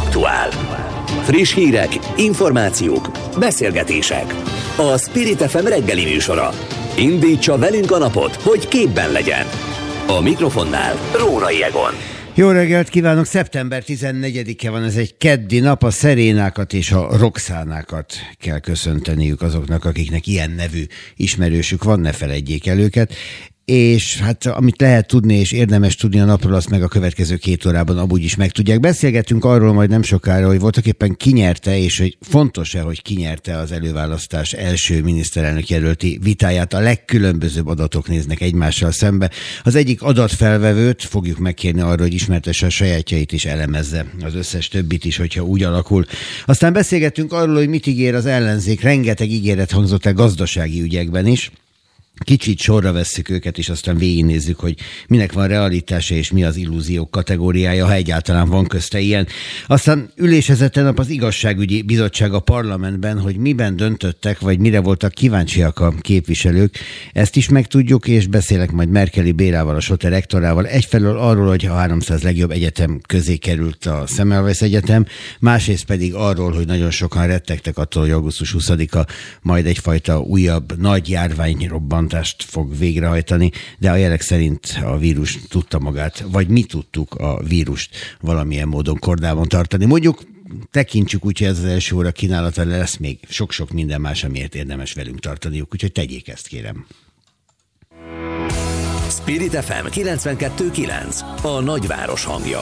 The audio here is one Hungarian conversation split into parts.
aktuál. Friss hírek, információk, beszélgetések. A Spirit FM reggeli műsora. Indítsa velünk a napot, hogy képben legyen. A mikrofonnál Rórai Egon. Jó reggelt kívánok! Szeptember 14-e van, ez egy keddi nap, a Szerénákat és a Roxánákat kell köszönteniük azoknak, akiknek ilyen nevű ismerősük van, ne feledjék el őket. És hát amit lehet tudni és érdemes tudni a napról, azt meg a következő 2 órában amúgy is megtudják. Beszélgetünk arról majd nem sokára, hogy voltaképpen kinyerte, és hogy fontos-e, hogy kinyerte az előválasztás első miniszterelnök jelölti vitáját. A legkülönbözőbb adatok néznek egymással szembe. Az egyik adatfelvevőt fogjuk megkérni arra, hogy ismertesse a sajátjait és elemezze az összes többit is, hogyha úgy alakul. Aztán beszélgettünk arról, hogy mit ígér az ellenzék. Rengeteg ígéret hangzott el gazdasági ügyekben is. Kicsit sorra vesszük őket, és aztán végignézzük, hogy minek van realitása, és mi az illúziók kategóriája, ha egyáltalán van közte ilyen. Aztán ülésezett tegnap az igazságügyi bizottság a parlamentben, hogy miben döntöttek, vagy mire voltak kíváncsiak a képviselők. Ezt is megtudjuk, és beszélek majd Merkeli Bélával, a SOTE rektorával. Egyfelől arról, hogy a 300 legjobb egyetem közé került a Semmelweis Egyetem, másrészt pedig arról, hogy nagyon sokan rettegtek attól, hogy augusztus 20-a majd egyfajta újabb nagy járványrobbantást fog végrehajtani, de a jelek szerint a vírus tudta magát, vagy mi tudtuk a vírust valamilyen módon kordában tartani. Mondjuk tekintsük úgy, hogy ez az első óra kínálata, lesz még sok-sok minden más, amiért érdemes velünk tartaniuk, úgyhogy tegyék ezt, kérem. Spirit FM 92.9, a nagyváros hangja.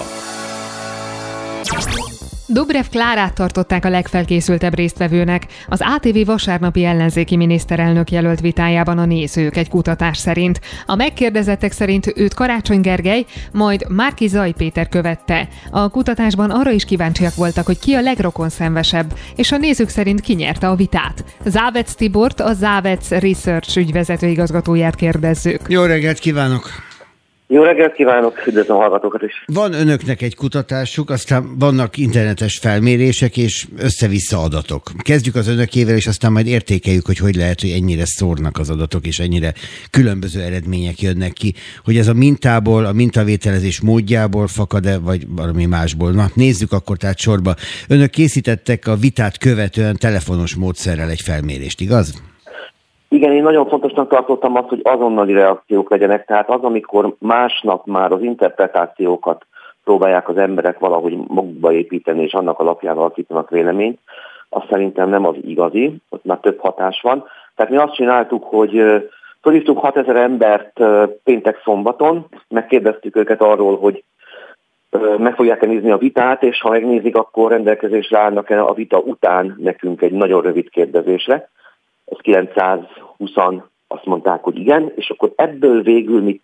Dobrev Klárát tartották a legfelkészültebb résztvevőnek. Az ATV vasárnapi ellenzéki miniszterelnök jelölt vitájában a nézők egy kutatás szerint. A megkérdezettek szerint őt Karácsony Gergely, majd Márki Zay Péter követte. A kutatásban arra is kíváncsiak voltak, hogy ki a legrokonszenvesebb, és a nézők szerint kinyerte a vitát. Závec Tibort, a Závec Research ügyvezető igazgatóját kérdezzük. Jó reggelt kívánok! Jó reggelt kívánok, üdvözlöm a hallgatókat is. Van önöknek egy kutatásuk, aztán vannak internetes felmérések és össze-vissza adatok. Kezdjük az önökével, és aztán majd értékeljük, hogy lehet, hogy ennyire szórnak az adatok, és ennyire különböző eredmények jönnek ki. Hogy ez a mintából, a mintavételezés módjából fakad-e, vagy valami másból. Na, nézzük akkor tehát sorba. Önök készítettek a vitát követően telefonos módszerrel egy felmérést, igaz? Igen, én nagyon fontosnak tartottam azt, hogy azonnali reakciók legyenek, tehát az, amikor másnap már az interpretációkat próbálják az emberek valahogy magukba építeni, és annak alapján alakítanak véleményt, azt szerintem nem az igazi, ott már több hatás van. Tehát mi azt csináltuk, hogy fölhívtuk 6000 embert péntek-szombaton, megkérdeztük őket arról, hogy meg fogják-e nézni a vitát, és ha megnézik, akkor rendelkezésre állnak-e a vita után nekünk egy nagyon rövid kérdezésre. Ez 920-an azt mondták, hogy igen, és akkor ebből végül mi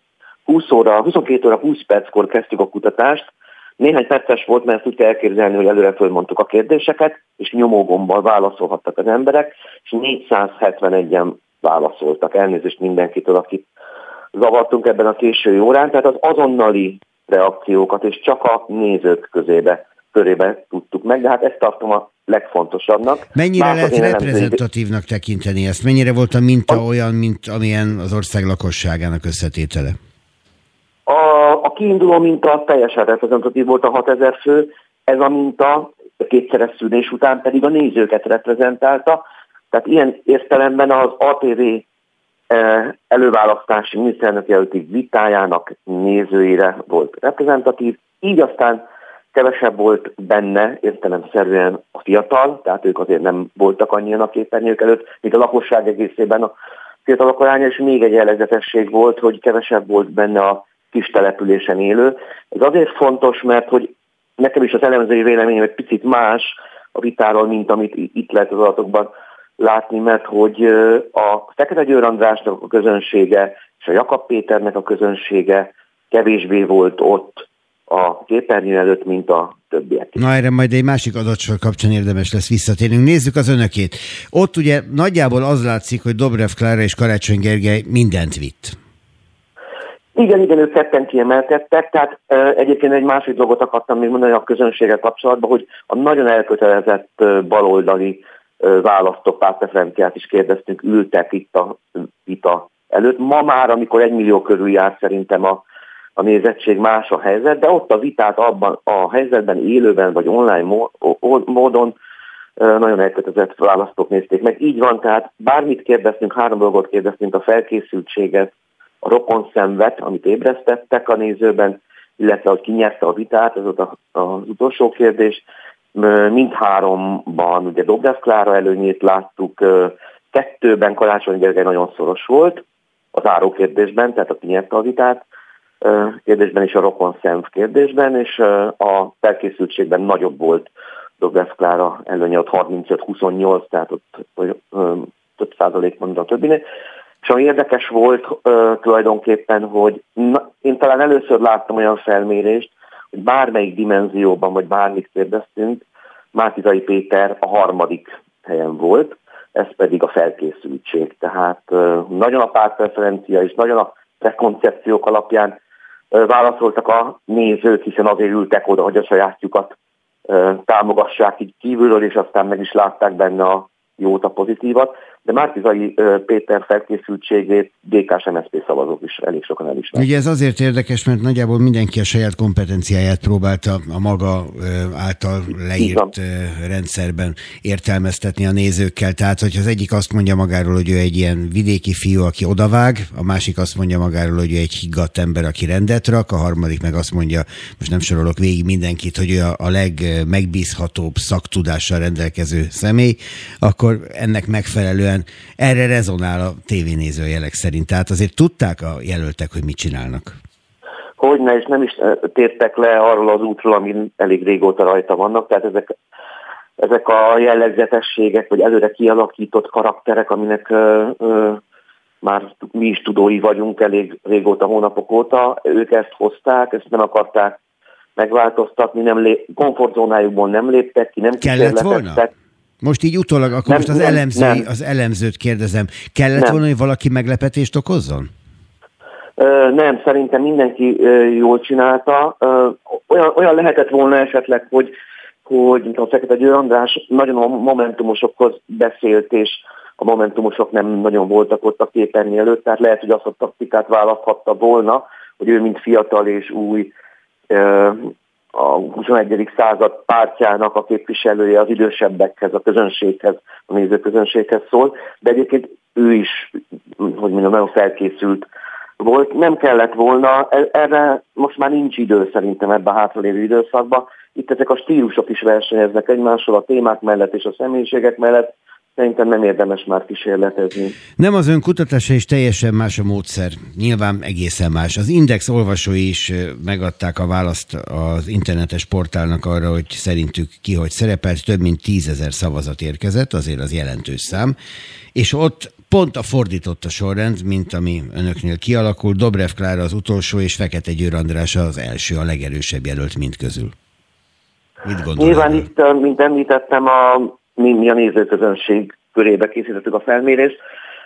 22 óra 20 perckor kezdtük a kutatást. Néhány perces volt, mert ezt úgy kell elképzelni, hogy előre fölmondtuk a kérdéseket, és nyomógombbal válaszolhattak az emberek, és 471-en válaszoltak. Elnézést mindenkitől, akit zavartunk ebben a késői órán. Tehát az azonnali reakciókat, és csak a nézők körébe tudtuk meg, de hát ezt tartom a legfontosabbnak. Mennyire lehet reprezentatívnak tekinteni ezt? Mennyire volt a minta olyan, mint amilyen az ország lakosságának összetétele? A kiinduló minta teljesen reprezentatív volt, a 6000 fő. Ez a minta kétszeres szűrés után pedig a nézőket reprezentálta. Tehát ilyen értelemben az ATV előválasztási miniszterelnök jelölti vitájának nézőire volt reprezentatív. Így aztán kevesebb volt benne értelemszerűen a fiatal, tehát ők azért nem voltak annyian a képernyők előtt, mint a lakosság egészében a fiatalok aránya, és még egy jellegzetesség volt, hogy kevesebb volt benne a kis településen élő. Ez azért fontos, mert hogy nekem is az elemzői véleményem egy picit más a vitáról, mint amit itt lehet az adatokban látni, mert hogy a Fekete Győr Andrásnak a közönsége és a Jakab Péternek a közönsége kevésbé volt ott a képernyő előtt, mint a többiek. Na, erre majd egy másik adatsor kapcsán érdemes lesz visszatérnünk. Nézzük az önökét. Ott ugye nagyjából az látszik, hogy Dobrev Klára és Karácsony Gergely mindent vitt. Igen, ők ketten kiemelkedtek, tehát egyébként egy másik dolgot akartam még mondani a közönséggel kapcsolatban, hogy a nagyon elkötelezett baloldali választópártpreferenciát is kérdeztünk, ültek itt a vita előtt. Ma már, amikor 1 millió körül jár szerintem a a nézettség, más a helyzet, de ott a vitát abban a helyzetben élőben vagy online módon nagyon elkötelezett választók nézték meg. Így van, tehát bármit kérdeztünk, 3 dolgot kérdeztünk: a felkészültséget, a rokonszenvet, amit ébresztettek a nézőben, illetve hogy ki nyerte a vitát, ez volt az utolsó kérdés. Mindháromban ugye Dobrev Klára előnyét láttuk, 2-ben Karácsony Gergely nagyon szoros volt, az záró kérdésben, tehát aki nyerte a vitát kérdésben és a rokonszenv kérdésben, és a felkészültségben nagyobb volt Dobrev Klára előnye, ott 35-28, tehát ott több százalék mondta a többinél. És ami érdekes volt tulajdonképpen, hogy én talán először láttam olyan felmérést, hogy bármelyik dimenzióban, vagy bármit kérdeztünk, Márki-Zay Péter a 3. helyen volt, ez pedig a felkészültség. Tehát nagyon a pártpreferencia és nagyon a prekoncepciók alapján válaszoltak a nézők, hiszen azért ültek oda, hogy a sajátjukat támogassák így kívülről, és aztán meg is látták benne a jót, a pozitívat. De Márki-Zay Péter felkészültségét DK-s-MSZP szavazók is elég sokan elismerik. Ugye ez azért érdekes, mert nagyjából mindenki a saját kompetenciáját próbálta a maga által leírt rendszerben értelmeztetni a nézőkkel. Tehát, hogy az egyik azt mondja magáról, hogy ő egy ilyen vidéki fiú, aki odavág, a másik azt mondja magáról, hogy ő egy higgadt ember, aki rendet rak, a harmadik meg azt mondja, most nem sorolok végig mindenkit, hogy ő a legmegbízhatóbb szaktudással rendelkező személy, akkor ennek megfelelően erre rezonál a tévénéző jelek szerint. Tehát azért tudták a jelöltek, hogy mit csinálnak. Hogyne, és nem is tértek le arról az útról, amin elég régóta rajta vannak. Tehát ezek a jellegzetességek, vagy előre kialakított karakterek, aminek már mi is tudói vagyunk elég régóta, hónapok óta, ők ezt hozták, ezt nem akarták megváltoztatni, komfortzónájukból nem léptek ki, nem kísérleteztek. Most így utólag, akkor nem, most az elemzőt kérdezem, kellett volna, hogy valaki meglepetést okozzon? Nem, szerintem mindenki jól csinálta. Olyan lehetett volna esetleg, hogy mint a Fekete Győr András nagyon a momentumosokhoz beszélt, és a momentumosok nem nagyon voltak ott a képernyő előtt, tehát lehet, hogy azt a taktikát választhatta volna, hogy ő mint fiatal és új a 21. század pártjának a képviselője az idősebbekhez, a közönséghez, a nézőközönséghez szól, de egyébként ő is, hogy mondjam, nagyon felkészült volt. Nem kellett volna, erre most már nincs idő szerintem ebben a hátralévő időszakban. Itt ezek a stílusok is versenyeznek egymással, a témák mellett és a személyiségek mellett. Szerintem nem érdemes már kísérletezni. Nem, az ön kutatása is teljesen más a módszer. Nyilván egészen más. Az Index olvasói is megadták a választ az internetes portálnak arra, hogy szerintük ki hogy szerepelt. Több mint 10 000 szavazat érkezett, azért az jelentős szám. És ott pont a fordított a sorrend, mint ami önöknél kialakult. Dobrev Klára az utolsó, és Fekete Győr András az első, a legerősebb jelölt mind közül. Mit gondol? Nyilván itt, mint említettem, mi a nézőközönség körébe készítettük a felmérést.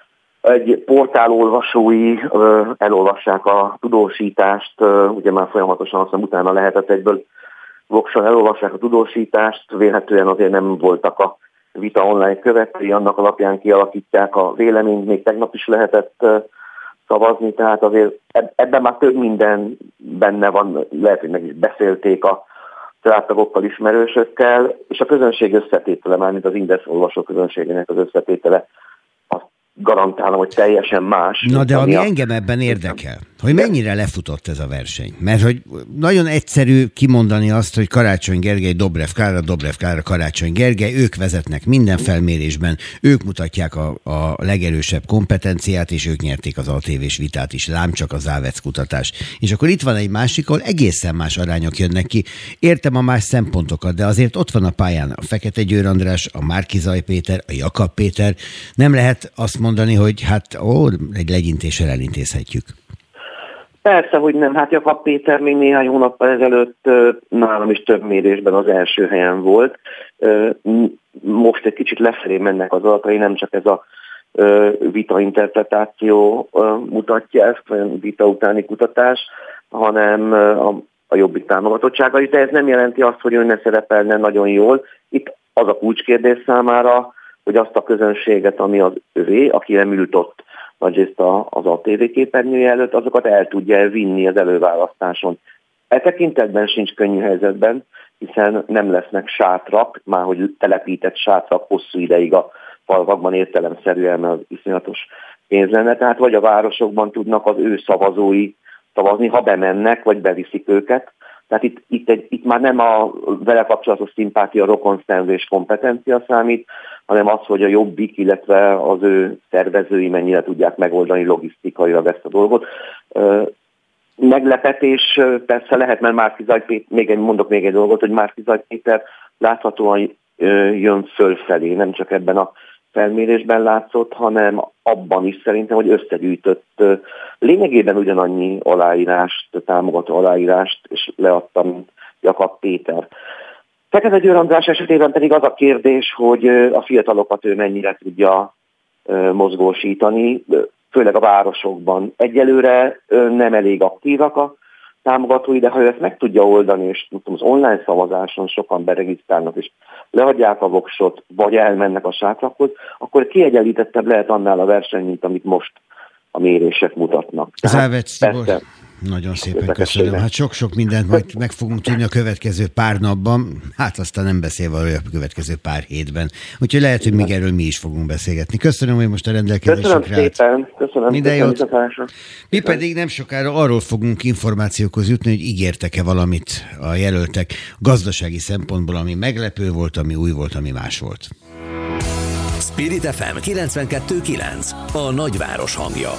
Egy portál olvasói elolvassák a tudósítást, ugye már folyamatosan aztán utána lehetett egyből vokson elolvassák a tudósítást, vélhetően azért nem voltak a vita online követői, annak alapján kialakítják a véleményt, még tegnap is lehetett szavazni, tehát azért ebben már több minden benne van, lehet, hogy meg is beszélték a családtagokkal, ismerősökkel, és a közönség összetétele, mármint az Index olvasó közönségének az összetétele, azt garantálom, hogy teljesen más. Na de ami engem ebben érdekel, hogy mennyire lefutott ez a verseny. Mert hogy nagyon egyszerű kimondani azt, hogy Karácsony Gergely, Dobrev Klára, Karácsony Gergely, ők vezetnek minden felmérésben, ők mutatják a legerősebb kompetenciát, és ők nyerték az ATV-s vitát is, lám csak a Závec kutatás. És akkor itt van egy másik, ahol egészen más arányok jönnek ki. Értem a más szempontokat, de azért ott van a pályán a Fekete Győr András, a Márki-Zay Péter, a Jakab Péter. Nem lehet azt mondani, hogy egy legyintéssel elintézhetjük. Persze, hogy nem. Hát Jakab Péter még néhány hónappal ezelőtt nálam is több mérésben az első helyen volt. Most egy kicsit lefelé mennek az adatai, nem csak ez a vita-interpretáció mutatja ezt, vagy vita utáni kutatás, hanem a Jobbik támogatottsága is, de ez nem jelenti azt, hogy ő ne szerepelne nagyon jól. Itt az a kulcskérdés számára, hogy azt a közönséget, ami az övé, aki nem ült ott nagyrészt az ATV képernyője előtt, azokat el tudja vinni az előválasztáson. E tekintetben sincs könnyű helyzetben, hiszen nem lesznek sátrak, már hogy telepített sátrak hosszú ideig a falvakban értelemszerűen az iszonyatos pénz lenne. Tehát vagy a városokban tudnak az ő szavazói szavazni, ha bemennek, vagy beviszik őket. Tehát itt már nem a vele kapcsolatos szimpátia, rokonszenvés kompetencia számít, hanem az, hogy a Jobbik, illetve az ő szervezői mennyire tudják megoldani logisztikailag ezt a dolgot. Meglepetés persze lehet, mert Márki Zaj Péter, mondok még egy dolgot, hogy Márki Zaj Péter láthatóan jön fölfelé, nem csak ebben a felmérésben látszott, hanem abban is szerintem, hogy összegyűjtött lényegében ugyanannyi aláírást, támogató aláírást, és leadta, mint Jakab Péter. Fekete Győr András esetében pedig az a kérdés, hogy a fiatalokat ő mennyire tudja mozgósítani, főleg a városokban. Egyelőre nem elég aktívak a támogatói, de ha ő ezt meg tudja oldani, és az online szavazáson sokan beregisztrálnak, és leadják a voksot, vagy elmennek a sátrakhoz, akkor kiegyenlítettebb lehet annál a verseny, mint amit most a mérések mutatnak. Závec Tibor, nagyon szépen köszönöm. Hát sok-sok mindent majd meg fogunk tudni a következő pár napban, hát aztán nem beszélve a következő pár hétben. Úgyhogy lehet, hogy még erről mi is fogunk beszélgetni. Köszönöm, hogy most a rendelkezésre állt. Köszönöm szépen. Köszönöm. Minden jót. Mi pedig nem sokára arról fogunk információkhoz jutni, hogy ígértek-e valamit a jelöltek gazdasági szempontból, ami meglepő volt, ami új volt, ami más volt. Spirit FM 92.9, a nagyváros hangja.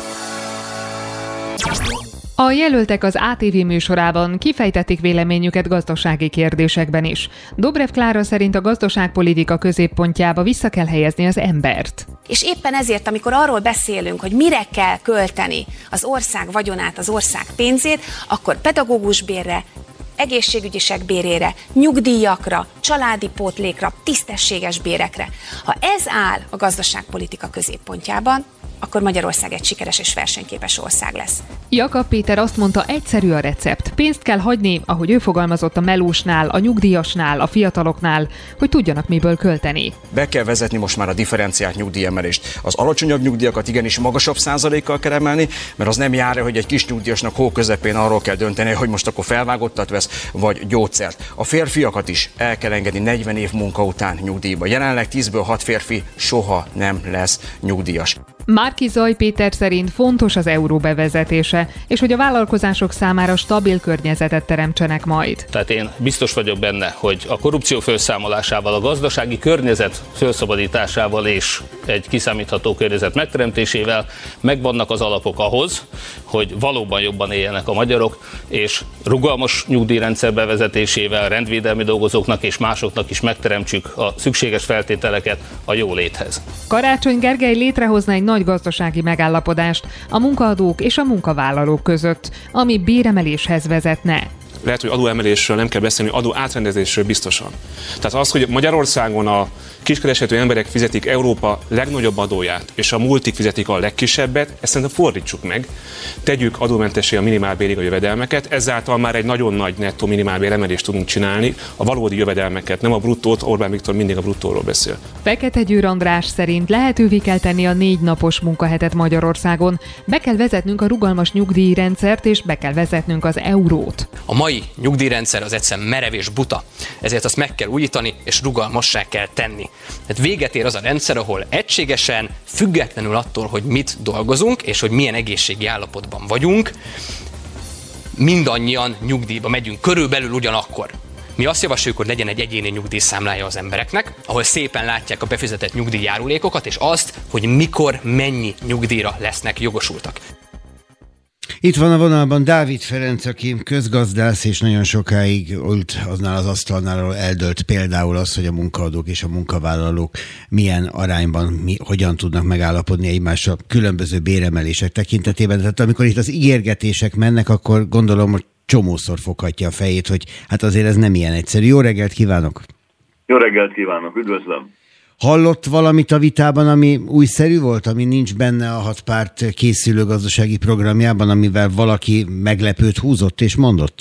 A jelöltek az ATV műsorában kifejtették véleményüket gazdasági kérdésekben is. Dobrev Klára szerint a gazdaságpolitika középpontjába vissza kell helyezni az embert. És éppen ezért, amikor arról beszélünk, hogy mire kell költeni az ország vagyonát, az ország pénzét, akkor pedagógus bérre, egészségügyi segbérére, nyugdíjakra, családi pótlékra, tisztességes bérekre. Ha ez áll a gazdaságpolitika középpontjában, akkor Magyarország egy sikeres és versenyképes ország lesz. Jakab Péter azt mondta, egyszerű a recept. Pénzt kell hagyni, ahogy ő fogalmazott, a melósnál, a nyugdíjasnál, a fiataloknál, hogy tudjanak miből költeni. Be kell vezetni most már a differenciált nyugdíjemelést. Az alacsonyabb nyugdíjakat igenis magasabb százalékkal kell emelni, mert az nem jár, hogy egy kis nyugdíjasnak hó közepén arról kell dönteni, hogy most akkor felvágottat vesz, vagy gyógyszert. A férfiakat is el kell engedni 40 év munka után nyugdíjba. Jelenleg 10-ből 6 férfi soha nem lesz nyugdíjas. Márki Zaj Péter szerint fontos az euró bevezetése, és hogy a vállalkozások számára stabil környezetet teremtsenek majd. Tehát én biztos vagyok benne, hogy a korrupció felszámolásával, a gazdasági környezet felszabadításával és egy kiszámítható környezet megteremtésével megvannak az alapok ahhoz, hogy valóban jobban éljenek a magyarok, és rugalmas nyugdíjrendszer bevezetésével rendvédelmi dolgozóknak és másoknak is megteremtsük a szükséges feltételeket a jóléthez. Karácsony Gergely létrehozna egy nagy gazdasági megállapodást a munkaadók és a munkavállalók között, ami béremeléshez vezetne. Lehet, hogy adóemelésről nem kell beszélni, adó átrendezésről biztosan. Tehát az, hogy Magyarországon a kiskereshető emberek fizetik Európa legnagyobb adóját, és a multik fizetik a legkisebbet, ezt szerintem fordítsuk meg, tegyük adómentessé a minimálbérig a jövedelmeket, ezáltal már egy nagyon nagy nettó minimálbér emelést tudunk csinálni, a valódi jövedelmeket, nem a bruttót. Orbán Viktor mindig a bruttóról beszél. Fekete Győr András szerint lehetővé kell tenni a 4 napos munkahetet Magyarországon, be kell vezetnünk a rugalmas nyugdíjrendszert, és be kell vezetnünk az eurót. A mai nyugdíjrendszer az egyszerűen merev és buta, ezért azt meg kell újítani és rugalmassá kell tenni. Tehát véget ér az a rendszer, ahol egységesen, függetlenül attól, hogy mit dolgozunk és hogy milyen egészségi állapotban vagyunk, mindannyian nyugdíjba megyünk körülbelül ugyanakkor. Mi azt javasoljuk, hogy legyen egy egyéni nyugdíjszámlája az embereknek, ahol szépen látják a befizetett nyugdíjjárulékokat és azt, hogy mikor mennyi nyugdíjra lesznek jogosultak. Itt van a vonalban Dávid Ferenc, aki közgazdász, és nagyon sokáig ült aznál az asztalnál, ahol eldölt például az, hogy a munkaadók és a munkavállalók milyen arányban, hogyan tudnak megállapodni egymással különböző béremelések tekintetében. Tehát amikor itt az ígérgetések mennek, akkor gondolom, hogy csomószor foghatja a fejét, hogy hát azért ez nem ilyen egyszerű. Jó reggelt kívánok! Jó reggelt kívánok, üdvözlöm! Hallott valamit a vitában, ami újszerű volt, ami nincs benne a 6 párt készülő gazdasági programjában, amivel valaki meglepőt húzott és mondott?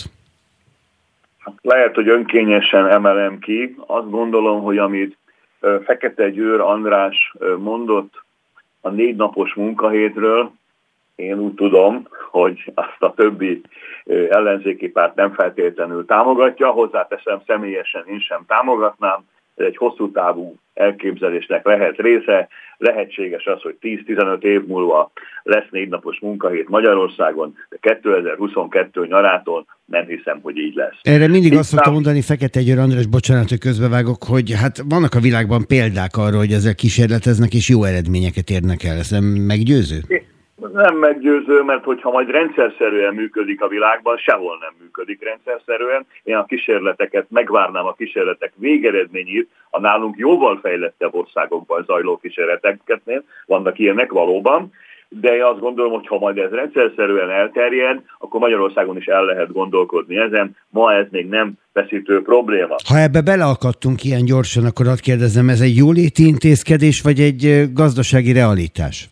Lehet, hogy önkényesen emelem ki. Azt gondolom, hogy amit Fekete Győr András mondott, A 4 napos munkahétről én úgy tudom, hogy azt a többi ellenzéki párt nem feltétlenül támogatja, hozzáteszem, személyesen én sem támogatnám, ez egy hosszú távú elképzelésnek lehet része, lehetséges az, hogy 10-15 év múlva lesz 4 napos munkahét Magyarországon, de 2022 nyarától nem hiszem, hogy így lesz. Erre mindig azt szoktam mondani, Fekete Győr András, bocsánat, hogy közbevágok, hogy hát vannak a világban példák arra, hogy ezzel kísérleteznek és jó eredményeket érnek el. Ez nem meggyőző? Nem meggyőző, mert hogyha majd rendszerszerűen működik a világban, sehol nem működik rendszerszerűen. Én a kísérleteket, megvárnám a kísérletek végeredményét a nálunk jóval fejlettebb országokban zajló kísérleteknél. Vannak ilyenek valóban, de én azt gondolom, hogy ha majd ez rendszerszerűen elterjed, akkor Magyarországon is el lehet gondolkodni ezen. Ma ez még nem feszítő probléma. Ha ebbe beleakadtunk ilyen gyorsan, akkor azt kérdezem, ez egy jóléti intézkedés, vagy egy gazdasági realitás?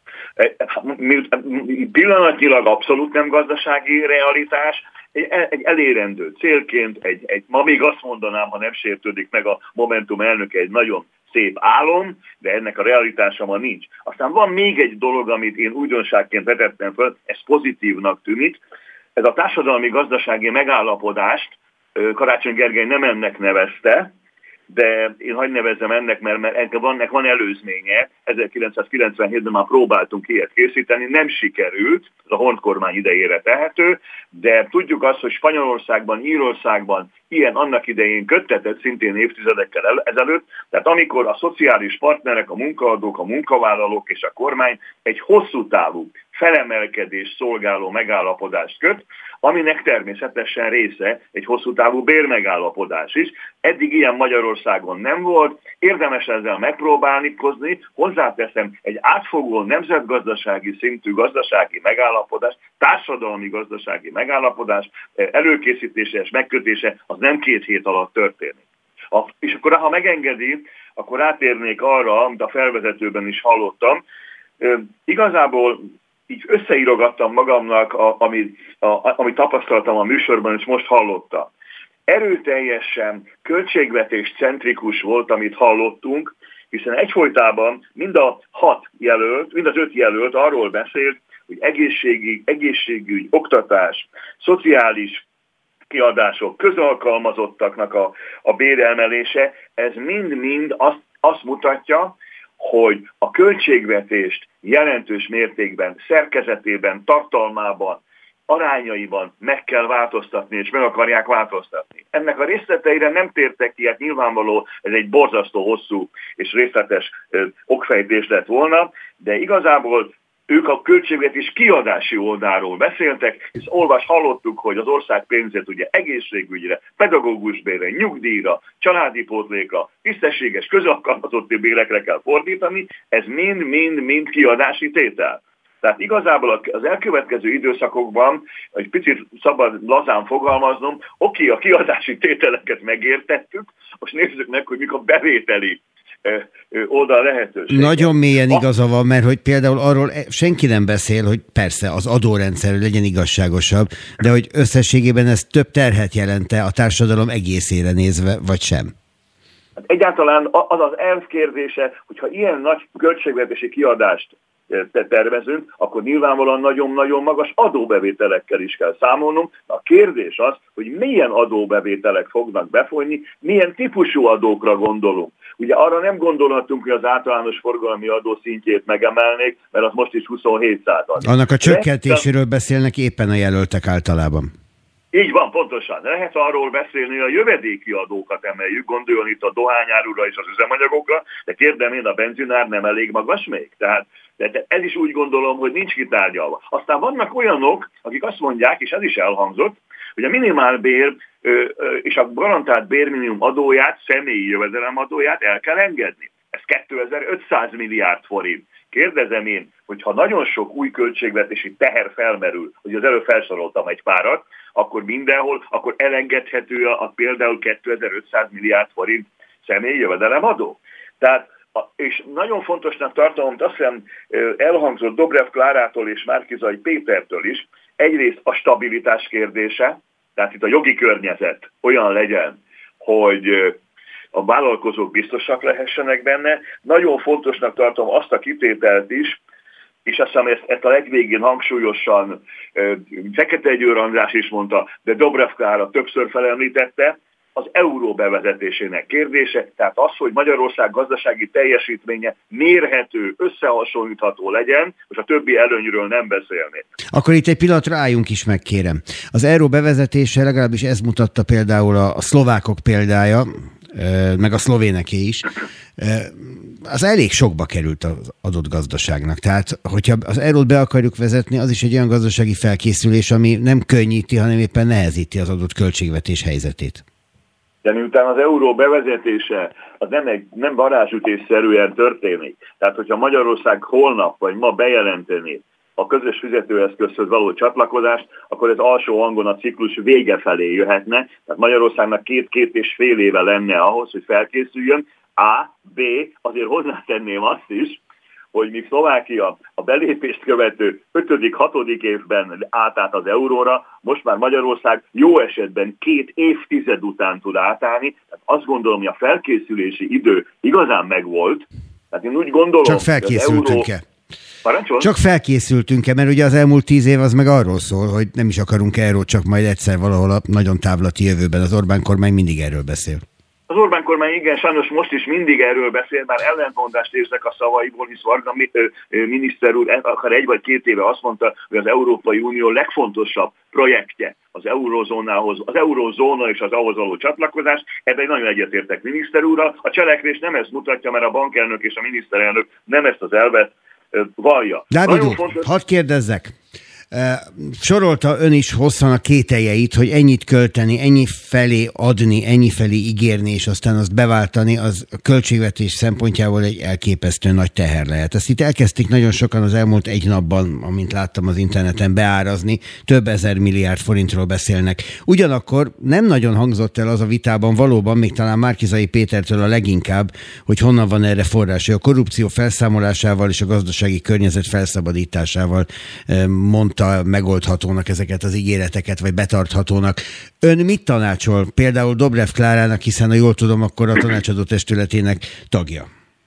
Pillanatnyilag abszolút nem gazdasági realitás, egy elérendő célként, ma még azt mondanám, ha nem sértődik meg a Momentum elnöke, egy nagyon szép álom, de ennek a realitása ma nincs. Aztán van még egy dolog, amit én újdonságként vetettem föl, ez pozitívnak tűnik. Ez a társadalmi-gazdasági megállapodást Karácsony Gergely nem ennek nevezte, de én hadd nevezzem ennek, mert ennek van előzménye. 1997-ben már próbáltunk ilyet készíteni, nem sikerült, ez a Hont kormány idejére tehető, de tudjuk azt, hogy Spanyolországban, Írországban ilyen annak idején köttetett szintén évtizedekkel ezelőtt, tehát amikor a szociális partnerek, a munkaadók, a munkavállalók és a kormány egy hosszú távú felemelkedés szolgáló megállapodást köt, aminek természetesen része egy hosszú távú bérmegállapodás is. Eddig ilyen Magyarországon nem volt, érdemes ezzel megpróbálkozni, hozzáteszem, egy átfogó nemzetgazdasági szintű gazdasági megállapodás, társadalmi gazdasági megállapodás előkészítése és megkötése az nem 2 hét alatt történik. És akkor, ha megengedi, akkor átérnék arra, amit a felvezetőben is hallottam. Igazából így összeírogattam magamnak, amit tapasztaltam a műsorban, és most hallottam. Erőteljesen költségvetés centrikus volt, amit hallottunk, hiszen egyfolytában mind az 5 jelölt arról beszélt, hogy egészségügy, oktatás, szociális kiadások, közalkalmazottaknak a béremelése, ez mind-mind azt mutatja, hogy a költségvetést jelentős mértékben, szerkezetében, tartalmában, arányaiban meg kell változtatni, és meg akarják változtatni. Ennek a részleteire nem tértek ki, hát nyilvánvaló, ez egy borzasztó hosszú és részletes okfejtés lett volna, de igazából ők a költségvetés kiadási oldalról beszéltek, és hallottuk, hogy az ország pénzét ugye egészségügyre, pedagógusbérre, nyugdíjra, családi pótlékra, tisztességes közalkalmazotti bérekre kell fordítani, ez mind kiadási tétel. Tehát igazából az elkövetkező időszakokban, egy picit szabad lazán fogalmaznom, a kiadási tételeket megértettük, most nézzük meg, hogy mik a bevételi oldal lehetőség. Nagyon mélyen igaza van, mert hogy például arról senki nem beszél, hogy persze az adórendszer legyen igazságosabb, de hogy összességében ez több terhet jelente a társadalom egészére nézve, vagy sem. Hát egyáltalán az elv kérdése, hogyha ilyen nagy költségvetési kiadást tervezünk, akkor nyilvánvalóan nagyon-nagyon magas adóbevételekkel is kell számolnunk. A kérdés az, hogy milyen adóbevételek fognak befolyni, milyen típusú adókra gondolunk. Ugye arra nem gondolhatunk, hogy az általános forgalmi adó szintjét megemelnék, mert az most is 27%. Annak a csökkentéséről beszélnek éppen a jelöltek általában. Így van, pontosan. Lehet arról beszélni, hogy a jövedéki adókat emeljük, gondoljon itt a dohányárura és az üzemanyagokra, de kérdem én, a benzinár nem elég magas még? Tehát de ez is úgy gondolom, hogy nincs kitárgyalva. Aztán vannak olyanok, akik azt mondják, és ez is elhangzott, hogy a minimálbér és a garantált bérminimum adóját, személyi jövedelem adóját el kell engedni. Ez 2500 milliárd forint. Kérdezem én, hogyha nagyon sok új költségvetési teher felmerül, hogy az előbb felsoroltam egy párat, akkor mindenhol, akkor elengedhető például 2500 milliárd forint személyi jövedelem adó. Tehát és nagyon fontosnak tartom, amit azt hiszem elhangzott Dobrev Klárától és Márki-Zay Pétertől is, egyrészt a stabilitás kérdése, tehát itt a jogi környezet olyan legyen, hogy a vállalkozók biztosak lehessenek benne. Nagyon fontosnak tartom azt a kitételt is, és azt hiszem ezt a legvégén hangsúlyosan Fekete Győr András is mondta, de Dobrev Klára többször felemlítette, az euró bevezetésének kérdése, tehát az, hogy Magyarország gazdasági teljesítménye mérhető, összehasonlítható legyen, és a többi előnyről nem beszélnék. Akkor itt egy pillanatra álljunk is meg, kérem. Az euró bevezetése, legalábbis ez mutatta például a szlovákok példája, meg a szlovéneké is, az elég sokba került az adott gazdaságnak. Tehát, hogyha az eurót be akarjuk vezetni, az is egy olyan gazdasági felkészülés, ami nem könnyíti, hanem éppen nehezíti az adott költségvetés helyzetét. De miután az euró bevezetése az nem varázsütésszerűen történik. Tehát, hogyha Magyarország holnap vagy ma bejelenteni a közös fizetőeszközhöz való csatlakozást, akkor ez alsó hangon a ciklus vége felé jöhetne. Tehát Magyarországnak 2-2,5 éve lenne ahhoz, hogy felkészüljön. A, B, azért hozzátenném azt is, hogy míg Szlovákia a belépést követő 5.-6. évben átállt az euróra, most már Magyarország jó esetben 2 évtized után tud átállni. Tehát azt gondolom, hogy a felkészülési idő igazán megvolt. Tehát én úgy gondolom, csak felkészültünk-e? Parancsolj? Csak felkészültünk-e, mert ugye az elmúlt 10 év az meg arról szól, hogy nem is akarunk eurót, csak majd egyszer valahol a nagyon távlati jövőben. Az Orbán kormány mindig erről beszél. Az Orbán kormány igen, sajnos most is mindig erről beszél, már ellentmondást érzek a szavaiból, hisz Varga miniszter úr akár 1 vagy 2 éve azt mondta, hogy az Európai Unió legfontosabb projektje az eurózónához, az eurózóna és az ahhoz való csatlakozás. Ebben nagyon egyetértek miniszter úrral. A cselekvés nem ezt mutatja, mert a bankelnök és a miniszterelnök nem ezt az elvet vallja. Dávid úr, hadd kérdezzek. Sorolta ön is hosszan a kételjeit, hogy ennyit költeni, ennyi felé adni, ennyi felé ígérni, és aztán azt beváltani, az a költségvetés szempontjából egy elképesztő nagy teher lehet. Ezt itt elkezdték nagyon sokan az elmúlt 1 napban, amint láttam az interneten, beárazni, több ezer milliárd forintról beszélnek. Ugyanakkor nem nagyon hangzott el az a vitában valóban, még talán Márki-Zay Pétertől a leginkább, hogy honnan van erre forrás. A korrupció felszámolásával és a gazdasági környezet felszabadításával mondta megoldhatónak ezeket az ígéreteket, vagy betarthatónak. Ön mit tanácsol például Dobrev Klárának, hiszen ha jól tudom, akkor a tanácsadó testületének tagja?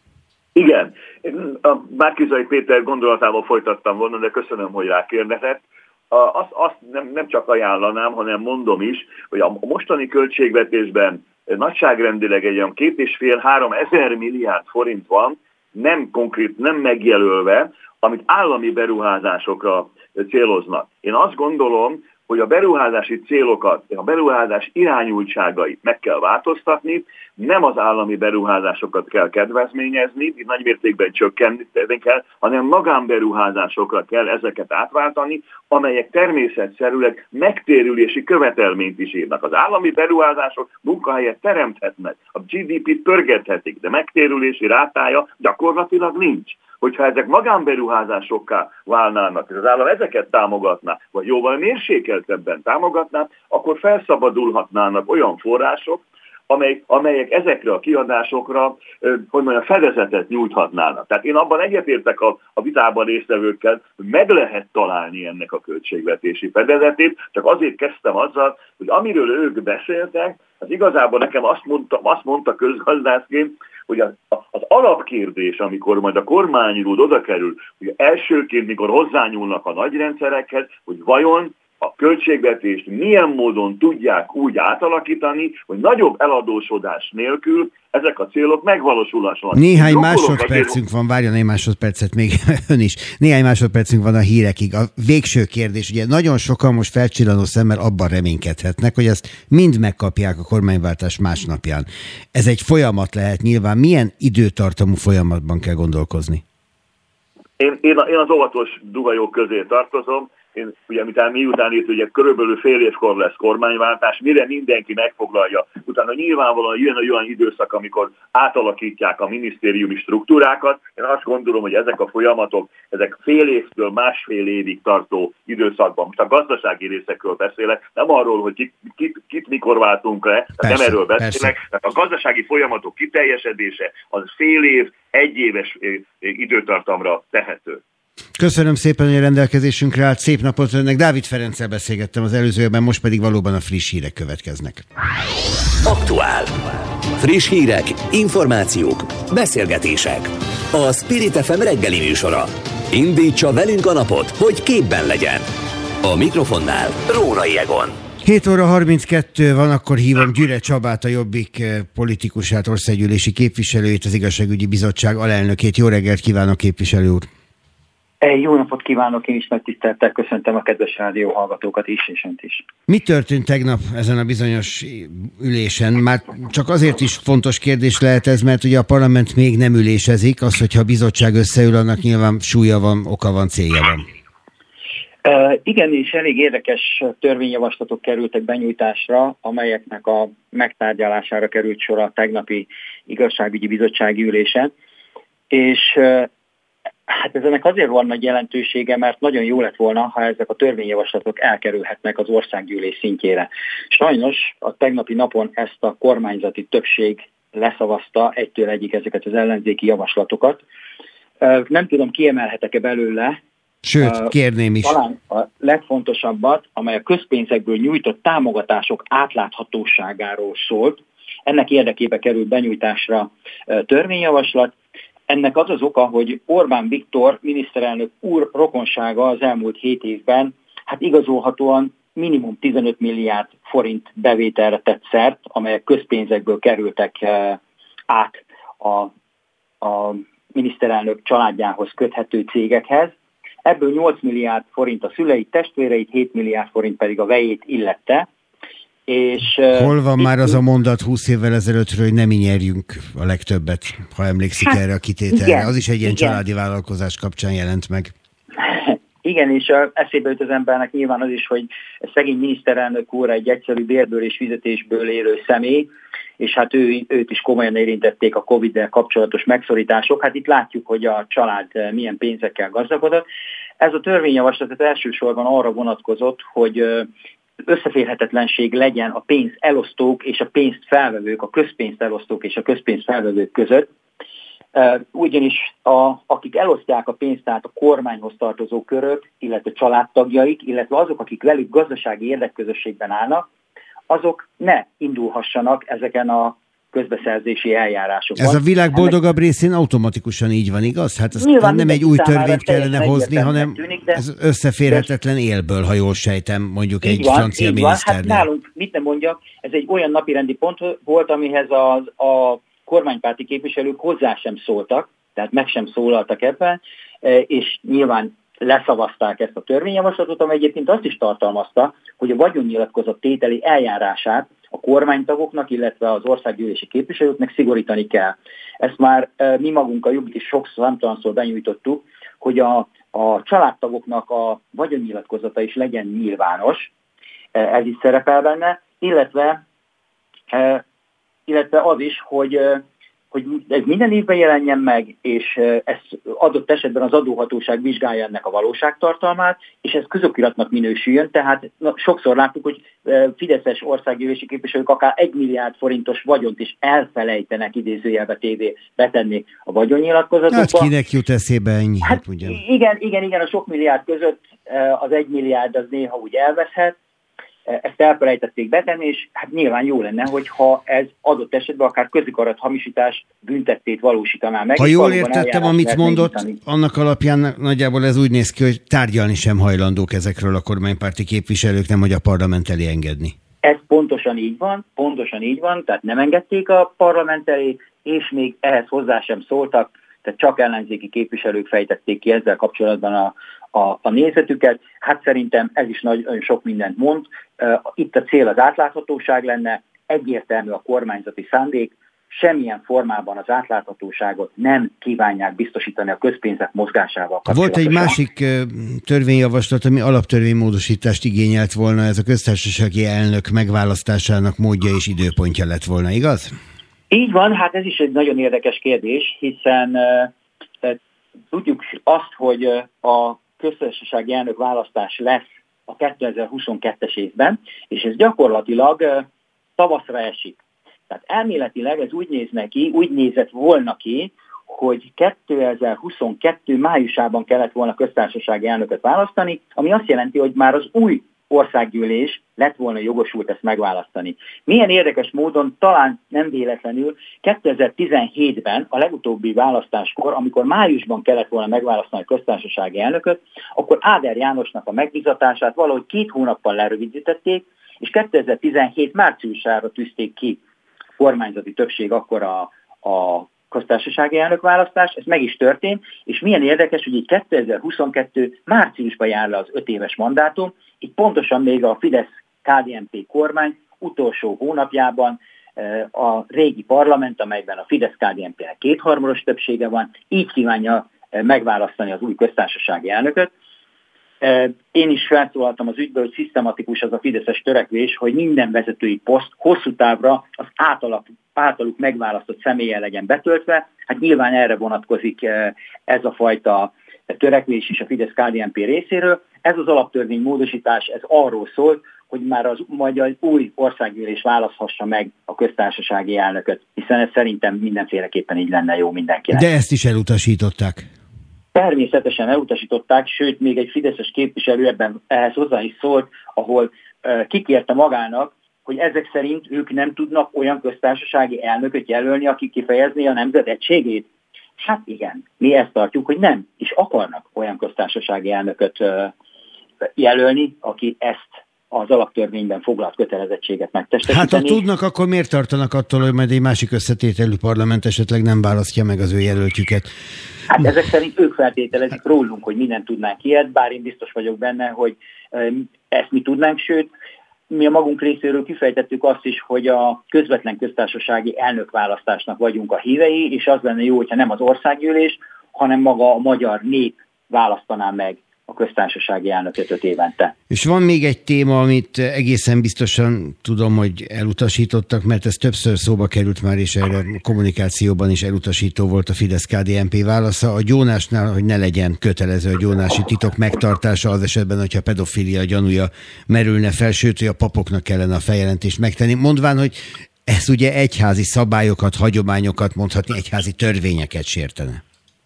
Igen. A Márki-Zay Péter gondolatával folytattam volna, de köszönöm, hogy rákérdezett. Azt nem csak ajánlanám, hanem mondom is, hogy a mostani költségvetésben nagyságrendileg egy olyan 2,5-3 ezer milliárd forint van, nem konkrét, nem megjelölve, amit állami beruházásokra céloznak. Én azt gondolom, hogy a beruházási célokat, a beruházás irányultságait meg kell változtatni, nem az állami beruházásokat kell kedvezményezni, itt nagymértékben csökkenteni kell, hanem magánberuházásokra kell ezeket átváltani, amelyek természetszerűleg megtérülési követelményt is írnak. Az állami beruházások munkahelyet teremthetnek, a GDP-t pörgethetik, de megtérülési rátája gyakorlatilag nincs. Hogyha ezek magánberuházásokká válnának, és az állam ezeket támogatná, vagy jóval mérsékeltebben támogatná, akkor felszabadulhatnának olyan források, amelyek ezekre a kiadásokra, hogy mondjam, fedezetet nyújthatnának. Tehát én abban egyetértek a vitában résztvevőkkel, hogy meg lehet találni ennek a költségvetési fedezetét, csak azért kezdtem azzal, hogy amiről ők beszéltek, az igazából nekem azt mondta közgazdászként, hogy az alapkérdés, amikor majd a kormányról oda kerül, hogy elsőként, mikor hozzányúlnak a nagyrendszerekhez, hogy vajon a költségvetést milyen módon tudják úgy átalakítani, hogy nagyobb eladósodás nélkül ezek a célok megvalósulhassanak. Néhány másodpercünk van, várjon egy másodpercet még ön is. Néhány másodpercünk van a hírekig. A végső kérdés, ugye nagyon sokan most felcsillanó szemmel abban reménykedhetnek, hogy ezt mind megkapják a kormányváltás másnapján. Ez egy folyamat lehet nyilván. Milyen időtartamú folyamatban kell gondolkozni? Én az óvatos duhajok közé tartozom. Ugye, miután itt ugye körülbelül fél évkor lesz kormányváltás, mire mindenki megfoglalja. Utána nyilvánvalóan jön egy olyan időszak, amikor átalakítják a minisztériumi struktúrákat. Én azt gondolom, hogy ezek a folyamatok, ezek fél évtől másfél évig tartó időszakban. Most a gazdasági részekről beszélek, nem arról, hogy kit mikor váltunk le, nem erről beszélek. Tehát a gazdasági folyamatok kiteljesedése az fél év, 1 éves időtartamra tehető. Köszönöm szépen, hogy a rendelkezésünkre állt. Szép napot önnek. Dávid Ferenccel beszélgettem az előzőben, most pedig valóban a friss hírek következnek. Aktuál. Friss hírek, információk, beszélgetések. A Spirit FM reggeli műsora. Indítsa velünk a napot, hogy képben legyen. A mikrofonnál Rórai Egon. 7 óra 32 van, akkor hívom Gyüre Csabát, a Jobbik politikusát, országgyűlési képviselőjét, az Igazságügyi Bizottság alelnökét. Jó reggelt kívánok, képviselő úr! Jó napot kívánok, én is megtiszteltel köszöntöm a kedves rádió hallgatókat is, és önt is. Mi történt tegnap ezen a bizonyos ülésen? Már csak azért is fontos kérdés lehet ez, mert ugye a parlament még nem ülésezik, az, hogyha a bizottság összeül, annak nyilván súlya van, oka van, célja van. Igen, és elég érdekes törvényjavaslatok kerültek benyújtásra, amelyeknek a megtárgyalására került sor a tegnapi igazságügyi bizottsági ülésen, és hát ennek azért van nagy jelentősége, mert nagyon jó lett volna, ha ezek a törvényjavaslatok elkerülhetnek az országgyűlés szintjére. Sajnos a tegnapi napon ezt a kormányzati többség leszavazta egytől egyig ezeket az ellenzéki javaslatokat. Nem tudom, kiemelhetek-e belőle. Sőt, kérném is. Talán a legfontosabbat, amely a közpénzekből nyújtott támogatások átláthatóságáról szólt. Ennek érdekében került benyújtásra törvényjavaslat. Ennek az az oka, hogy Orbán Viktor miniszterelnök úr rokonsága az elmúlt 7 évben hát igazolhatóan minimum 15 milliárd forint bevételre tett szert, amelyek közpénzekből kerültek át a miniszterelnök családjához köthető cégekhez. Ebből 8 milliárd forint a szüleit, testvéreit, 7 milliárd forint pedig a vejét illette. És, hol van már az a mondat 20 évvel ezelőttről, hogy nem mi nyerjünk a legtöbbet, ha emlékszik erre a kitételre? Igen, az is egy ilyen családi vállalkozás kapcsán jelent meg. Igen, és eszébe jut az embernek nyilván az is, hogy szegény miniszterelnök úr egy egyszerű bérből és fizetésből élő személy, és hát őt is komolyan érintették a Covid-del kapcsolatos megszorítások. Hát itt látjuk, hogy a család milyen pénzekkel gazdagodott. Ez a törvényjavaslat elsősorban arra vonatkozott, hogy összeférhetetlenség legyen a pénzelosztók és a pénzt felvevők, a közpénzt elosztók és a közpénzt felvevők között. Ugyanis akik elosztják a pénzt, tehát a kormányhoz tartozó körök, illetve családtagjaik, illetve azok, akik velük gazdasági érdekközösségben állnak, azok ne indulhassanak ezeken a közbeszerzési eljárásokon. Ez a világ boldogabb részén automatikusan így van, igaz? Hát nem egy új törvényt kellene hozni, hanem ez összeférhetetlen élből, ha jól sejtem, mondjuk így egy francia miniszternél. Hát nálunk, mit nem mondjak, ez egy olyan napirendi pont volt, amihez a kormánypárti képviselők hozzá sem szóltak, tehát meg sem szólaltak ebben, és nyilván leszavazták ezt a törvényjavaslatot, amely egyébként azt is tartalmazta, hogy a vagyonnyilatkozat tételi eljárását a kormánytagoknak, illetve az országgyűlési képviselőknek szigorítani kell. Ezt már mi magunk a Jobbik is sokszor, számtalanszor benyújtottuk, hogy a családtagoknak a vagyonnyilatkozata is legyen nyilvános, ez is szerepel benne, illetve az is, hogy ez minden évben jelenjen meg, és ezt adott esetben az adóhatóság vizsgálja ennek a valóságtartalmát, és ez közökiratnak minősüljön, tehát sokszor láttuk, hogy fideszes országgyűlési képviselők akár 1 milliárd forintos vagyont is elfelejtenek idézőjelbe betenni a vagyonnyilatkozatokba. Hát kinek jut eszébe ennyi? Hát igen, a sok milliárd között az 1 milliárd az néha úgy elveszhet, ezt elfelejtették betenni, és hát nyilván jó lenne, hogyha ez adott esetben akár közikarat hamisítás büntettét valósítaná meg. Ha jól értettem, amit mondott, annak alapján nagyjából ez úgy néz ki, hogy tárgyalni sem hajlandók ezekről a kormánypárti képviselők, nem hogy a parlament elé engedni. Ez pontosan így van, tehát nem engedték a parlament elé, és még ehhez hozzá sem szóltak, tehát csak ellenzéki képviselők fejtették ki ezzel kapcsolatban a nézetüket. Hát szerintem ez is nagyon sok mindent mond. Itt a cél az átláthatóság lenne, egyértelmű a kormányzati szándék, semmilyen formában az átláthatóságot nem kívánják biztosítani a közpénzek mozgásával kapcsolatosan. Volt egy másik törvényjavaslat, ami alaptörvénymódosítást igényelt volna, ez a köztársasági elnök megválasztásának módja és időpontja lett volna, igaz? Így van, hát ez is egy nagyon érdekes kérdés, hiszen tudjuk azt, hogy a köztársasági elnök választás lesz a 2022-es évben, és ez gyakorlatilag tavaszra esik. Tehát elméletileg ez úgy nézett volna ki, hogy 2022 májusában kellett volna köztársasági elnököt választani, ami azt jelenti, hogy már az új országgyűlés lett volna jogosult ezt megválasztani. Milyen érdekes módon, talán nem véletlenül 2017-ben a legutóbbi választáskor, amikor májusban kellett volna megválasztani a köztársasági elnököt, akkor Áder Jánosnak a megbízatását valahogy 2 hónappal lerövidítették, és 2017 márciusára tűzték ki kormányzati többség akkor a köztársasági elnökválasztás, ez meg is történt, és milyen érdekes, hogy így 2022 márciusban jár le az 5 éves mandátum, így pontosan még a Fidesz-KDNP kormány utolsó hónapjában a régi parlament, amelyben a Fidesz-KDNP-nek 2/3 többsége van, így kívánja megválasztani az új köztársasági elnököt. Én is felszólaltam az ügyből, hogy szisztematikus az a fideszes törekvés, hogy minden vezetői poszt hosszú távra az általuk megválasztott személlyel legyen betöltve. Hát nyilván erre vonatkozik ez a fajta törekvés is a Fidesz-KDNP részéről. Ez az alaptörvény módosítás, ez arról szól, hogy már az új országgyűlés választhassa meg a köztársasági elnököt, hiszen ez szerintem mindenféleképpen így lenne jó mindenkinek. De ezt is elutasították. Természetesen elutasították, sőt, még egy fideszes képviselő ehhez hozzá is szólt, ahol kikérte magának, hogy ezek szerint ők nem tudnak olyan köztársasági elnököt jelölni, aki kifejezni a nemzet egységét. Hát igen, mi ezt tartjuk, hogy nem, és akarnak olyan köztársasági elnököt jelölni, aki ezt az alaptörvényben foglalt kötelezettséget megtestesíteni. Hát ha tudnak, akkor miért tartanak attól, hogy majd egy másik összetételű parlament esetleg nem választja meg az ő jelöltjüket? Hát ezek szerint ők feltételezik rólunk, hogy mi nem tudnánk ilyet, bár én biztos vagyok benne, hogy ezt mi tudnánk, sőt, mi a magunk részéről kifejtettük azt is, hogy a közvetlen köztársasági elnökválasztásnak vagyunk a hívei, és az lenne jó, hogyha nem az országgyűlés, hanem maga a magyar nép választaná meg a köztársasági elnököt 5 évente. És van még egy téma, amit egészen biztosan tudom, hogy elutasítottak, mert ez többször szóba került már, és erre a kommunikációban is elutasító volt a Fidesz-KDNP válasza. A gyónásnál, hogy ne legyen kötelező a gyónási titok megtartása az esetben, hogyha pedofilia gyanúja merülne fel, sőt, hogy a papoknak kellene a feljelentést megtenni. Mondván, hogy ez ugye egyházi szabályokat, hagyományokat, mondhatni egyházi törvényeket sértene.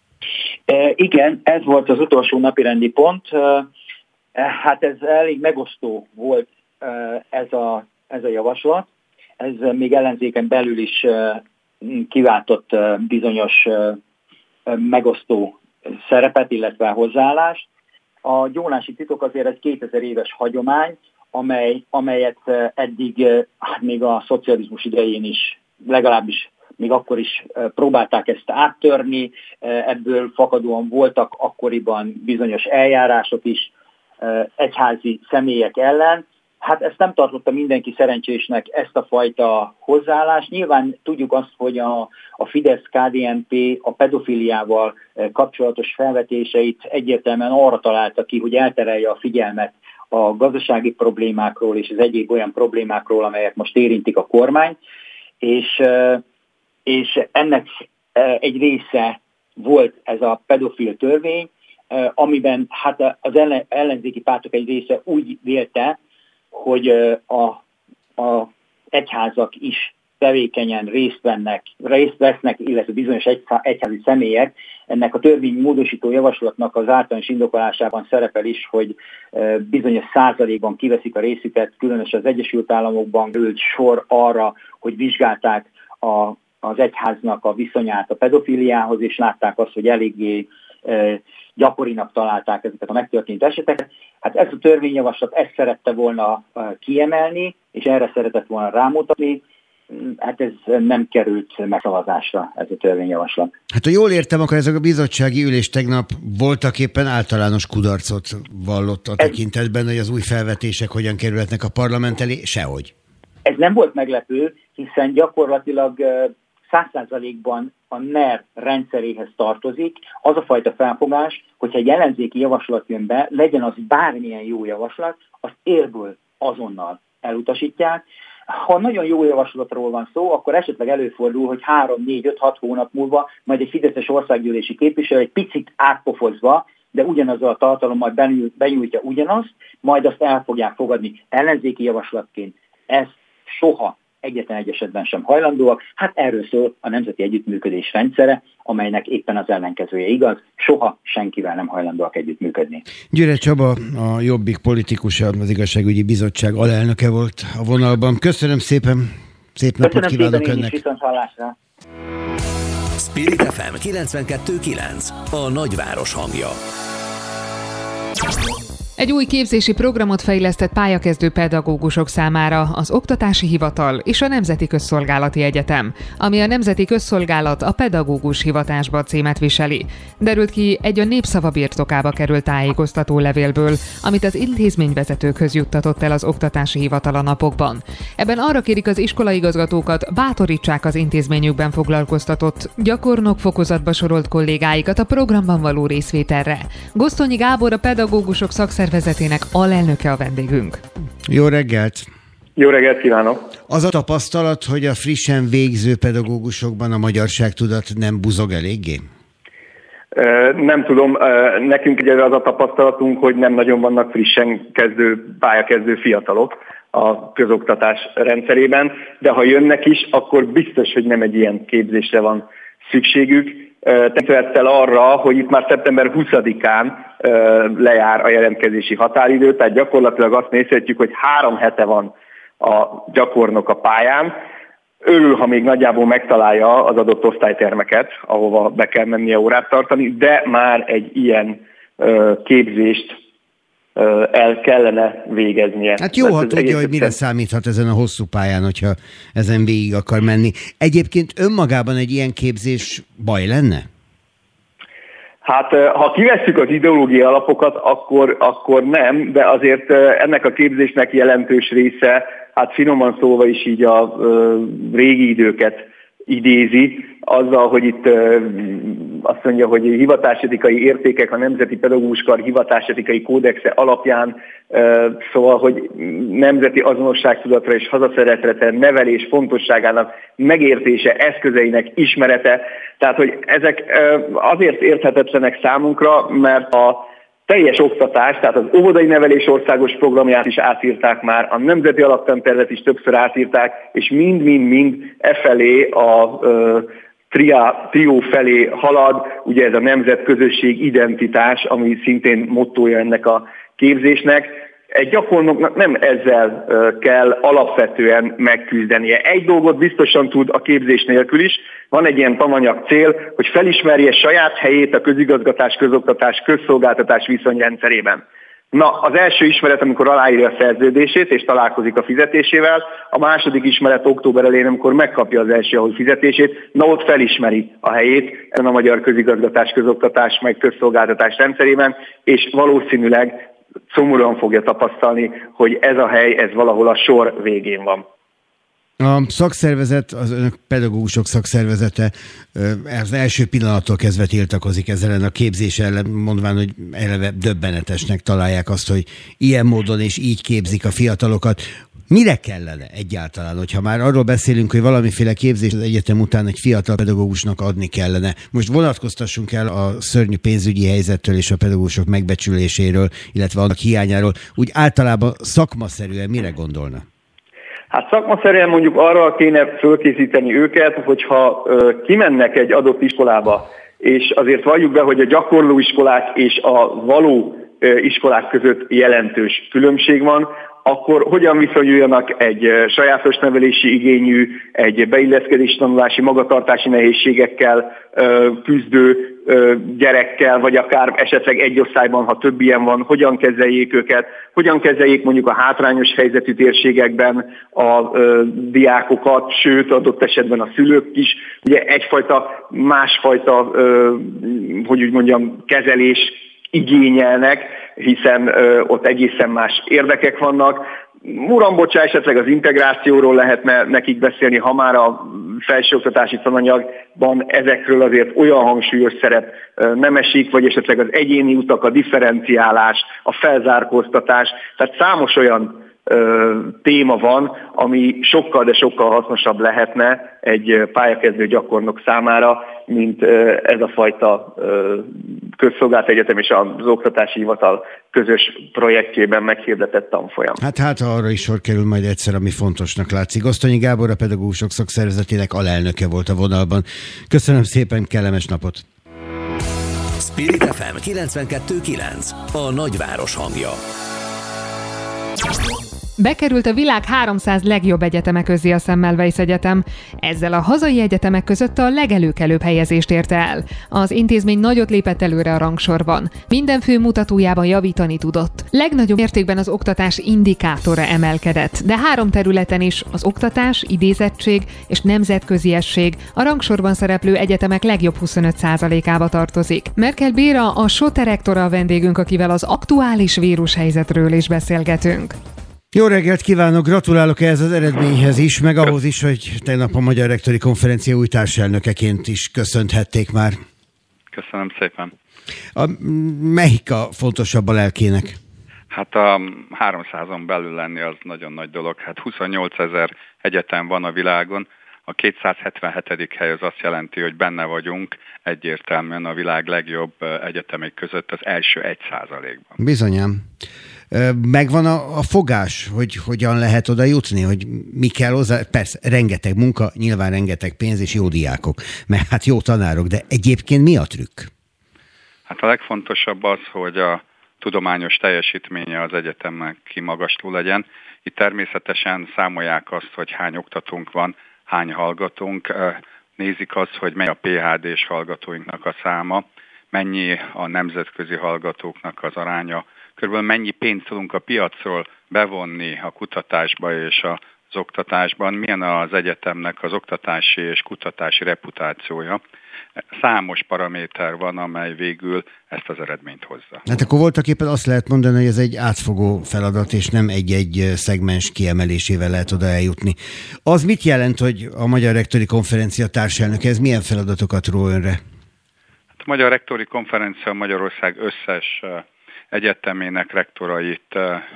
Igen, ez volt az utolsó napirendi pont. Hát ez elég megosztó volt ez a javaslat. Ez még ellenzéken belül is kiváltott bizonyos megosztó szerepet, illetve hozzáállást. A gyónási titok azért egy 2000 éves hagyomány, amelyet eddig még a szocializmus idején is, legalábbis még akkor is próbálták ezt áttörni, ebből fakadóan voltak akkoriban bizonyos eljárások is egyházi személyek ellen. Hát ezt nem tartotta mindenki szerencsésnek, ezt a fajta hozzáállást. Nyilván tudjuk azt, hogy a Fidesz-KDNP a pedofiliával kapcsolatos felvetéseit egyértelműen arra találta ki, hogy elterelje a figyelmet a gazdasági problémákról és az egyéb olyan problémákról, amelyek most érintik a kormány, és ennek egy része volt ez a pedofil törvény, amiben hát az ellenzéki pártok egy része úgy vélte, hogy a egyházak is tevékenyen részt vesznek, illetve bizonyos egyházi személyek. Ennek a törvény módosító javaslatnak az általános indokolásában szerepel is, hogy bizonyos százalékban kiveszik a részüket, különösen az Egyesült Államokban került sor arra, hogy vizsgálták az egyháznak a viszonyát a pedofiliához, és látták azt, hogy eléggé gyakorinak találták ezeket a megtörtént eseteket. Hát ez a törvényjavaslat ezt szerette volna kiemelni, és erre szeretett volna rámutatni. Hát ez nem került megszavazásra, ez a törvényjavaslat. Hát ha jól értem, akkor ez a bizottsági ülés tegnap voltak éppen általános kudarcot vallott a tekintetben, hogy az új felvetések hogyan kerülhetnek a parlament elé, sehogy. Ez nem volt meglepő, hiszen gyakorlatilag 100%-ban a NER rendszeréhez tartozik az a fajta felfogás, hogyha egy ellenzéki javaslat jön be, legyen az bármilyen jó javaslat, azt érből azonnal elutasítják. Ha nagyon jó javaslatról van szó, akkor esetleg előfordul, hogy 3, 4, 5, 6 hónap múlva majd egy fideszes országgyűlési képviselő egy picit átpofozva, de ugyanazzal a tartalommal benyújtja ugyanazt, majd azt el fogják fogadni ellenzéki javaslatként. Ez soha egyetlen egy esetben sem hajlandóak. Hát erről szól a nemzeti együttműködés rendszere, amelynek éppen az ellenkezője igaz, soha senkivel nem hajlandóak együttműködni. Győre Csaba, a Jobbik politikusa, az Igazságügyi Bizottság alelnöke volt a vonalban. Köszönöm szépen, szép napot kívánok önnek. Viszont hallásra. Spirit FM 92.9, a nagyváros hangja. Egy új képzési programot fejlesztett pályakezdő pedagógusok számára az Oktatási Hivatal és a Nemzeti Közszolgálati Egyetem, ami a Nemzeti Közszolgálat a pedagógus hivatásba címet viseli. Derült ki egy a Népszava birtokába került tájékoztató levélből, amit az intézményvezetőkhöz juttatott el az Oktatási Hivatal a napokban. Ebben arra kérik az iskolaigazgatókat, bátorítsák az intézményükben foglalkoztatott, gyakornok fokozatba sorolt kollégáikat a programban való részvételre. Gosztonyi Gábor, a pedagógusok szakszervezetének alelnöke a vendégünk. Jó reggelt! Jó reggelt kívánok! Az a tapasztalat, hogy a frissen végző pedagógusokban a magyarságtudat nem buzog eléggé? Nem tudom, nekünk ugye az a tapasztalatunk, hogy nem nagyon vannak frissen pályakezdő fiatalok a közoktatás rendszerében, de ha jönnek is, akkor biztos, hogy nem egy ilyen képzésre van szükségük. Tekintettel arra, hogy itt már szeptember 20-án lejár a jelentkezési határidő, tehát gyakorlatilag azt nézhetjük, hogy 3 hete van a gyakornok a pályán. Örül, ha még nagyjából megtalálja az adott osztálytermeket, ahova be kell mennie órát tartani, de már egy ilyen képzést el kellene végeznie. Hát jó, ha tudja, hogy mire számíthat ezen a hosszú pályán, hogyha ezen végig akar menni. Egyébként önmagában egy ilyen képzés baj lenne? Hát, ha kivesszük az ideológiai alapokat, akkor nem, de azért ennek a képzésnek jelentős része, hát finoman szólva is így a régi időket idézi, azzal, hogy itt azt mondja, hogy hivatásetikai értékek a Nemzeti Pedagógus Kar hivatásetikai kódexe alapján, szóval, hogy nemzeti azonosságtudatra és hazaszeretetre, nevelés fontosságának megértése, eszközeinek ismerete. Tehát, hogy ezek azért érthetetlenek számunkra, mert a teljes oktatás, tehát az óvodai nevelés országos programját is átírták már, a nemzeti alaptantervet is többször átírták, és mind felé a trió felé halad, ugye ez a nemzetközösség identitás, ami szintén mottója ennek a képzésnek. Egy gyakornoknak nem ezzel kell alapvetően megküzdenie. Egy dolgot biztosan tud a képzés nélkül is, van egy ilyen tananyag cél, hogy felismerje saját helyét a közigazgatás, közoktatás, közszolgáltatás viszonyrendszerében. Na, az első ismeret, amikor aláírja a szerződését és találkozik a fizetésével, a második ismeret október elején, amikor megkapja az első havi fizetését, na ott felismeri a helyét a magyar közigazgatás, közoktatás, meg közszolgáltatás rendszerében, és valószínűleg szomorúan fogja tapasztalni, hogy ez a hely, ez valahol a sor végén van. A szakszervezet, az önök pedagógusok szakszervezete az első pillanattól kezdve tiltakozik ezzel a képzés ellen, mondván, hogy eleve döbbenetesnek találják azt, hogy ilyen módon és így képzik a fiatalokat. Mire kellene egyáltalán, hogyha már arról beszélünk, hogy valamiféle képzés az egyetem után egy fiatal pedagógusnak adni kellene? Most vonatkoztassunk el a szörnyű pénzügyi helyzettől és a pedagógusok megbecsüléséről, illetve annak hiányáról. Úgy általában szakmaszerűen mire gondolna? Hát szakmaszerűen mondjuk arra kéne fölkészíteni őket, hogyha kimennek egy adott iskolába, és azért valljuk be, hogy a gyakorló iskolák és a való iskolák között jelentős különbség van, akkor hogyan viszonyuljanak egy sajátos nevelési igényű, egy beilleszkedés tanulási, magatartási nehézségekkel küzdő gyerekkel, vagy akár esetleg egy osztályban, ha több ilyen van, hogyan kezeljék őket, hogyan kezeljék mondjuk a hátrányos helyzetű térségekben a diákokat, sőt adott esetben a szülők is. Ugye egyfajta, másfajta, hogy úgy mondjam, kezelés igényelnek, hiszen ott egészen más érdekek vannak. Uram, bocsá, esetleg az integrációról lehetne nekik beszélni, ha már a felsőoktatási tananyagban ezekről azért olyan hangsúlyos szerep nem esik, vagy esetleg az egyéni utak, a differenciálás, a felzárkóztatás, tehát számos olyan téma van, ami sokkal, de sokkal hasznosabb lehetne egy pályakezdő gyakornok számára, mint ez a fajta Közszolgált Egyetem és az Oktatási Hivatal közös projektjében meghirdetett tanfolyam. Hát arra is sor kerül majd egyszer, ami fontosnak látszik. Gosztonyi Gábor, a Pedagógusok Szakszervezetének alelnöke volt a vonalban. Köszönöm szépen, kellemes napot! Spirit FM 92.9, a nagyváros hangja. Bekerült a világ 300 legjobb egyeteme közé a Semmelweis Egyetem. Ezzel a hazai egyetemek között a legelőkelőbb helyezést érte el. Az intézmény nagyot lépett előre a rangsorban. Minden fő mutatójában javítani tudott. Legnagyobb mértékben az oktatás indikátora emelkedett, de 3 területen is, az oktatás, idézettség és nemzetköziesség a rangsorban szereplő egyetemek legjobb 25%-ába tartozik. Merkel Béra, a SOTE rektora a vendégünk, akivel az aktuális vírushelyzetről is beszélgetünk. Jó reggelt kívánok, gratulálok ehhez az eredményhez is, meg ahhoz is, hogy tegnap a Magyar Rektori Konferencia új társelnökeként is köszönthették már. Köszönöm szépen. Melyik a fontosabb a lelkének? Hát a 300-on belül lenni az nagyon nagy dolog. Hát 28 000 egyetem van a világon. A 277. hely az azt jelenti, hogy benne vagyunk egyértelműen a világ legjobb egyetemek között az első 1%-ban. Bizonyám. Megvan a fogás, hogy hogyan lehet oda jutni, hogy mi kell hozzá? Persze, rengeteg munka, nyilván rengeteg pénz és jó diákok, mert hát jó tanárok, de egyébként mi a trükk? Hát a legfontosabb az, hogy a tudományos teljesítménye az egyetemnek kimagasló legyen. Itt természetesen számolják azt, hogy hány oktatónk van, hány hallgatónk, nézik azt, hogy mennyi a PhD-s hallgatóinknak a száma, mennyi a nemzetközi hallgatóknak az aránya, körülbelül mennyi pénzt tudunk a piacról bevonni a kutatásba és az oktatásban, milyen az egyetemnek az oktatási és kutatási reputációja. Számos paraméter van, amely végül ezt az eredményt hozza. Hát akkor voltaképpen azt lehet mondani, hogy ez egy átfogó feladat, és nem egy-egy szegmens kiemelésével lehet oda eljutni. Az mit jelent, hogy a Magyar Rektori Konferencia társelnöke, ez milyen feladatokat ró önre? Hát a Magyar Rektori Konferencia Magyarország összes egyetemének rektorait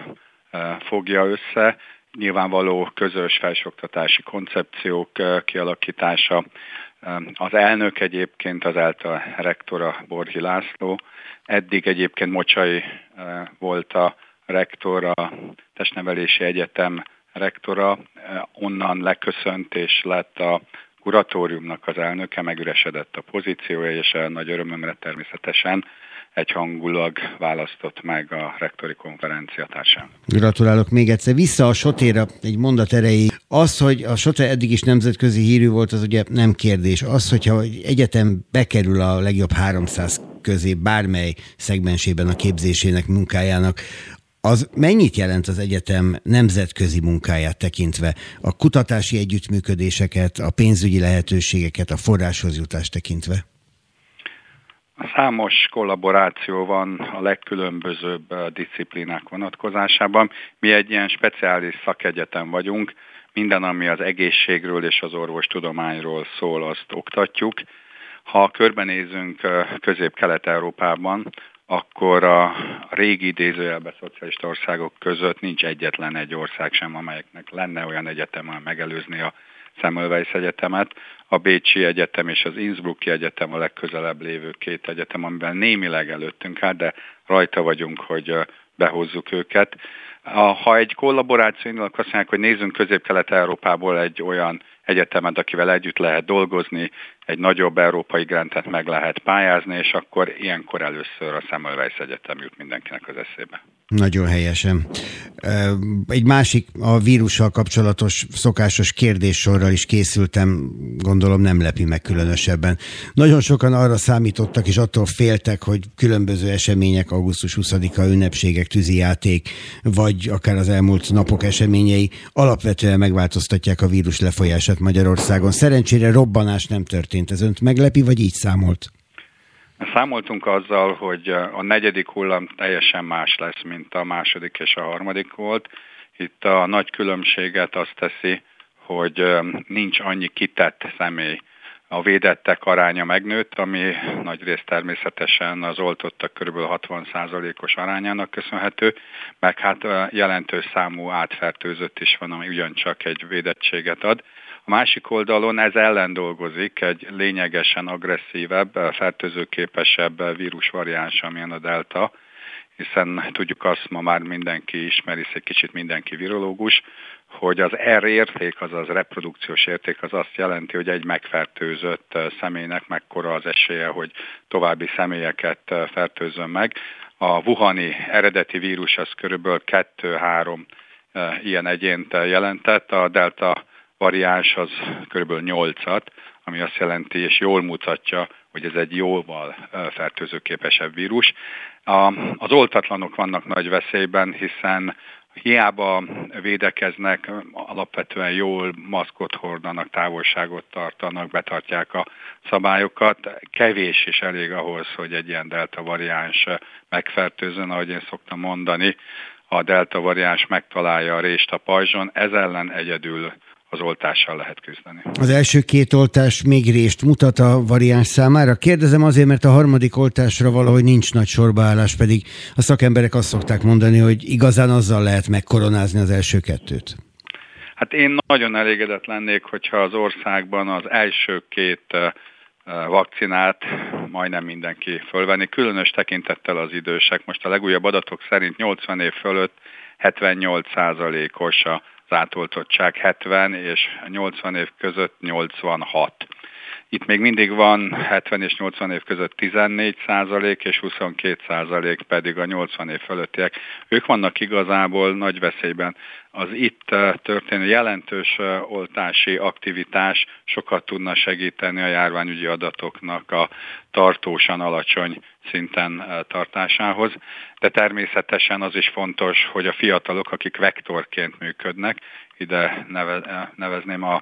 fogja össze, nyilvánvaló közös felsőoktatási koncepciók kialakítása. Az elnök egyébként az ELTE rektora Borhi László, eddig egyébként Mocsai volt a rektor, a Testnevelési Egyetem rektora, onnan leköszönt és lett a kuratóriumnak az elnöke, megüresedett a pozíciója, és nagy örömömre természetesen egyhangulag választott meg a rektori konferencia társán. Gratulálok még egyszer. Vissza a SOTE-ra egy mondat erejéig. Az, hogy a SOTE eddig is nemzetközi hírű volt, az ugye nem kérdés. Az, hogyha egy egyetem bekerül a legjobb 300 közé bármely szegmensében a képzésének, munkájának, az mennyit jelent az egyetem nemzetközi munkáját tekintve? A kutatási együttműködéseket, a pénzügyi lehetőségeket, a forráshoz jutást tekintve? Számos kollaboráció van a legkülönbözőbb diszciplínák vonatkozásában. Mi egy ilyen speciális szakegyetem vagyunk, minden, ami az egészségről és az orvostudományról szól, azt oktatjuk. Ha körbenézünk Közép-Kelet-Európában, akkor a régi idézőjelben szocialista országok között nincs egyetlen egy ország sem, amelyeknek lenne olyan egyetem, amely megelőzni a Semmelweis Egyetemet. A Bécsi Egyetem és az Innsbrucki Egyetem a legközelebb lévő 2 egyetem, amiben némileg előttünk áll, de rajta vagyunk, hogy behozzuk őket. Ha egy kollaboráció indul, akkor azt mondják, hogy nézzünk Közép-Kelet-Európából egy olyan egyetemet, akivel együtt lehet dolgozni, egy nagyobb európai grantet meg lehet pályázni, és akkor ilyenkor először a Semmelweis Egyetem jut mindenkinek az eszébe. Nagyon helyesen. Egy másik, a vírussal kapcsolatos szokásos kérdéssorral is készültem, gondolom nem lepi meg különösebben. Nagyon sokan arra számítottak és attól féltek, hogy különböző események, augusztus 20-a ünnepségek, tűzijáték, vagy akár az elmúlt napok eseményei alapvetően megváltoztatják a vírus lefolyását Magyarországon. Szerencsére robbanás nem történt. Ez önt meglepi, vagy így számolt? Számoltunk azzal, hogy a 4. hullám teljesen más lesz, mint a 2. és a 3. volt. Itt a nagy különbséget azt teszi, hogy nincs annyi kitett személy. A védettek aránya megnőtt, ami nagyrészt természetesen az oltottak kb. 60%-os arányának köszönhető, meg hát jelentős számú átfertőzött is van, ami ugyancsak egy védettséget ad. A másik oldalon ez ellen dolgozik egy lényegesen agresszívebb, fertőzőképesebb vírusvariáns, amilyen a delta, hiszen tudjuk azt, ma már mindenki ismeri, egy kicsit mindenki virológus, hogy az R érték, azaz reprodukciós érték, az azt jelenti, hogy egy megfertőzött személynek mekkora az esélye, hogy további személyeket fertőzön meg. A wuhani eredeti vírus az körülbelül 2-3 ilyen egyént jelentett, a delta variáns az körülbelül 8-at, ami azt jelenti, és jól mutatja, hogy ez egy jóval fertőzőképesebb vírus. Az oltatlanok vannak nagy veszélyben, hiszen hiába védekeznek, alapvetően jól maszkot hordanak, távolságot tartanak, betartják a szabályokat. Kevés is elég ahhoz, hogy egy ilyen delta variáns megfertőzön, ahogy én szoktam mondani. A delta variáns megtalálja a rést a pajzson, ez ellen egyedül az oltással lehet küzdeni. Az első 2 oltás még rést mutat a variáns számára. Kérdezem azért, mert a harmadik oltásra valahogy nincs nagy sorbaállás, pedig a szakemberek azt szokták mondani, hogy igazán azzal lehet megkoronázni az első 2-t. Hát én nagyon elégedett lennék, hogyha az országban az első 2 vakcinát majdnem mindenki fölvenni, különös tekintettel az idősek. Most a legújabb adatok szerint 80 év fölött 78%-os az átoltottság, 70 és 80 év között 86. Itt még mindig van 70 és 80 év között 14% és 22% pedig a 80 év fölöttiek. Ők vannak igazából nagy veszélyben. Az itt történő jelentős oltási aktivitás sokat tudna segíteni a járványügyi adatoknak a tartósan alacsony szinten tartásához, de természetesen az is fontos, hogy a fiatalok, akik vektorként működnek, ide nevezném a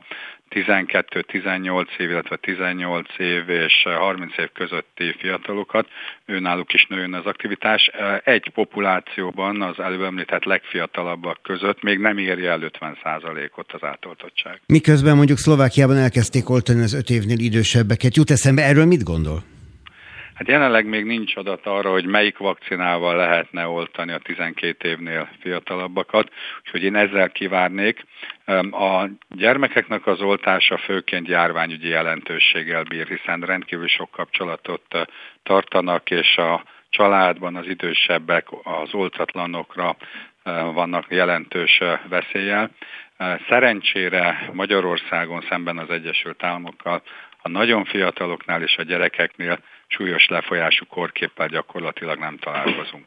12-18 év, illetve 18 év és 30 év közötti fiatalokat, őnáluk is nőjön az aktivitás. Egy populációban az előbb említett legfiatalabbak között még nem érje el 50%-ot az átoltottság. Miközben mondjuk Szlovákiában elkezdték oltani az 5 évnél idősebbeket. Jut eszembe, erről mit gondol? Hát jelenleg még nincs adat arra, hogy melyik vakcinával lehetne oltani a 12 évnél fiatalabbakat, úgyhogy én ezzel kivárnék. A gyermekeknek az oltása főként járványügyi jelentőséggel bír, hiszen rendkívül sok kapcsolatot tartanak, és a családban az idősebbek az oltatlanokra vannak jelentős veszéllyel. Szerencsére Magyarországon szemben az Egyesült Államokkal a nagyon fiataloknál és a gyerekeknél súlyos lefolyású kórképpel gyakorlatilag nem találkozunk.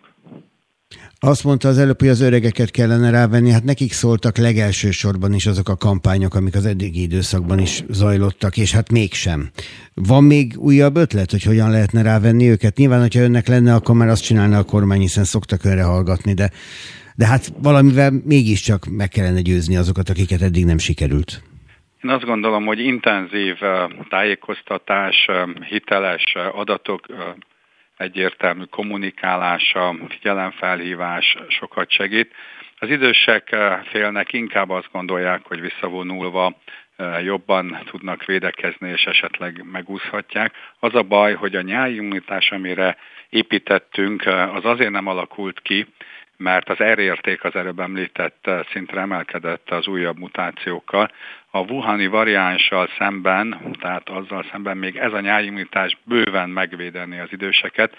Azt mondta az előbb, hogy az öregeket kellene rávenni, hát nekik szóltak legelső sorban is azok a kampányok, amik az eddigi időszakban is zajlottak, és hát mégsem. Van még újabb ötlet, hogy hogyan lehetne rávenni őket? Nyilván, hogyha önnek lenne, akkor már azt csinálna a kormány, hiszen szoktak önre hallgatni, de hát valamivel mégiscsak meg kellene győzni azokat, akiket eddig nem sikerült. Én azt gondolom, hogy intenzív tájékoztatás, hiteles adatok, egyértelmű kommunikálása, figyelemfelhívás sokat segít. Az idősek félnek, inkább azt gondolják, hogy visszavonulva jobban tudnak védekezni, és esetleg megúszhatják. Az a baj, hogy a nyárimmunitás, amire építettünk, az azért nem alakult ki, mert az R érték az előbb említett szintre emelkedett az újabb mutációkkal. A wuhani variánssal szemben, tehát azzal szemben még ez a nyárimmunitás bőven megvédeni az időseket.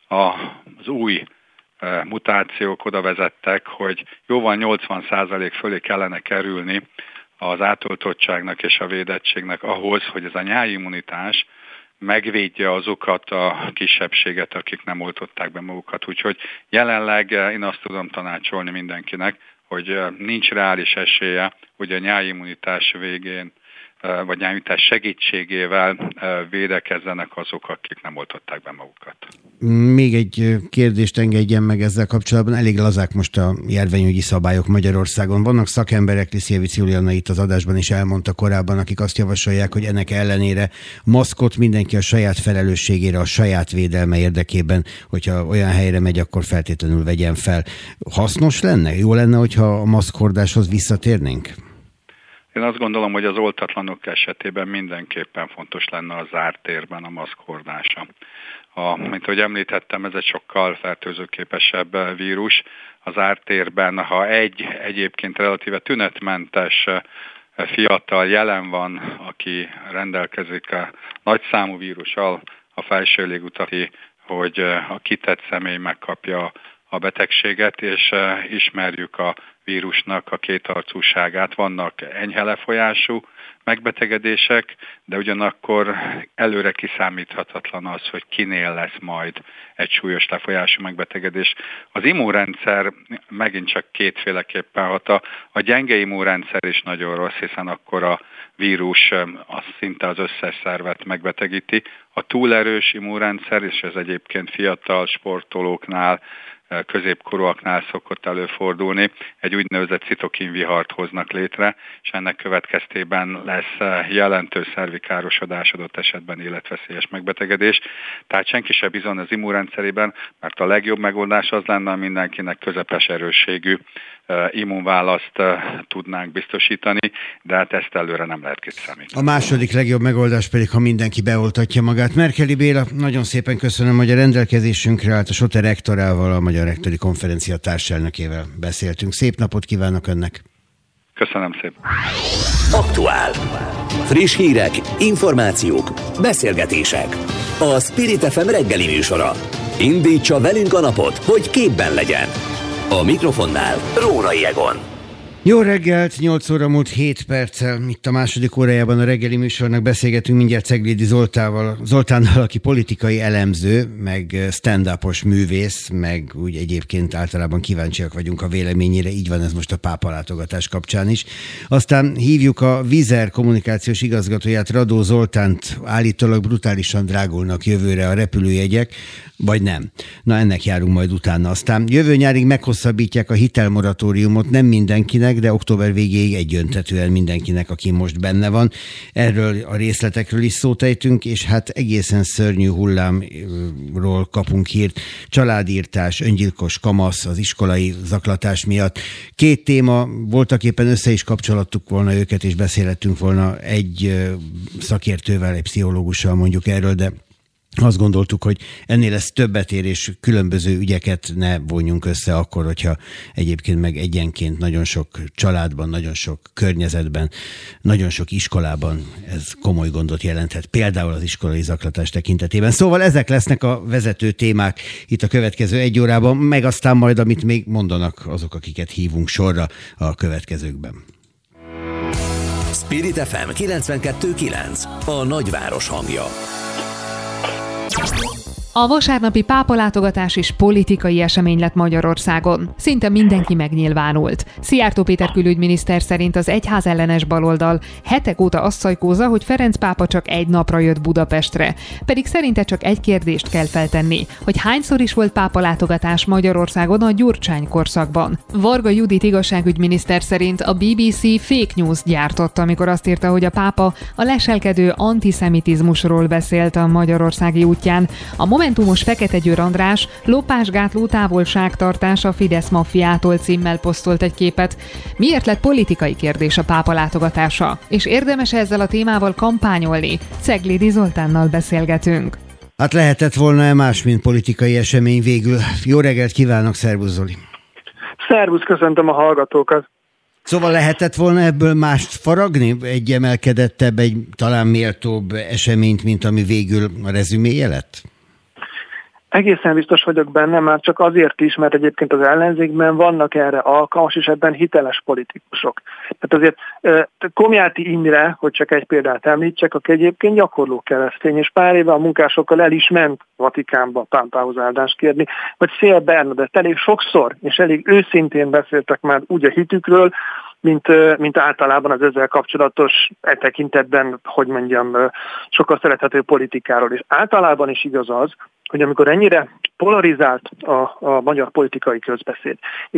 Az új mutációk oda vezettek, hogy jóval 80% fölé kellene kerülni az átoltottságnak és a védettségnek ahhoz, hogy ez a nyárimmunitás megvédje azokat a kisebbséget, akik nem oltották be magukat. Úgyhogy jelenleg én azt tudom tanácsolni mindenkinek, hogy nincs reális esélye, hogy a nyárimmunitás végén, vagy nyárimmunitás segítségével védekezzenek azok, akik nem oltották be magukat. Még egy kérdést engedjen meg ezzel kapcsolatban. Elég lazák most a járványügyi szabályok Magyarországon. Vannak szakemberek, Liszkievics Juliana itt az adásban is elmondta korábban, akik azt javasolják, hogy ennek ellenére maszkot mindenki a saját felelősségére, a saját védelme érdekében, hogyha olyan helyre megy, akkor feltétlenül vegyen fel. Hasznos lenne? Jó lenne, hogyha a maszkhordáshoz visszatérnénk? Én azt gondolom, hogy az oltatlanok esetében mindenképpen fontos lenne a zárt térben a maszkhordása. Mint ahogy említettem, ez egy sokkal fertőzőképesebb vírus. A zárt térben, ha egy egyébként relatíve tünetmentes fiatal jelen van, aki rendelkezik a nagyszámú vírussal a felső légutati, hogy a kitett személy megkapja a betegséget, és ismerjük a vírusnak a kétarcúságát. Vannak enyhe lefolyású megbetegedések, de ugyanakkor előre kiszámíthatatlan az, hogy kinél lesz majd egy súlyos lefolyású megbetegedés. Az immunrendszer megint csak kétféleképpen hat. A gyenge immunrendszer is nagyon rossz, hiszen akkor a vírus az szinte az összes szervet megbetegíti. A túlerős immunrendszer, és ez egyébként fiatal sportolóknál, középkorúaknál szokott előfordulni, egy úgynevezett citokinvihart hoznak létre, és ennek következtében lesz jelentős szervikárosodás adott esetben életveszélyes megbetegedés. Tehát senki se bizony az immunrendszerében, mert a legjobb megoldás az lenne, mindenkinek közepes erősségű immunválaszt tudnánk biztosítani, de hát ezt előre nem lehet kiszámítani. A második legjobb megoldás pedig, ha mindenki beoltatja magát. Merkeli Béla, nagyon szépen köszönöm, hogy a rendelkezésünkre állt, a SOTE rektorával, a Magyar Rektori Konferencia társelnökével beszéltünk. Szép napot kívánok önnek! Köszönöm szépen! Aktuál. Friss hírek, információk, beszélgetések. A Spirit FM reggeli műsora. Indítsa velünk a napot, hogy képben legyen. A mikrofonnál Rórai Egon. Jó reggelt, 8 óra múlt 7 perccel, itt a második órájában a reggeli műsornak beszélgetünk mindjárt Ceglédi Zoltánnal, aki politikai elemző, meg stand-upos művész, meg úgy egyébként általában kíváncsiak vagyunk a véleményére, így van ez most a pápa látogatás kapcsán is. Aztán hívjuk a Vizer kommunikációs igazgatóját, Radó Zoltánt, állítólag brutálisan drágulnak jövőre a repülőjegyek, vagy nem. Na ennek járunk majd utána. Aztán jövő nyárig meghosszabbítják a hitelmoratóriumot, nem mindenkinek, de október végéig egyöntetően mindenkinek, aki most benne van. Erről a részletekről is szót ejtünk, és hát egészen szörnyű hullámról kapunk hírt. Családírtás, öngyilkos kamasz az iskolai zaklatás miatt. Két téma, voltaképpen össze is kapcsolattuk volna őket, és beszélhettünk volna egy szakértővel, egy pszichológussal mondjuk erről, de azt gondoltuk, hogy ennél ez többet ér, és különböző ügyeket ne vonjunk össze akkor, hogyha egyébként meg egyenként nagyon sok családban, nagyon sok környezetben, nagyon sok iskolában ez komoly gondot jelenthet, például az iskolai zaklatás tekintetében. Szóval ezek lesznek a vezető témák itt a következő egy órában, meg aztán majd, amit még mondanak azok, akiket hívunk sorra a következőkben. Spirit FM 92.9, a nagyváros hangja. A vasárnapi pápalátogatás is politikai esemény lett Magyarországon. Szinte mindenki megnyilvánult. Szijjártó Péter külügyminiszter szerint az egyházellenes baloldal hetek óta azt szajkózza, hogy Ferenc pápa csak egy napra jött Budapestre. Pedig szerinte csak egy kérdést kell feltenni, hogy hányszor is volt pápalátogatás Magyarországon a Gyurcsány korszakban. Varga Judit igazságügyminiszter szerint a BBC fake news gyártott, amikor azt írta, hogy a pápa a leselkedő antiszemitizmusról beszélt a magyarországi útján. A Momentumos Fekete Győr András lopásgátló távolságtartás a Fidesz maffiától címmel posztolt egy képet. Miért lett politikai kérdés a pápa látogatása? És érdemes ezzel a témával kampányolni? Ceglédi Zoltánnal beszélgetünk. Hát lehetett volna más, mint politikai esemény végül. Jó reggelt kívánok, szervusz Zoli! Szervusz, köszöntöm a hallgatókat! Szóval lehetett volna ebből mást faragni? Egy emelkedettebb, egy talán méltóbb eseményt, mint ami végül a rezüméje lett? Egészen biztos vagyok benne, már csak azért is, mert egyébként az ellenzékben vannak erre alkalmas, és ebben hiteles politikusok. Tehát azért Komjáti Imre, hogy csak egy példát említsek, aki egyébként gyakorló keresztény, és pár éve a munkásokkal el is ment Vatikánba pápához áldást kérni, vagy Szél Bernadett elég sokszor, és elég őszintén beszéltek már úgy a hitükről, mint általában az ezzel kapcsolatos tekintetben, hogy mondjam, sokkal szerethető politikáról. És általában is igaz az, hogy amikor ennyire polarizált a magyar politikai közbeszéd,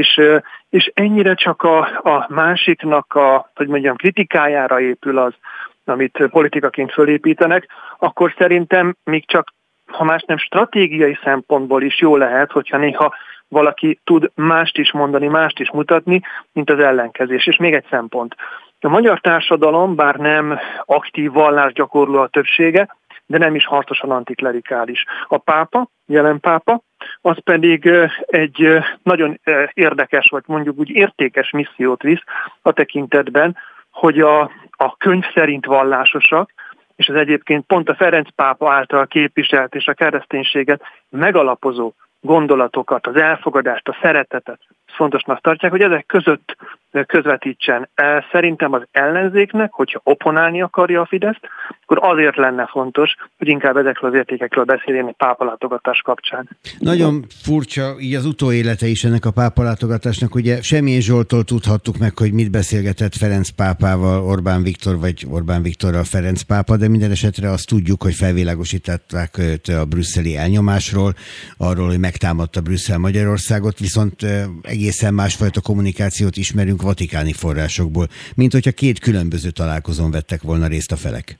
és ennyire csak a másiknak hogy mondjam, kritikájára épül az, amit politikaként fölépítenek, akkor szerintem még csak, ha más nem, stratégiai szempontból is jó lehet, hogyha néha valaki tud mást is mondani, mást is mutatni, mint az ellenkezés. És még egy szempont. A magyar társadalom, bár nem aktív vallásgyakorló a többsége, de nem is harcosan antiklerikális. A pápa, jelen pápa, az pedig egy nagyon érdekes, vagy mondjuk úgy értékes missziót visz a tekintetben, hogy a könyv szerint vallásosak, és ez egyébként pont a Ferenc pápa által képviselt és a kereszténységet megalapozó gondolatokat, az elfogadást, a szeretetet fontosnak tartják, hogy ezek között közvetítsen. Szerintem az ellenzéknek, hogyha opponálni akarja a Fideszt, akkor azért lenne fontos, hogy inkább ezekről az értékekről beszéljen egy pápalátogatás kapcsán. Nagyon furcsa így az utóélete is ennek a pápalátogatásnak. Ugye Semjén Zsolttól tudhattuk meg, hogy mit beszélgetett Ferenc pápával Orbán Viktor, vagy Orbán Viktorral Ferenc pápa, de minden esetre azt tudjuk, hogy felvilágosították őt a brüsszeli elnyomásról, arról, hogy megtámadta Brüsszel Magyarországot, viszont egészen másfajta kommunikációt ismerünk vatikáni forrásokból, mint hogyha két különböző találkozón vettek volna részt a felek.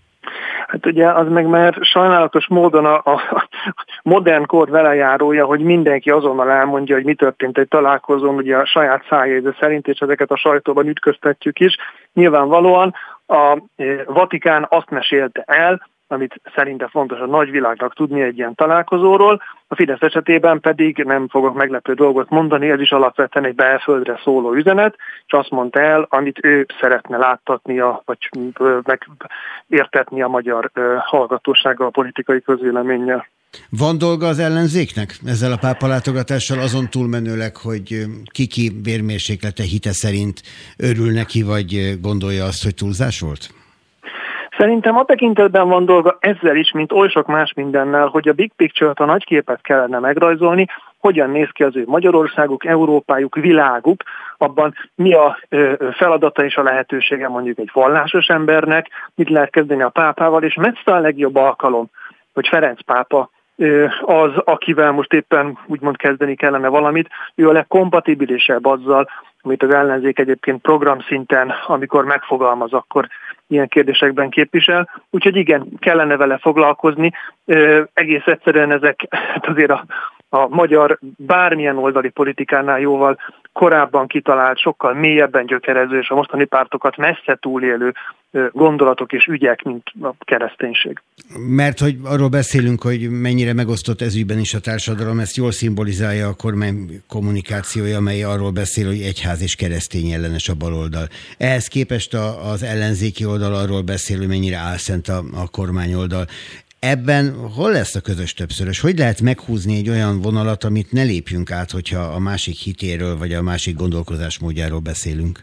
Hát ugye az meg már sajnálatos módon a modern kor velejárója, hogy mindenki azonnal elmondja, hogy mi történt egy találkozón, ugye a saját szájéze szerint, és ezeket a sajtóban ütköztetjük is. Nyilvánvalóan a Vatikán azt mesélte el, amit szerinte fontos a nagyvilágnak tudni egy ilyen találkozóról. A Fidesz esetében pedig nem fogok meglepő dolgot mondani, ez is alapvetően egy belföldre szóló üzenet, és azt mondta el, amit ő szeretne láttatnia, vagy megértetni a magyar hallgatósággal, a politikai közvéleménnyel. Van dolga az ellenzéknek ezzel a pápalátogatással azon túlmenőleg, hogy ki vérmérséklete hite szerint örül neki, vagy gondolja azt, hogy túlzás volt? Szerintem a tekintetben van dolga ezzel is, mint oly sok más mindennel, hogy a big picture-t, a nagy képet kellene megrajzolni, hogyan néz ki az ő Magyarországuk, Európájuk, világuk, abban mi a feladata és a lehetősége mondjuk egy vallásos embernek, mit lehet kezdeni a pápával, és messze a legjobb alkalom, hogy Ferenc pápa az, akivel most éppen úgymond kezdeni kellene valamit, ő a legkompatibilisebb azzal, amit az ellenzék egyébként programszinten, amikor megfogalmaz, akkor ilyen kérdésekben képvisel. Úgyhogy igen, kellene vele foglalkozni. Egész egyszerűen ezek azért a magyar bármilyen oldali politikánál jóval korábban kitalált, sokkal mélyebben gyökerező és a mostani pártokat messze túlélő gondolatok és ügyek, mint a kereszténység. Mert hogy arról beszélünk, hogy mennyire megosztott ez ügyben is a társadalom, ezt jól szimbolizálja a kormány kommunikációja, amely arról beszél, hogy egyház és keresztény ellenes a baloldal. Ehhez képest az ellenzéki oldal arról beszél, hogy mennyire álszent a kormány oldal. Ebben hol lesz a közös többszörös? Hogy lehet meghúzni egy olyan vonalat, amit ne lépjünk át, hogyha a másik hitéről vagy a másik gondolkozásmódjáról beszélünk?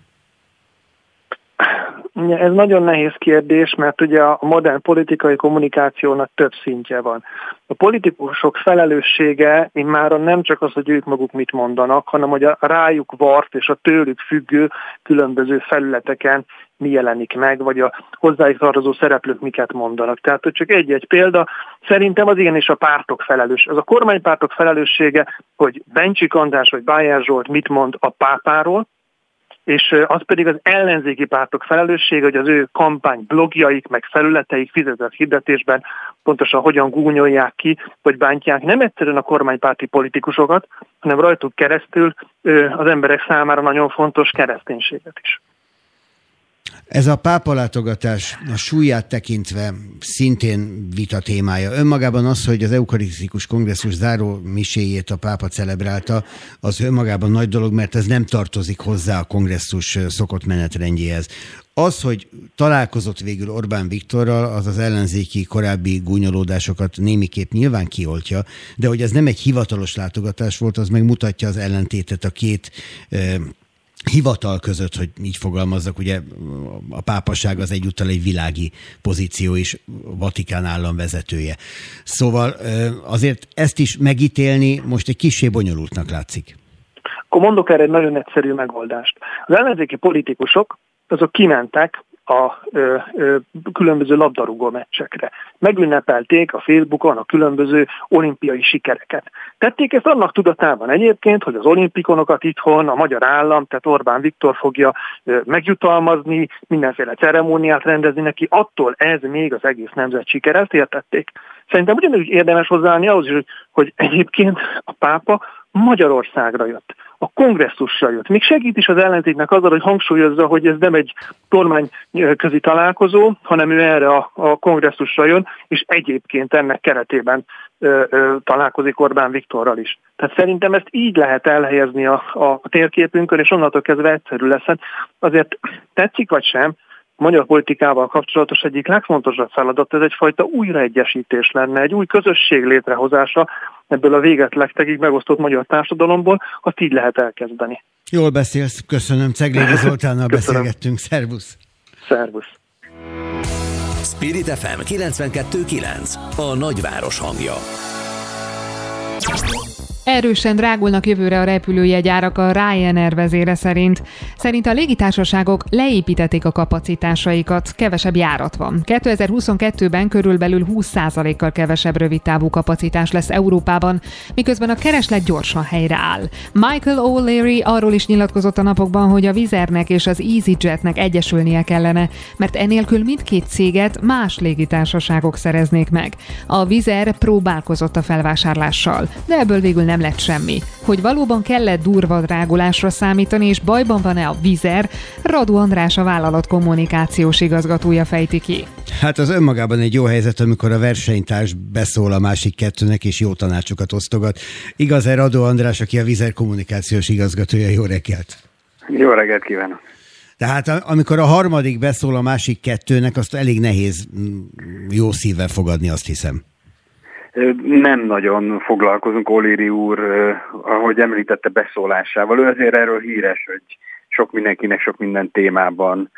Ez nagyon nehéz kérdés, mert ugye a modern politikai kommunikációnak több szintje van. A politikusok felelőssége immáron nem csak az, hogy ők maguk mit mondanak, hanem hogy a rájuk vart és a tőlük függő különböző felületeken mi jelenik meg, vagy a hozzájuk tartozó szereplők miket mondanak. Tehát, hogy csak egy-egy példa, szerintem az igenis a pártok felelős. Az a kormánypártok felelőssége, hogy Bencsik András vagy Bájer Zsolt mit mond a pápáról, és az pedig az ellenzéki pártok felelőssége, hogy az ő kampány blogjaik, meg felületeik fizetett hirdetésben pontosan hogyan gúnyolják ki, vagy bántják nem egyszerűen a kormánypárti politikusokat, hanem rajtuk keresztül az emberek számára nagyon fontos kereszténységet is. Ez a pápalátogatás a súlyát tekintve szintén vita témája. Önmagában az, hogy az eukarisztikus kongresszus záró miséjét a pápa celebrálta, az önmagában nagy dolog, mert ez nem tartozik hozzá a kongresszus szokott menetrendjéhez. Az, hogy találkozott végül Orbán Viktorral, az az ellenzéki korábbi gúnyolódásokat némiképp nyilván kioltja, de hogy ez nem egy hivatalos látogatás volt, az meg mutatja az ellentétet a két hivatal között, hogy így fogalmazzak, ugye a pápaság az egyúttal egy világi pozíció is, Vatikán állam vezetője. Szóval azért ezt is megítélni most egy kissé bonyolultnak látszik. Akkor mondok erre egy nagyon egyszerű megoldást. Az ellenzéki politikusok azok kimentek a különböző labdarúgó meccsekre. Megünnepelték a Facebookon a különböző olimpiai sikereket. Tették ezt annak tudatában egyébként, hogy az olimpikonokat itthon a magyar állam, tehát Orbán Viktor fogja megjutalmazni, mindenféle ceremóniát rendezni neki, attól ez még az egész nemzet sikere, ezt értették. Szerintem ugyanúgy érdemes hozzáállni ahhoz is, hogy egyébként a pápa Magyarországra jött. a kongresszusra jött. Még segít is az ellenzéknek azzal, hogy hangsúlyozza, hogy ez nem egy kormányközi találkozó, hanem ő erre a kongresszusra jön, és egyébként ennek keretében találkozik Orbán Viktorral is. Tehát szerintem ezt így lehet elhelyezni a térképünkön, és onnantól kezdve egyszerű lesz. Azért tetszik vagy sem, a magyar politikával kapcsolatos egyik legfontosabb feladat, ez egyfajta újraegyesítés lenne, egy új közösség létrehozása ebből a végetlegtekig megosztott magyar társadalomból, azt így lehet elkezdeni. Jól beszélsz, köszönöm. Ceglédi Zoltánnal beszélgettünk. Szervusz! Szervusz! Spirit FM 92.9, a nagyváros hangja. Erősen drágulnak jövőre a repülőjegyárak a Ryanair vezére szerint. Szerint a légitársaságok leépítették a kapacitásaikat, kevesebb járat van. 2022-ben körülbelül 20%-kal kevesebb rövidtávú kapacitás lesz Európában, miközben a kereslet gyorsan helyreáll. Michael O'Leary arról is nyilatkozott a napokban, hogy a Wizz Airnek és az EasyJetnek egyesülnie kellene, mert enélkül mindkét céget más légitársaságok szereznék meg. A Wizz Air próbálkozott a felvásárlással, de ebből végül nem lett semmi. Hogy valóban kellett durva drágulásra számítani, és bajban van-e a Wizz Air, Radu András, a vállalat kommunikációs igazgatója fejti ki. Hát az önmagában egy jó helyzet, amikor a versenytárs beszól a másik kettőnek, és jó tanácsokat osztogat. Igaz-e Radu András, aki a Wizz Air kommunikációs igazgatója? Jó reggelt! Jó reggelt kívánok! Tehát amikor a harmadik beszól a másik kettőnek, azt elég nehéz jó szívvel fogadni, azt hiszem. Nem nagyon foglalkozunk O'Leary úr, ahogy említette, beszólásával. Ő azért erről híres, hogy sok mindenkinek, sok minden témában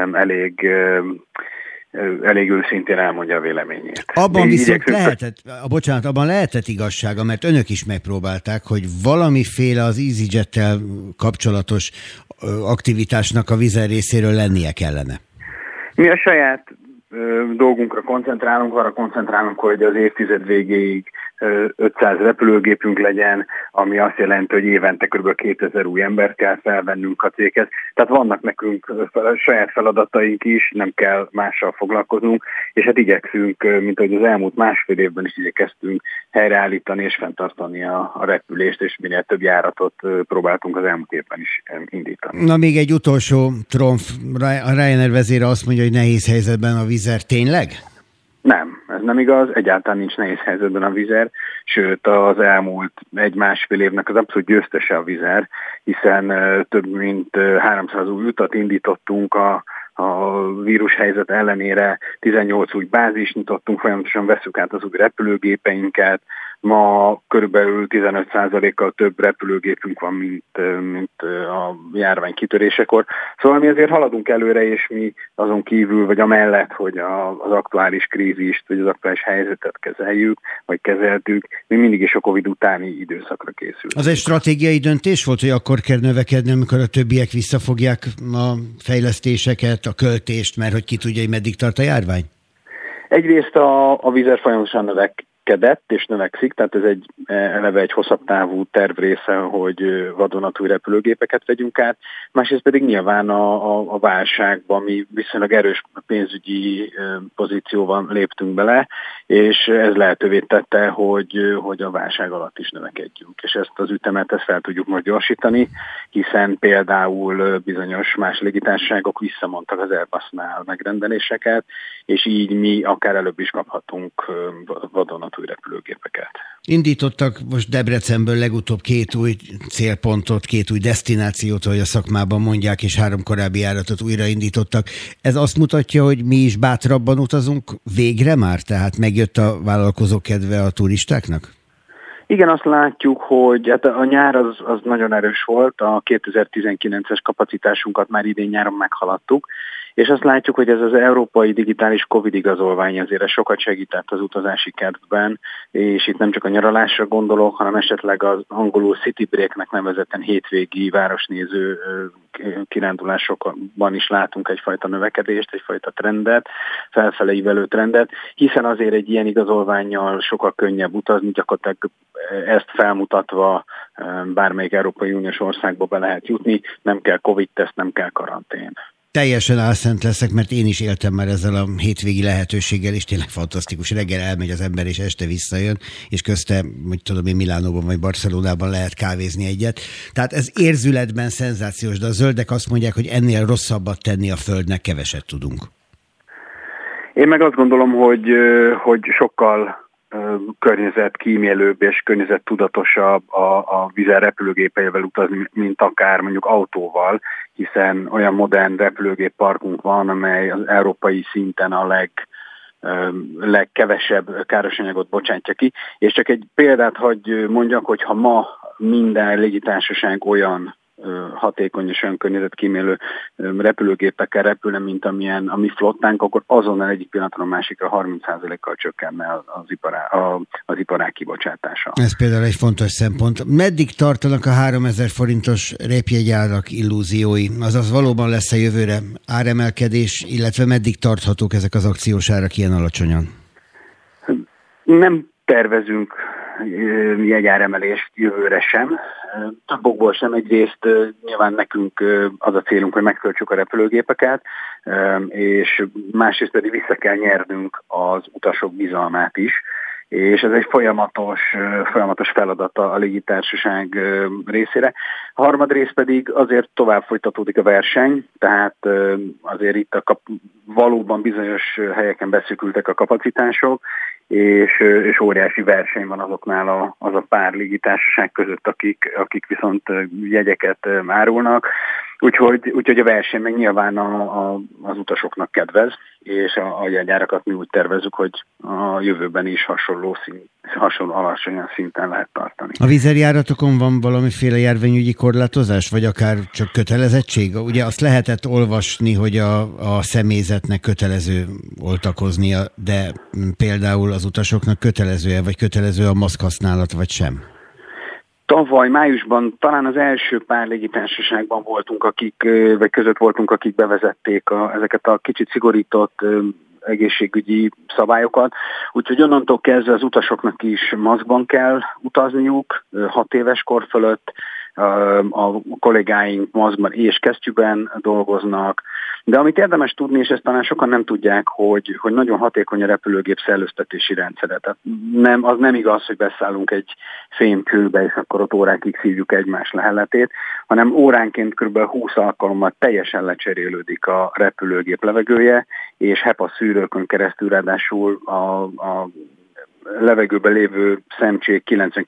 elég őszintén elmondja a véleményét. Abban viszont abban lehetett igazsága, mert önök is megpróbálták, hogy valamiféle az EasyJet-tel kapcsolatos aktivitásnak a Wizz Air részéről lennie kellene. Mi a saját dolgunkra koncentrálunk, arra koncentrálunk, hogy az évtized végéig 500 repülőgépünk legyen, ami azt jelenti, hogy évente kb. 2000 új embert kell felvennünk a céghez. Tehát vannak nekünk saját feladataink is, nem kell mással foglalkoznunk, és hát igyekszünk, mint ahogy az elmúlt másfél évben is igyekeztünk helyreállítani és fenntartani a repülést, és minél több járatot próbáltunk az elmúlt évben is indítani. Na még egy utolsó tromf, a Ryanair vezére azt mondja, hogy nehéz helyzetben a Wizz Air. Tényleg? Nem, ez nem igaz, egyáltalán nincs nehéz helyzetben a Wizz Air, sőt az elmúlt 1-1,5 évnek az abszolút győztese a Wizz Air, hiszen több mint 300 új utat indítottunk a vírushelyzet ellenére, 18 új bázist nyitottunk, folyamatosan vesszük át az új repülőgépeinket, ma körülbelül 15%-kal több repülőgépünk van, mint a járvány kitörésekor. Szóval mi azért haladunk előre, és mi azon kívül, vagy amellett, hogy az aktuális krízist, vagy az aktuális helyzetet kezeljük, vagy kezeltük, mi mindig is a Covid utáni időszakra készült. Az egy stratégiai döntés volt, hogy akkor kell növekedni, amikor a többiek visszafogják a fejlesztéseket, a költést, mert hogy ki tudja, hogy meddig tart a járvány? Egyrészt a Wizz Air folyamatosan növekedett és növekszik, tehát ez eleve egy hosszabb távú terv része, hogy vadonatúj repülőgépeket vegyünk át. Másrészt pedig nyilván a válságban mi viszonylag erős pénzügyi pozícióban léptünk bele, és ez lehetővé tette, hogy a válság alatt is növekedjünk. És ezt az ütemet fel tudjuk most gyorsítani, hiszen például bizonyos más légitársaságok visszamondtak az Airbusnál megrendeléseket, és így mi akár előbb is kaphatunk vadonatúj repülőgépeket. Indítottak most Debrecenből legutóbb 2 új célpontot, 2 új desztinációt, ahogy a szakmában mondják, és 3 korábbi járatot újraindítottak. Ez azt mutatja, hogy mi is bátrabban utazunk végre már? Tehát megjött a vállalkozó kedve a turistáknak? Igen, azt látjuk, hogy hát a nyár az nagyon erős volt, a 2019-es kapacitásunkat már idén nyáron meghaladtuk, és azt látjuk, hogy ez az európai digitális Covid igazolvány azért sokat segített az utazási kedvben, és itt nem csak a nyaralásra gondolok, hanem esetleg az angolul city breaknek nevezetten hétvégi városnéző kirándulásokban is látunk egyfajta növekedést, egyfajta trendet, felfele ívelő trendet, hiszen azért egy ilyen igazolvánnyal sokkal könnyebb utazni, gyakorlatilag ezt felmutatva bármelyik Európai Uniós országba be lehet jutni, nem kell Covid-teszt, nem kell karantén. Teljesen álszent leszek, mert én is éltem már ezzel a hétvégi lehetőséggel, és tényleg fantasztikus. Reggel elmegy az ember, és este visszajön, és közte, hogy tudom én, Milánóban vagy Barcelonában lehet kávézni egyet. Tehát ez érzületben szenzációs, de a zöldek azt mondják, hogy ennél rosszabbat tenni a Földnek keveset tudunk. Én meg azt gondolom, hogy sokkal környezetkímélőbb és környezettudatosabb a vizer repülőgépeivel utazni, mint akár mondjuk autóval, hiszen olyan modern repülőgépparkunk van, amely az európai szinten a legkevesebb károsanyagot bocsátja ki. És csak egy példát hagy mondjak, hogy ha ma minden légitársaság olyan hatékony és olyan környezetkímélő repülőgépekkel repülne, mint amilyen a mi flottánk, akkor azonnal egyik pillanatra a másikra 30%-kal csökkenne az iparág kibocsátása. Ez például egy fontos szempont. Meddig tartanak a 3000 forintos repjegyárak illúziói? Azaz valóban lesz a jövőre áremelkedés, illetve meddig tarthatók ezek az akciós árak ilyen alacsonyan? Nem tervezünk jegyáremelést jövőre sem. Több okból sem. Egyrészt nyilván nekünk az a célunk, hogy megtöltsük a repülőgépeket, és másrészt pedig vissza kell nyernünk az utasok bizalmát is, és ez egy folyamatos feladata a légitársaság részére. A harmadrészt pedig azért tovább folytatódik a verseny, tehát azért itt valóban bizonyos helyeken beszűkültek a kapacitások, és óriási verseny van azoknál az a pár légitársaság között, akik viszont jegyeket árulnak. Úgyhogy a verseny meg nyilván az utasoknak kedvez, és a jegyárakat mi úgy tervezzük, hogy a jövőben is hasonló alacsonyan szinten lehet tartani. A vízerjáratokon van valamiféle járványügyi korlátozás, vagy akár csak kötelezettség? Ugye azt lehetett olvasni, hogy a személyzetnek kötelező oltakoznia, de például az utasoknak kötelező-e, vagy kötelező a maszk használat, vagy sem? Tavaly májusban talán az első pár légitársaságban voltunk, között voltunk, akik bevezették ezeket a kicsit szigorított egészségügyi szabályokat, úgyhogy onnantól kezdve az utasoknak is maszkban kell utazniuk 6 éves kor fölött, a kollégáink maszkban és kesztyűben dolgoznak, de amit érdemes tudni, és ezt talán sokan nem tudják, hogy nagyon hatékony a repülőgép szellőztetési rendszere. Tehát az nem igaz, hogy beszállunk egy fémkőbe, és akkor ott órákig szívjuk egymás leheletét, hanem óránként kb. 20 alkalommal teljesen lecserélődik a repülőgép levegője, és HEPA szűrőkön keresztül ráadásul a levegőben lévő szemcsék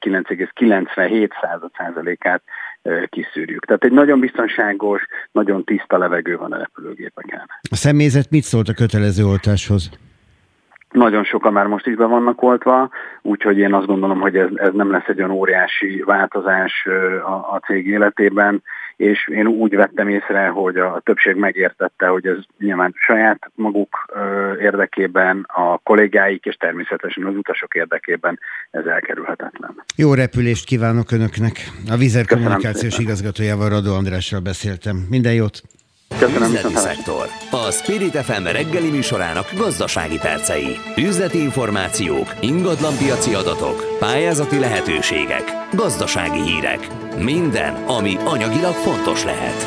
99,97%-át kiszűrjük. Tehát egy nagyon biztonságos, nagyon tiszta levegő van a repülőgépeken. A személyzet mit szólt a kötelező oltáshoz? Nagyon sokan már most is be vannak oltva, úgyhogy én azt gondolom, hogy ez nem lesz egy olyan óriási változás a cég életében, és én úgy vettem észre, hogy a többség megértette, hogy ez nyilván saját maguk érdekében, a kollégáik és természetesen az utasok érdekében ez elkerülhetetlen. Jó repülést kívánok Önöknek! A Vizer kommunikációs igazgatójával, Radó Andrással beszéltem. Minden jót! Köszönöm, üzleti szektor. A Spirit FM reggeli műsorának gazdasági percei. Üzleti információk, ingatlanpiaci adatok, pályázati lehetőségek, gazdasági hírek. Minden, ami anyagilag fontos lehet.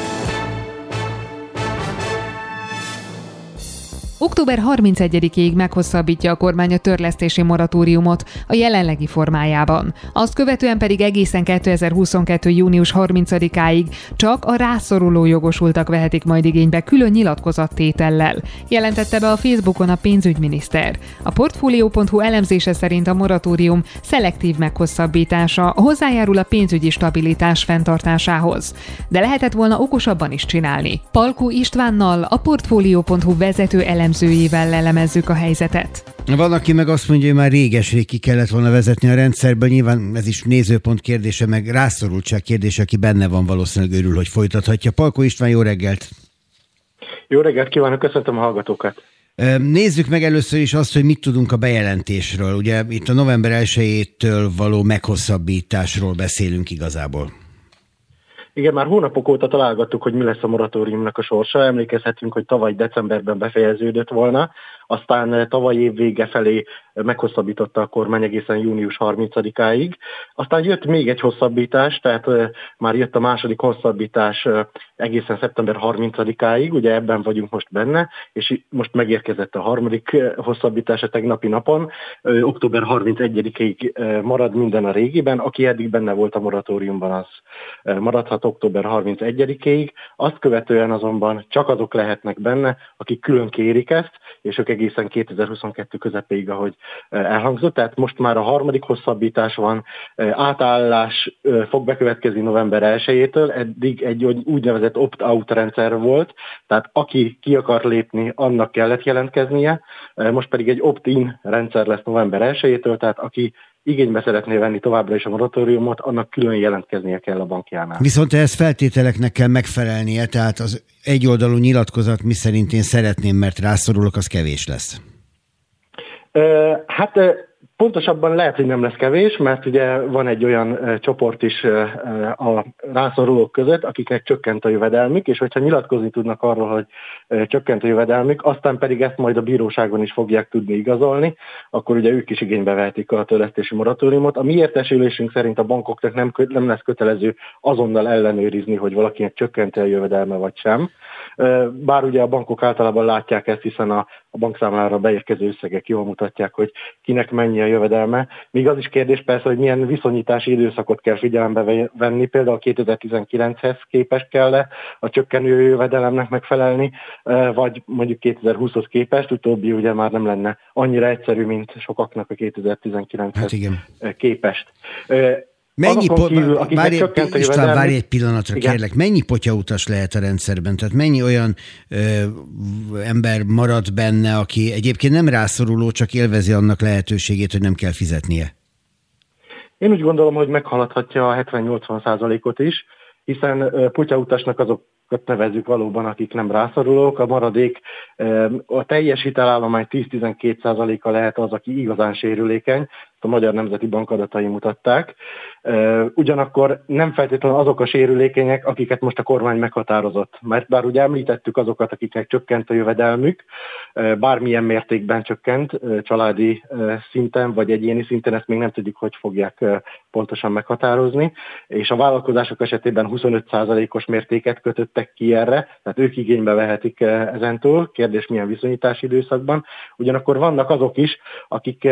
Október 31-ig meghosszabbítja a kormány a törlesztési moratóriumot a jelenlegi formájában. Azt követően pedig egészen 2022. június 30-áig csak a rászoruló jogosultak vehetik majd igénybe külön nyilatkozattétellel, jelentette be a Facebookon a pénzügyminiszter. A Portfolio.hu elemzése szerint a moratórium szelektív meghosszabbítása hozzájárul a pénzügyi stabilitás fenntartásához. De lehetett volna okosabban is csinálni. Palkó Istvánnal, a Portfolio.hu vezető elemzőjével elemezzük a helyzetet. Van, aki meg azt mondja, hogy már réges-rég ki kellett volna vezetni a rendszerbe, nyilván ez is nézőpont kérdése, meg rászorultság kérdése, aki benne van, valószínűleg örül, hogy folytathatja. Palkó István, jó reggelt! Jó reggelt kívánok, köszöntöm a hallgatókat! Nézzük meg először is azt, hogy mit tudunk a bejelentésről. Ugye itt a november 1-től való meghosszabbításról beszélünk igazából. Igen, már hónapok óta találgattuk, hogy mi lesz a moratóriumnak a sorsa. Emlékezhetünk, hogy tavaly decemberben befejeződött volna. aztán tavaly év vége felé meghosszabbította a kormány egészen június 30-áig. Aztán jött még egy hosszabbítás, tehát már jött a második hosszabbítás egészen szeptember 30-áig, ugye ebben vagyunk most benne, és most megérkezett a harmadik hosszabbítása tegnapi napon, október 31-ig marad minden a régiben, aki eddig benne volt a moratóriumban, az maradhat október 31-ig, azt követően azonban csak azok lehetnek benne, akik külön kérik ezt, és ők egészen 2022 közepéig, ahogy elhangzott, tehát most már a harmadik hosszabbítás van, átállás fog bekövetkezni november 1-től, eddig egy úgynevezett opt-out rendszer volt, tehát aki ki akar lépni, annak kellett jelentkeznie, most pedig egy opt-in rendszer lesz november 1-től, tehát aki igénybe szeretné venni továbbra is a moratóriumot, annak külön jelentkeznie kell a bankjánál. Viszont ehhez feltételeknek kell megfelelnie, tehát az egyoldalú nyilatkozat, miszerint én szeretném, mert rászorulok, az kevés lesz. Pontosabban lehet, hogy nem lesz kevés, mert ugye van egy olyan csoport is a rászorulók között, akiknek csökkent a jövedelmük, és hogyha nyilatkozni tudnak arról, hogy csökkent a jövedelmük, aztán pedig ezt majd a bíróságon is fogják tudni igazolni, akkor ugye ők is igénybe vehetik a törlesztési moratóriumot. A mi értesülésünk szerint a bankoknak nem lesz kötelező azonnal ellenőrizni, hogy valakinek csökkent a jövedelme vagy sem. Bár ugye a bankok általában látják ezt, hiszen a bankszámlára beérkező összegek jól mutatják, hogy kinek mennyi a jövedelme. Még az is kérdés persze, hogy milyen viszonyítási időszakot kell figyelembe venni, például 2019-hez képest kell a csökkenő jövedelemnek megfelelni, vagy mondjuk 2020-hoz képest, utóbbi ugye már nem lenne annyira egyszerű, mint sokaknak a 2019-hez képest. Várj egy pillanatra, igen. Kérlek, mennyi potyautas lehet a rendszerben? Tehát mennyi olyan ember marad benne, aki egyébként nem rászoruló, csak élvezi annak lehetőségét, hogy nem kell fizetnie? Én úgy gondolom, hogy meghaladhatja a 70-80%-ot is, hiszen potyautasnak azokat nevezzük valóban, akik nem rászorulók, a maradék, a teljes hitelállomány 10-12%-a lehet az, aki igazán sérülékeny, a Magyar Nemzeti Bank adatai mutatták. Ugyanakkor nem feltétlenül azok a sérülékenyek, akiket most a kormány meghatározott. Mert bár ugye említettük azokat, akiknek csökkent a jövedelmük, bármilyen mértékben csökkent, családi szinten vagy egyéni szinten, ezt még nem tudjuk, hogy fogják pontosan meghatározni, és a vállalkozások esetében 25%-os mértéket kötöttek ki erre, tehát ők igénybe vehetik ezentúl, kérdés milyen viszonyítási időszakban. Ugyanakkor vannak azok is, akik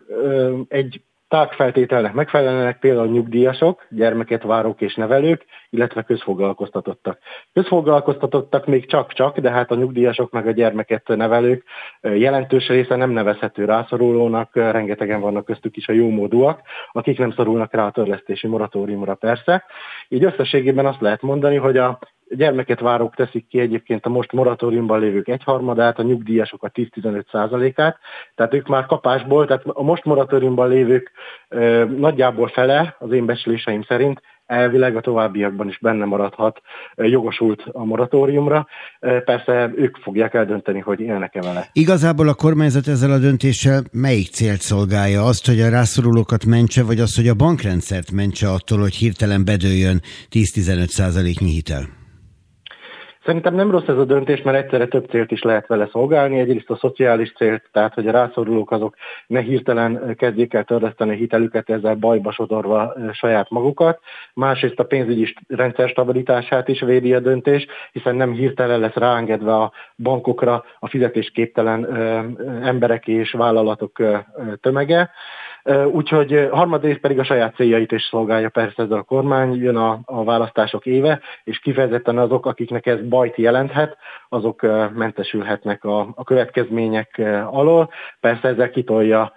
egy tágfeltételnek megfelelnek, például nyugdíjasok, gyermeket várók és nevelők, illetve közfoglalkoztatottak. Közfoglalkoztatottak még csak, de hát a nyugdíjasok meg a gyermeket nevelők jelentős része nem nevezhető rászorulónak, rengetegen vannak köztük is a jómódúak, akik nem szorulnak rá a törlesztési moratóriumra persze. Így összességében azt lehet mondani, hogy a gyermeket várók teszik ki egyébként a most moratóriumban lévők 1/3, a nyugdíjasok a 10-15%-át, tehát ők már kapásból, tehát a most moratóriumban lévők nagyjából fele, az én becsléseim szerint, elvileg a továbbiakban is benne maradhat, jogosult a moratóriumra. Persze ők fogják eldönteni, hogy élnek-e vele. Igazából a kormányzat ezzel a döntéssel melyik célt szolgálja? Azt, hogy a rászorulókat mentse, vagy azt, hogy a bankrendszert mentse attól, hogy hirtelen bedőljön 10-15%-nyi hitel? Szerintem nem rossz ez a döntés, mert egyszerre több célt is lehet vele szolgálni. Egyrészt a szociális célt, tehát hogy a rászorulók azok ne hirtelen kezdjék el törleszteni a hitelüket, ezzel bajba sodorva saját magukat. Másrészt a pénzügyi rendszer stabilitását is védi a döntés, hiszen nem hirtelen lesz ráengedve a bankokra a fizetésképtelen emberek és vállalatok tömege. Úgyhogy harmadrészt pedig a saját céljait is szolgálja persze ezzel a kormány, jön a választások éve, és kifejezetten azok, akiknek ez bajt jelenthet, azok mentesülhetnek a következmények alól. Persze ezzel kitolja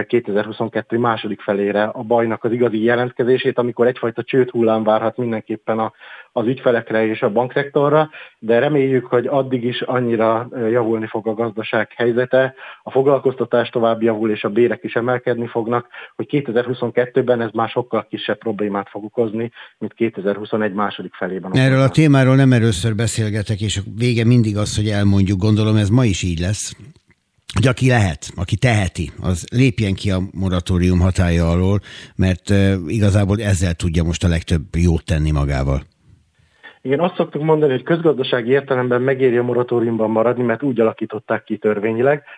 2022 második felére a bajnak az igazi jelentkezését, amikor egyfajta csődhullám várhat mindenképpen az ügyfelekre és a bankszektorra, de reméljük, hogy addig is annyira javulni fog a gazdaság helyzete, a foglalkoztatás tovább javul és a bérek is emelkedni fognak, hogy 2022-ben ez már sokkal kisebb problémát fog okozni, mint 2021 második felében. Erről a témáról nem először beszélgetek, és a vége mindig az, hogy elmondjuk, gondolom ez ma is így lesz, hogy aki lehet, aki teheti, az lépjen ki a moratórium hatálya alól, mert igazából ezzel tudja most a legtöbb jót tenni magával. Igen, azt szoktuk mondani, hogy közgazdasági értelemben megéri a moratóriumban maradni, mert úgy alakították ki törvényileg,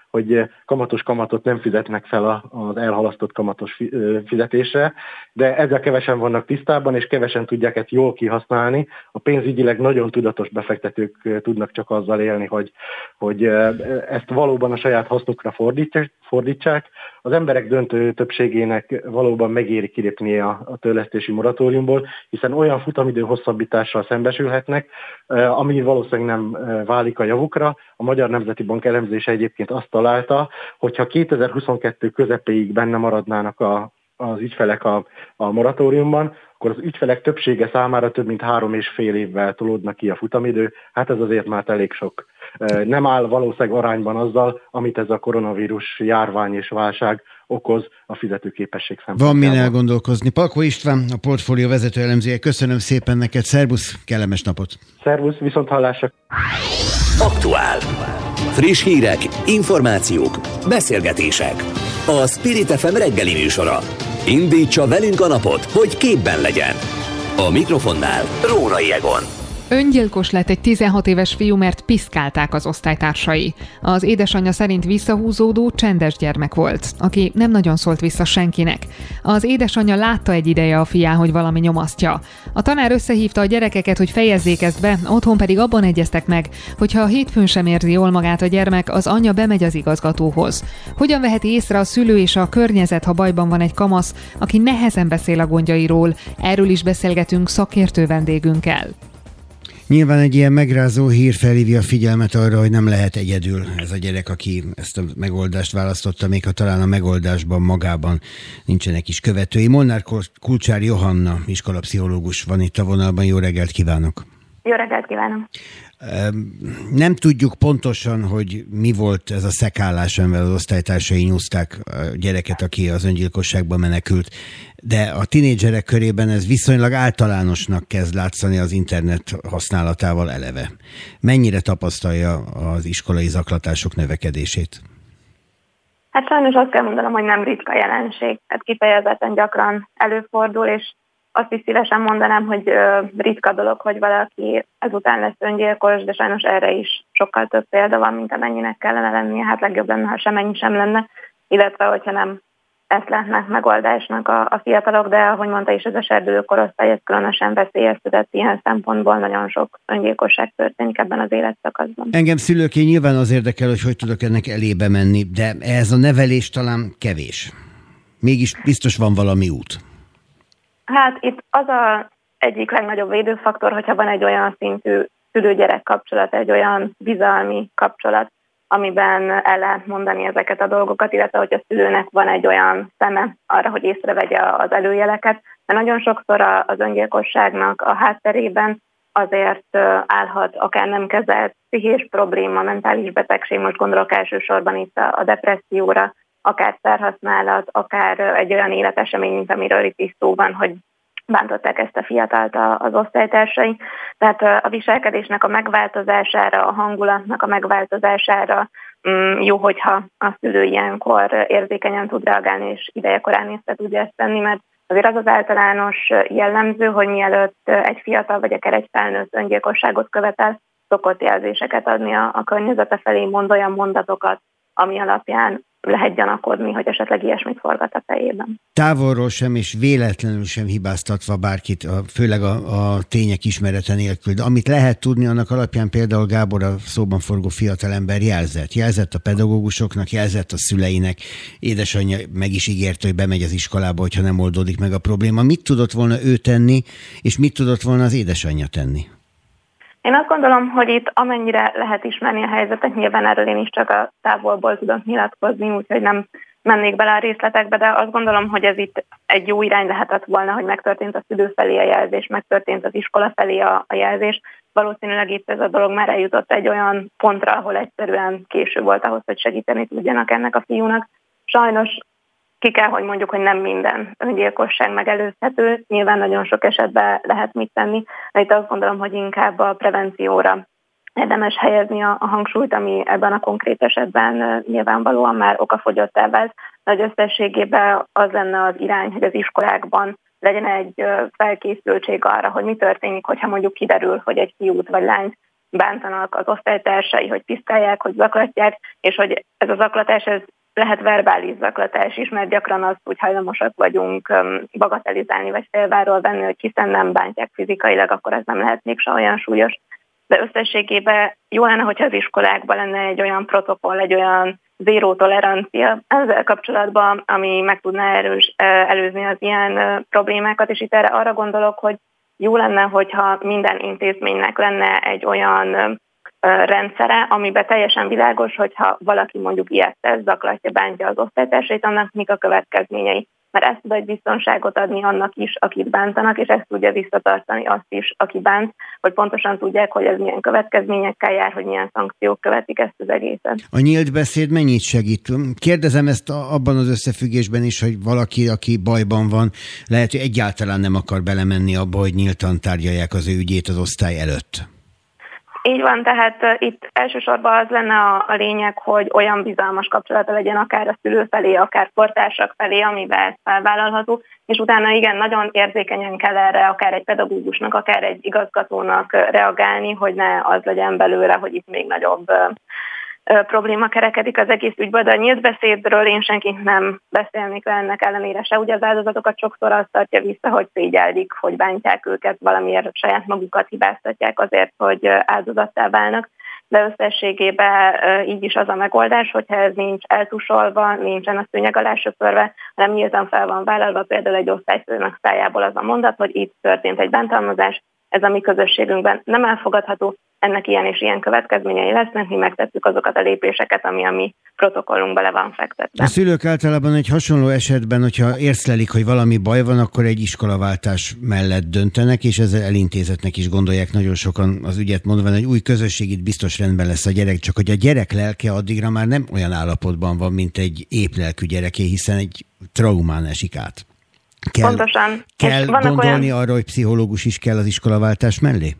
hogy kamatos kamatot nem fizetnek fel az elhalasztott kamatos fizetésre, de ezzel kevesen vannak tisztában, és kevesen tudják ezt jól kihasználni. A pénzügyileg nagyon tudatos befektetők tudnak csak azzal élni, hogy ezt valóban a saját hasznukra fordítsák. Az emberek döntő többségének valóban megéri kilépnie a törlesztési moratóriumból, hiszen olyan futamidő hosszabbítással szembesülhetnek, ami valószínűleg nem válik a javukra. A Magyar Nemzeti Bank elemzése egyébként azt találta, hogyha 2022 közepéig benne maradnának az ügyfelek a moratóriumban, akkor az ügyfelek többsége számára több mint 3,5 évvel tolódnak ki a futamidő. Hát ez azért már elég sok. Nem áll valószínűleg arányban azzal, amit ez a koronavírus járvány és válság okoz a fizetőképesség szempontjából. Van min elgondolkozni. Palkó István, a Portfólió vezető elemzője. Köszönöm szépen neked. Szervusz, kellemes napot. Szervusz, viszonthallásra. Aktuál. Friss hírek, információk, beszélgetések. A Spirit FM reggeli műsora. Indítsa velünk a napot, hogy képben legyen. A mikrofonnál Rórai Egon. Öngyilkos lett egy 16 éves fiú, mert piszkálták az osztálytársai. Az édesanyja szerint visszahúzódó, csendes gyermek volt, aki nem nagyon szólt vissza senkinek. Az édesanyja látta egy ideje a fián, hogy valami nyomasztja. A tanár összehívta a gyerekeket, hogy fejezzék ezt be, otthon pedig abban egyeztek meg, hogy ha a hétfőn sem érzi jól magát a gyermek, az anyja bemegy az igazgatóhoz. Hogyan veheti észre a szülő és a környezet, ha bajban van egy kamasz, aki nehezen beszél a gondjairól? Erről is beszélgetünk szakértő vendégünkkel. Nyilván egy ilyen megrázó hír felhívja a figyelmet arra, hogy nem lehet egyedül ez a gyerek, aki ezt a megoldást választotta, még ha talán a megoldásban magában nincsenek is követői. Molnár Kulcsár Johanna, iskolapszichológus van itt a vonalban. Jó reggelt kívánok! Jó reggelt kívánok! Nem tudjuk pontosan, hogy mi volt ez a szekálás, amivel az osztálytársai nyúzták a gyereket, aki az öngyilkosságba menekült, de a tinédzserek körében ez viszonylag általánosnak kezd látszani az internet használatával eleve. Mennyire tapasztalja az iskolai zaklatások növekedését? Hát sajnos azt kell mondanom, hogy nem ritka jelenség. Hát kifejezetten gyakran előfordul, és azt is szívesen mondanám, hogy ritka dolog, hogy valaki ezután lesz öngyilkos, de sajnos erre is sokkal több példa van, mint amennyinek kellene lennie. Hát legjobb lenne, ha semennyi sem lenne, illetve hogyha nem ezt látnák megoldásnak a fiatalok, de ahogy mondta is, ez a serdülő korosztály, ez különösen veszélyeztetett ilyen szempontból, nagyon sok öngyilkosság történik ebben az életszakaszban. Engem szülőként nyilván az érdekel, hogy tudok ennek elébe menni, de ez a nevelés talán kevés. Mégis biztos van valami út. Hát itt az egyik legnagyobb védőfaktor, hogyha van egy olyan szintű szülő-gyerek kapcsolat, egy olyan bizalmi kapcsolat, amiben el lehet mondani ezeket a dolgokat, illetve hogy a szülőnek van egy olyan szeme arra, hogy észrevegye az előjeleket. Mert nagyon sokszor az öngyilkosságnak a hátterében azért állhat akár nem kezelt pszichés probléma, mentális betegség, most gondolok elsősorban itt a depresszióra, akár szerhasználat, akár egy olyan életesemény, mint amiről itt is szó van, hogy bántották ezt a fiatalt az osztálytársai. Tehát a viselkedésnek a megváltozására, a hangulatnak a megváltozására jó, hogyha a szülő ilyenkor érzékenyen tud reagálni, és idejekorán észre tudja ezt tenni, mert azért az az általános jellemző, hogy mielőtt egy fiatal vagy akár egy felnőtt öngyilkosságot követel, szokott jelzéseket adni a környezete felé, mond olyan mondatokat, ami alapján lehet gyanakodni, hogy esetleg ilyesmit forgat a fejében. Távolról sem és véletlenül sem hibáztatva bárkit, főleg a tények ismerete nélkül. De amit lehet tudni, annak alapján például Gábor, a szóban forgó fiatalember jelzett a pedagógusoknak, jelzett a szüleinek. Édesanyja meg is ígérte, hogy bemegy az iskolába, hogyha nem oldódik meg a probléma. Mit tudott volna ő tenni, és mit tudott volna az édesanyja tenni? Én azt gondolom, hogy itt amennyire lehet ismerni a helyzetet, nyilván erről én is csak a távolból tudok nyilatkozni, úgyhogy nem mennék bele a részletekbe, de azt gondolom, hogy ez itt egy jó irány lehetett volna, hogy megtörtént a szülő felé a jelzés, megtörtént az iskola felé a jelzés. Valószínűleg itt ez a dolog már eljutott egy olyan pontra, ahol egyszerűen késő volt ahhoz, hogy segíteni tudjanak ennek a fiúnak. Sajnos ki kell, hogy mondjuk, hogy nem minden öngyilkosság megelőzhető, nyilván nagyon sok esetben lehet mit tenni, de itt azt gondolom, hogy inkább a prevencióra érdemes helyezni a hangsúlyt, ami ebben a konkrét esetben nyilvánvalóan már okafogyottá vált, de hogy összességében az lenne az irány, hogy az iskolákban legyen egy felkészültség arra, hogy mi történik, hogyha mondjuk kiderül, hogy egy fiút vagy lányt bántanak az osztálytársai, hogy piszkálják, hogy zaklatják, és hogy ez a zaklatás, ez lehet verbális zaklatás is, mert gyakran azt úgy hajlamosak vagyunk bagatelizálni, vagy félváról venni, hogy hiszen nem bántják fizikailag, akkor ez nem lehet mégse olyan súlyos. De összességében jó lenne, hogyha az iskolákban lenne egy olyan protokoll, egy olyan zéró tolerancia ezzel kapcsolatban, ami meg tudná előzni az ilyen problémákat, és itt arra gondolok, hogy jó lenne, hogyha minden intézménynek lenne egy olyan rendszere, amiben teljesen világos, hogyha valaki mondjuk ilyet tesz, zaklatja, bántja az osztálytársait, annak mik a következményei. Mert ezt tud egy biztonságot adni annak is, akit bántanak, és ezt tudja visszatartani azt is, aki bánt, hogy pontosan tudják, hogy ez milyen következményekkel jár, hogy milyen szankciók követik ezt az egészet. A nyílt beszéd mennyit segít? Kérdezem ezt abban az összefüggésben is, hogy valaki, aki bajban van, lehet, hogy egyáltalán nem akar belemenni abba, hogy nyíltan tárgyalják az ő ügyét az osztály előtt. Így van, tehát itt elsősorban az lenne a lényeg, hogy olyan bizalmas kapcsolata legyen akár a szülő felé, akár kortársak felé, amivel ez felvállalható, és utána igen, nagyon érzékenyen kell erre akár egy pedagógusnak, akár egy igazgatónak reagálni, hogy ne az legyen belőle, hogy itt még nagyobb probléma kerekedik az egész ügyből, de a nyílt beszédről én senkit nem beszélnék le ennek ellenére se. Ugye az áldozatokat sokszor azt tartja vissza, hogy szégyellik, hogy bántják őket, valamiért saját magukat hibáztatják azért, hogy áldozattá válnak, de összességében így is az a megoldás, hogyha ez nincs eltusolva, nincsen a szőnyeg alá söpörve, hanem nyíltan fel van vállalva, például egy osztályfőnök szájából az a mondat, hogy itt történt egy bántalmazás, ez a mi közösségünkben nem elfogadható, ennek ilyen és ilyen következményei lesznek, mi megtettük azokat a lépéseket, ami a mi protokollunkba le van fektetve. A szülők általában egy hasonló esetben, hogyha észlelik, hogy valami baj van, akkor egy iskolaváltás mellett döntenek, és ezzel elintézetnek is gondolják nagyon sokan az ügyet, mondva, hogy új közösség itt biztos rendben lesz a gyerek, csak hogy a gyerek lelke addigra már nem olyan állapotban van, mint egy épp lelkű gyereké, hiszen egy traumán esik át. Pontosan. Kell gondolni arra, hogy pszichológus is kell az iskolaváltás mellé?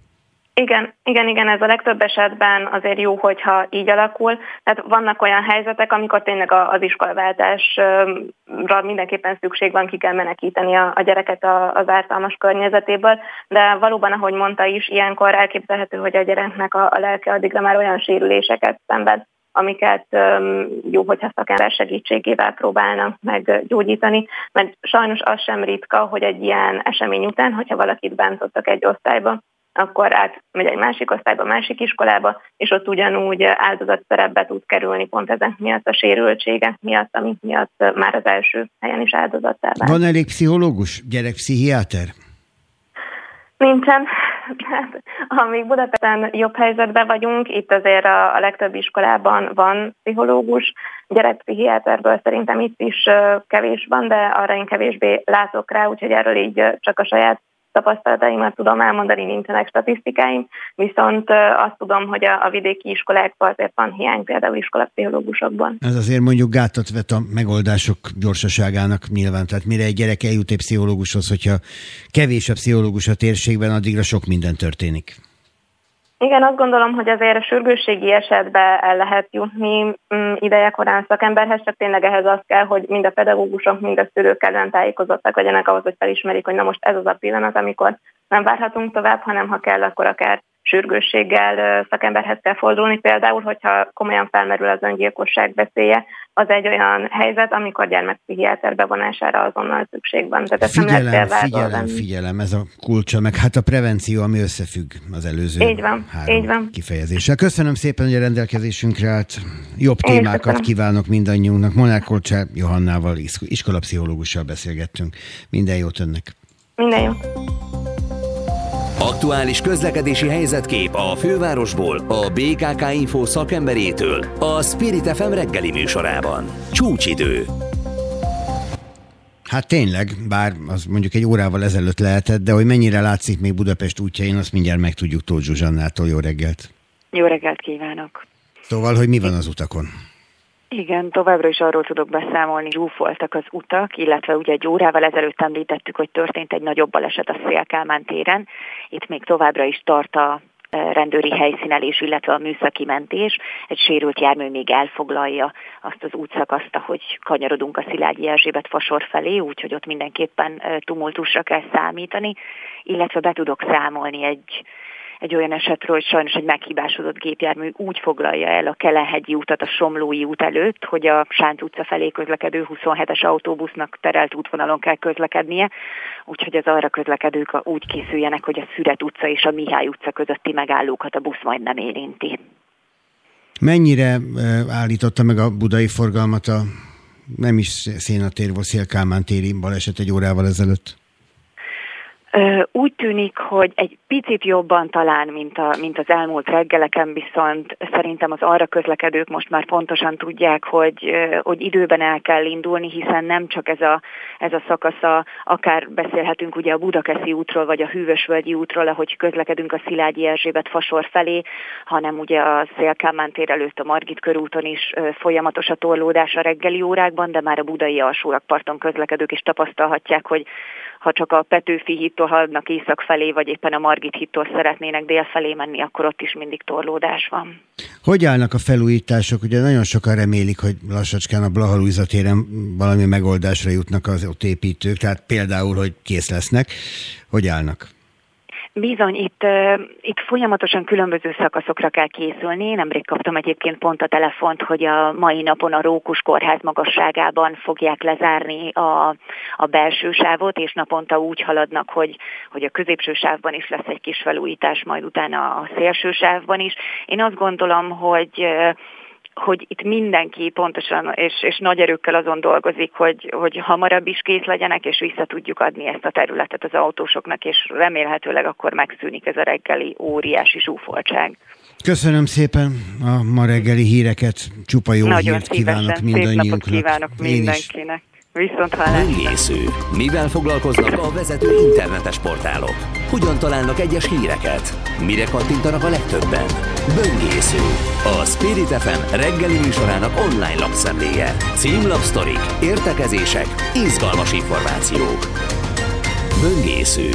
Igen, ez a legtöbb esetben azért jó, hogyha így alakul. Tehát vannak olyan helyzetek, amikor tényleg az iskolaváltásra mindenképpen szükség van, ki kell menekíteni a gyereket az ártalmas környezetéből, de valóban, ahogy mondta is, ilyenkor elképzelhető, hogy a gyereknek a lelke addigra már olyan sérüléseket szenved, amiket jó, hogyha szakember segítségével próbálnak meggyógyítani, mert sajnos az sem ritka, hogy egy ilyen esemény után, hogyha valakit bántottak egy osztályba, akkor átmegy egy másik osztályba, másik iskolába, és ott ugyanúgy áldozatszerepbe tud kerülni pont ezek miatt a sérültségek miatt, amik miatt már az első helyen is áldozattá vált. Van elég pszichológus, gyerekpszichiáter? Nincsen. Hát, amíg Budapesten jobb helyzetben vagyunk, itt azért a legtöbb iskolában van pszichológus, gyerekpszichiáterből szerintem itt is kevés van, de arra én kevésbé látok rá, úgyhogy erről így csak a saját tapasztalataimat tudom elmondani, nincsenek statisztikáim, viszont azt tudom, hogy a vidéki iskolákban azért van hiány például iskolapszichológusokban. Ez azért mondjuk gátat vet a megoldások gyorsaságának nyilván, tehát mire egy gyerek eljut egy pszichológushoz, hogyha kevés a pszichológus a térségben, addigra sok minden történik. Igen, azt gondolom, hogy azért a sürgősségi esetben el lehet jutni idejekorán szakemberhez, csak tényleg ehhez az kell, hogy mind a pedagógusok, mind a szülők kellően tájékozottak legyenek ahhoz, hogy felismerik, hogy na most ez az a pillanat, amikor nem várhatunk tovább, hanem ha kell, akkor akár sürgősséggel szakemberhez kell fordulni. Például, hogyha komolyan felmerül az öngyilkosság veszélye, az egy olyan helyzet, amikor gyermekpszichiáter bevonására azonnal szükség van. Tehát Figyelem, ez a kulcsa, meg hát a prevenció, ami összefügg az előző így van. kifejezéssel. Köszönöm szépen, hogy a rendelkezésünkre állt. Jobb témákat kívánok mindannyiunknak. Molnár Kolcsár Johannával, iskolapszichológussal beszélgettünk. Minden jót önnek. Minden jót. Aktuális közlekedési helyzetkép a fővárosból, a BKK Info szakemberétől, a Spirit FM reggeli műsorában. Csúcsidő. Hát tényleg, bár az mondjuk egy órával ezelőtt lehetett, de hogy mennyire látszik még Budapest útjain, azt mindjárt megtudjuk Tóth Zsuzsannától. Jó reggelt! Jó reggelt kívánok! Szóval, hogy mi van az utakon? Igen, továbbra is arról tudok beszámolni, zsúfoltak az utak, illetve ugye egy órával ezelőtt említettük, hogy történt egy nagyobb baleset a Széll-Kálmán téren. Itt még továbbra is tart a rendőri helyszínelés, illetve a műszaki mentés. Egy sérült jármű még elfoglalja azt az útszakaszt, ahogy kanyarodunk a Szilágyi Erzsébet fasor felé, úgyhogy ott mindenképpen tumultusra kell számítani, illetve be tudok számolni egy olyan esetről, hogy sajnos egy meghibásodott gépjármű úgy foglalja el a Kelenhegyi utat a Somlói út előtt, hogy a Sánc utca felé közlekedő 27-es autóbusznak terelt útvonalon kell közlekednie, úgyhogy az arra közlekedők úgy készüljenek, hogy a Szüret utca és a Mihály utca közötti megállókat a busz majd nem érinti. Mennyire állította meg a budai forgalmat a nem is Szénatér volt, Széll-Kálmán téri baleset egy órával ezelőtt? Úgy tűnik, hogy egy picit jobban talán, mint az elmúlt reggeleken, viszont szerintem az arra közlekedők most már pontosan tudják, hogy időben el kell indulni, hiszen nem csak ez a szakasza, akár beszélhetünk ugye a Budakeszi útról, vagy a Hűvösvölgyi útról, ahogy közlekedünk a Szilágyi Erzsébet fasor felé, hanem ugye a Széll-Kálmán tér előtt a Margit körúton is folyamatos a torlódás a reggeli órákban, de már a budai alsórakparton közlekedők is tapasztalhatják, hogy ha csak a Petőfi hídtól haladnak észak felé, vagy éppen a Margit hídtól szeretnének dél felé menni, akkor ott is mindig torlódás van. Hogy állnak a felújítások? Ugye nagyon sokan remélik, hogy lassacskán a Blaha Lujza téren valami megoldásra jutnak az ott építők, tehát például, hogy kész lesznek. Hogy állnak? Bizony, itt folyamatosan különböző szakaszokra kell készülni. Nemrég kaptam egyébként pont a telefont, hogy a mai napon a Rókus kórház magasságában fogják lezárni a belső sávot, és naponta úgy haladnak, hogy a középső sávban is lesz egy kis felújítás, majd utána a szélső sávban is. Én azt gondolom, hogy itt mindenki pontosan és nagy erőkkel azon dolgozik, hogy hamarabb is kész legyenek, és vissza tudjuk adni ezt a területet az autósoknak, és remélhetőleg akkor megszűnik ez a reggeli óriási zsúfoltság. Köszönöm szépen a ma reggeli híreket, csupa jó nagyon hírt kívánok mindannyiunknak. Szép napot kívánok mindenkinek. Böngésző. Mivel foglalkoznak a vezető internetes portálok? Hogyan találnak egyes híreket? Mire kattintanak a legtöbben? Böngésző. A Spirit FM reggeli műsorának online lapszemléje. Címlapsztorik, értekezések, izgalmas információk. Böngésző.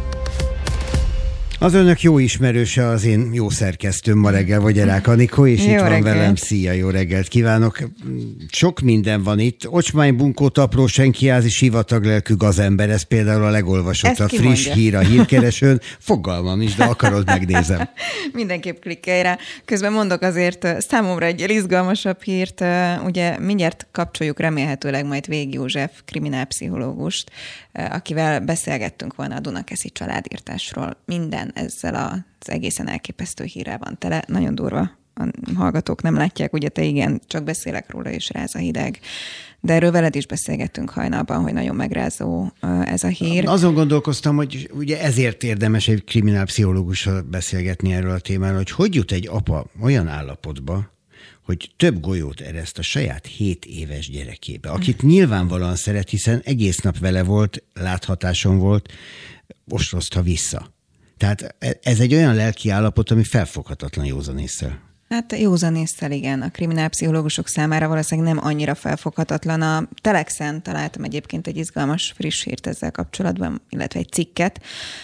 Az önök jó ismerőse az én jó szerkesztőm ma reggel, Vogyarák Anikó, és itt van velem. Szia, jó reggelt kívánok! Sok minden van itt. Ocsmány, bunkó, tapró, senkiázi, sivataglelkű gazember, ez például a legolvasottabb friss hír a hírkeresőn. Fogalmam is, de akarod, megnézem. Mindenképp klikkelj rá. Közben mondok azért számomra egy izgalmasabb hírt. Ugye mindjárt kapcsoljuk remélhetőleg majd Vég József kriminálpszichológust, akivel beszélgettünk volna a Dunakeszi családírtásról. Minden ezzel az egészen elképesztő hírrel van tele. Nagyon durva. A hallgatók nem látják, ugye te igen, csak beszélek róla, és ráz a hideg. De erről veled is beszélgettünk hajnalban, hogy nagyon megrázó ez a hír. Azon gondolkoztam, hogy ugye ezért érdemes egy kriminálpszichológussal beszélgetni erről a témáról, hogy jut egy apa olyan állapotba, hogy több golyót ereszt a saját 7 éves gyerekébe, akit nyilvánvalóan szeret, hiszen egész nap vele volt, láthatáson volt, ostrozta vissza. Tehát ez egy olyan lelki állapot, ami felfoghatatlan józanésszel. Hát józanésszel igen. A kriminálpszichológusok számára valószínűleg nem annyira felfoghatatlan. A Telexen találtam egyébként egy izgalmas friss hírt ezzel kapcsolatban, illetve egy cikket,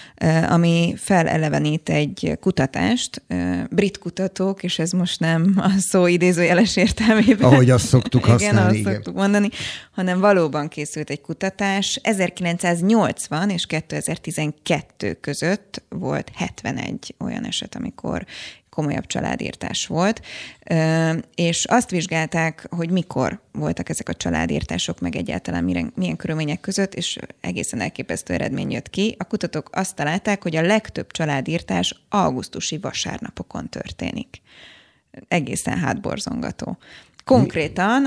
ami felelevenít egy kutatást, brit kutatók, és ez most nem a szó idézőjeles értelmében. Ahogy azt szoktuk használni. Igen, azt szoktuk mondani, hanem valóban készült egy kutatás. 1980 és 2012 között volt 71 olyan eset, amikor komolyabb családírtás volt, és azt vizsgálták, hogy mikor voltak ezek a családírtások, meg egyáltalán milyen körülmények között, és egészen elképesztő eredmény jött ki. A kutatók azt találták, hogy a legtöbb családírtás augusztusi vasárnapokon történik. Egészen hátborzongató. Konkrétan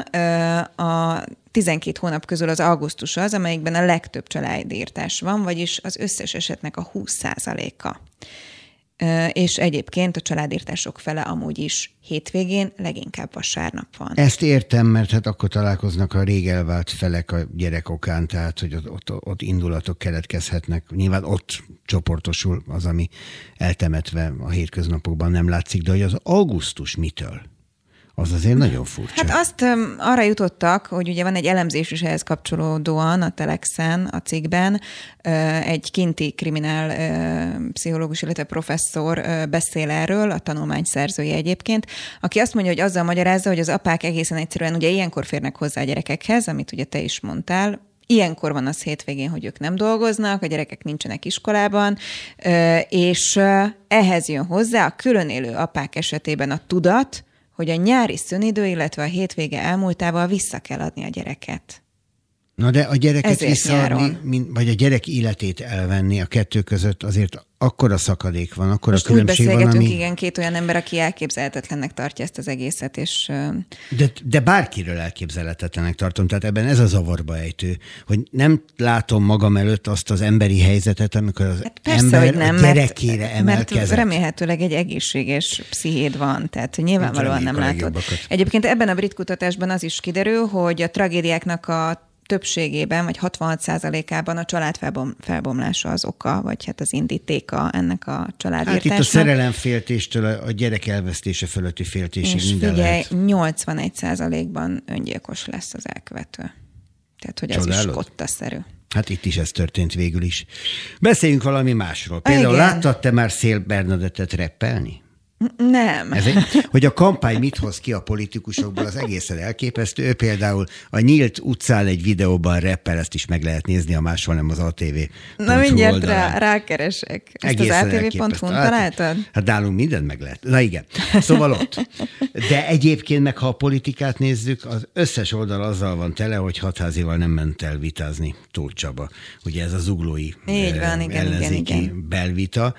a 12 hónap közül az augusztus az, amelyikben a legtöbb családírtás van, vagyis az összes esetnek a 20%-a. És egyébként a családírtások fele amúgy is hétvégén, leginkább vasárnap van. Ezt értem, mert hát akkor találkoznak a rég elvált felek a gyerek okán, tehát hogy ott indulatok keletkezhetnek. Nyilván ott csoportosul az, ami eltemetve a hétköznapokban nem látszik, de hogy az augusztus mitől? Az azért nagyon furcsa. Hát azt arra jutottak, hogy ugye van egy elemzés is ehhez kapcsolódóan a Telexen, a cikkben, egy kinti kriminál pszichológus, illetve professzor beszél erről, a tanulmány szerzője egyébként, aki azt mondja, hogy azzal magyarázza, hogy az apák egészen egyszerűen ugye ilyenkor férnek hozzá a gyerekekhez, amit ugye te is mondtál, Ilyenkor van az hétvégén, hogy ők nem dolgoznak, a gyerekek nincsenek iskolában, és ehhez jön hozzá a külön élő apák esetében a tudat, hogy a nyári szünidő, illetve a hétvége elmúltával vissza kell adni a gyereket. Na de a gyereket visszaadni, vagy a gyerek életét elvenni a kettő között, azért akkora szakadék van, akkora most különbség van, úgy beszélgetünk, igen, két olyan ember, aki elképzelhetetlennek tartja ezt az egészet, és... De bárkiről elképzelhetetlennek tartom, tehát ebben ez a zavarba ejtő, hogy nem látom magam előtt azt az emberi helyzetet, amikor az persze, ember hogy nem, a gyerekére emel kezet. Mert remélhetőleg egy egészséges pszichéd van, tehát nyilvánvalóan nem látod. Egyébként ebben a brit kutatásban az is kiderül, hogy a tragédiáknak a többségében, vagy 66%-ában a családfelbomlása az oka, vagy hát az indítéka ennek a családírtásnak. Hát itt a szerelemféltéstől a gyerek elvesztése fölötti féltésig és minden figyelj, lehet. 81%-ban öngyilkos lesz az elkövető. Tehát, hogy az is kottaszerű. Hát itt is ez történt végül is. Beszéljünk valami másról. Például láttad te már Szél Bernadettet reppelni? Nem. Hogy a kampány mit hoz ki a politikusokból, az egészen elképesztő. Ő például a Nyílt utcán egy videóban reppel, ezt is meg lehet nézni, a máshol nem az ATV. Na mindjárt rákeresek. Ezt egészen az ATV.hu-n találtad? Hát nálunk mindent meg lehet. Na igen. Szóval ott. De egyébként meg, ha a politikát nézzük, az összes oldal azzal van tele, hogy Hatházival nem ment el vitázni Tóth Csaba. Ugye ez a zuglói ellenzéki belvita.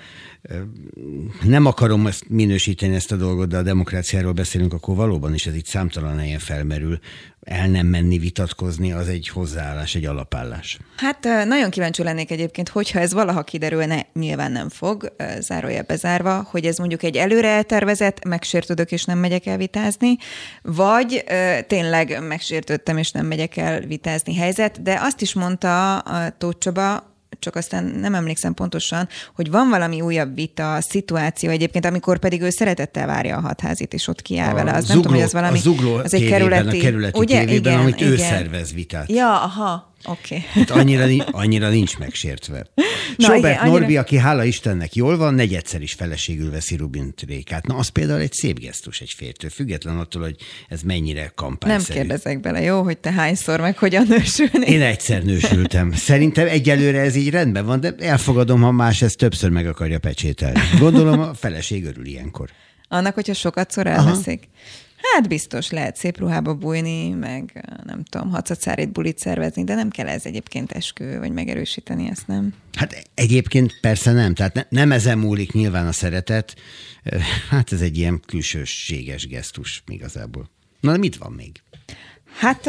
Nem akarom ezt minősíteni ezt a dolgot, de a demokráciáról beszélünk, akkor valóban is ez itt számtalan helyen felmerül. El nem menni vitatkozni, az egy hozzáállás, egy alapállás. Hát nagyon kíváncsi lennék egyébként, hogyha ez valaha kiderülne, nyilván nem fog, zárójel bezárva, hogy ez mondjuk egy előre eltervezett, megsértődök és nem megyek el vitázni, vagy tényleg megsértődtem és nem megyek el vitázni helyzet, de azt is mondta a Tóth Csaba, csak aztán nem emlékszem pontosan, hogy van valami újabb vita, szituáció egyébként, amikor pedig ő szeretettel várja a Hatházit, és ott kiáll vele. Az nem tudom, hogy ez valami... A Zugló az egy kerületi tévében, igen, amit ő szervez vitát. Ja, aha. Oké. Hát annyira nincs megsértve. Sobert Norbi, aki hála Istennek jól van, negyedszer is feleségül veszi Rubint Rékát. Na, az például egy szép gesztus egy fértől, független attól, hogy ez mennyire kampányszerű. Nem kérdezek bele, jó, hogy te hányszor meg hogyan nősülnél? Én egyszer nősültem. Szerintem egyelőre ez így rendben van, de elfogadom, ha más ezt többször meg akarja pecsételni. Gondolom a feleség örül ilyenkor. Annak, hogyha sokatszor elveszik? Hát biztos lehet szép ruhába bújni, meg nem tudom, hacacárit bulit szervezni, de nem kell ez egyébként esküvő, vagy megerősíteni, ezt nem? Hát egyébként persze nem, tehát nem ezen múlik nyilván a szeretet, hát ez egy ilyen külsőséges gesztus igazából. Na, de mit van még? Hát...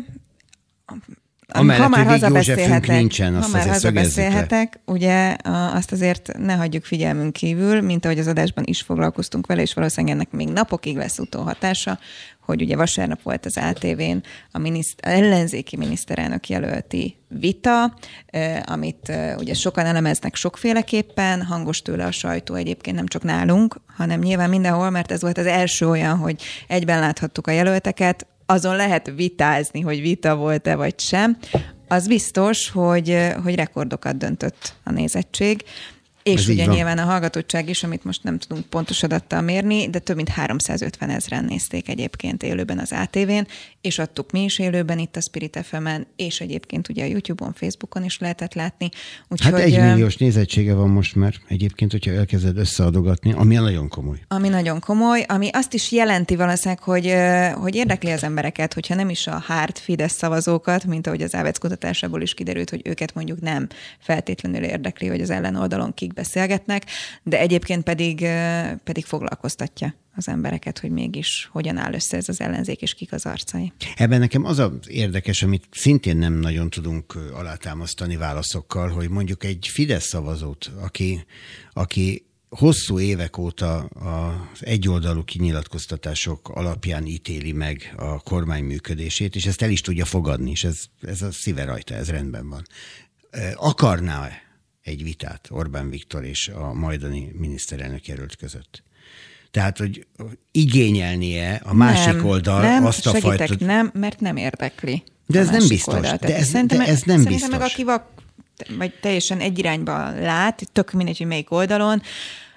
Amellett, ha már hazabeszélhetek, ugye azt azért ne hagyjuk figyelmünk kívül, mint ahogy az adásban is foglalkoztunk vele, és valószínűleg ennek még napokig lesz utóhatása, hogy ugye vasárnap volt az ATV-n ellenzéki miniszterelnök jelölti vita, amit ugye sokan elemeznek sokféleképpen, hangos tőle a sajtó egyébként nem csak nálunk, hanem nyilván mindenhol, mert ez volt az első olyan, hogy egyben láthattuk a jelölteket, azon lehet vitázni, hogy vita volt-e vagy sem. Az biztos, hogy rekordokat döntött a nézettség, és ez ugye nyilván a hallgatottság is, amit most nem tudunk pontos adattal mérni, de több mint 350 000 nézték egyébként élőben az ATV-n, és adtuk mi is élőben itt a Spirit FM-en, és egyébként ugye a YouTube-on, Facebookon is lehetett látni. Úgyhogy, hát 1 milliós nézettsége van most már egyébként, hogyha elkezded összeadogatni, ami nagyon komoly. Ami nagyon komoly, ami azt is jelenti valószínűleg, hogy érdekli az embereket, hogyha nem is a hard Fidesz szavazókat, mint ahogy az Ábec kutatásából is kiderült, hogy őket mondjuk nem feltétlenül érdekli, hogy az ellenoldalon kik beszélgetnek, de egyébként pedig foglalkoztatja az embereket, hogy mégis hogyan áll össze ez az ellenzék, és kik az arcai. Ebben nekem az az érdekes, amit szintén nem nagyon tudunk alátámasztani válaszokkal, hogy mondjuk egy Fidesz szavazót, aki hosszú évek óta az egyoldalú kinyilatkoztatások alapján ítéli meg a kormány működését, és ezt el is tudja fogadni, és ez a szíve rajta, ez rendben van. Akarná egy vitát Orbán Viktor és a majdani miniszterelnök jelölt között? Tehát, hogy igényelnie a másik oldal azt a fajta... Nem, mert nem érdekli. De ez nem biztos. De ez nem biztos. Szerintem meg aki vagy teljesen egy irányba lát, tök mindegy, hogy melyik oldalon,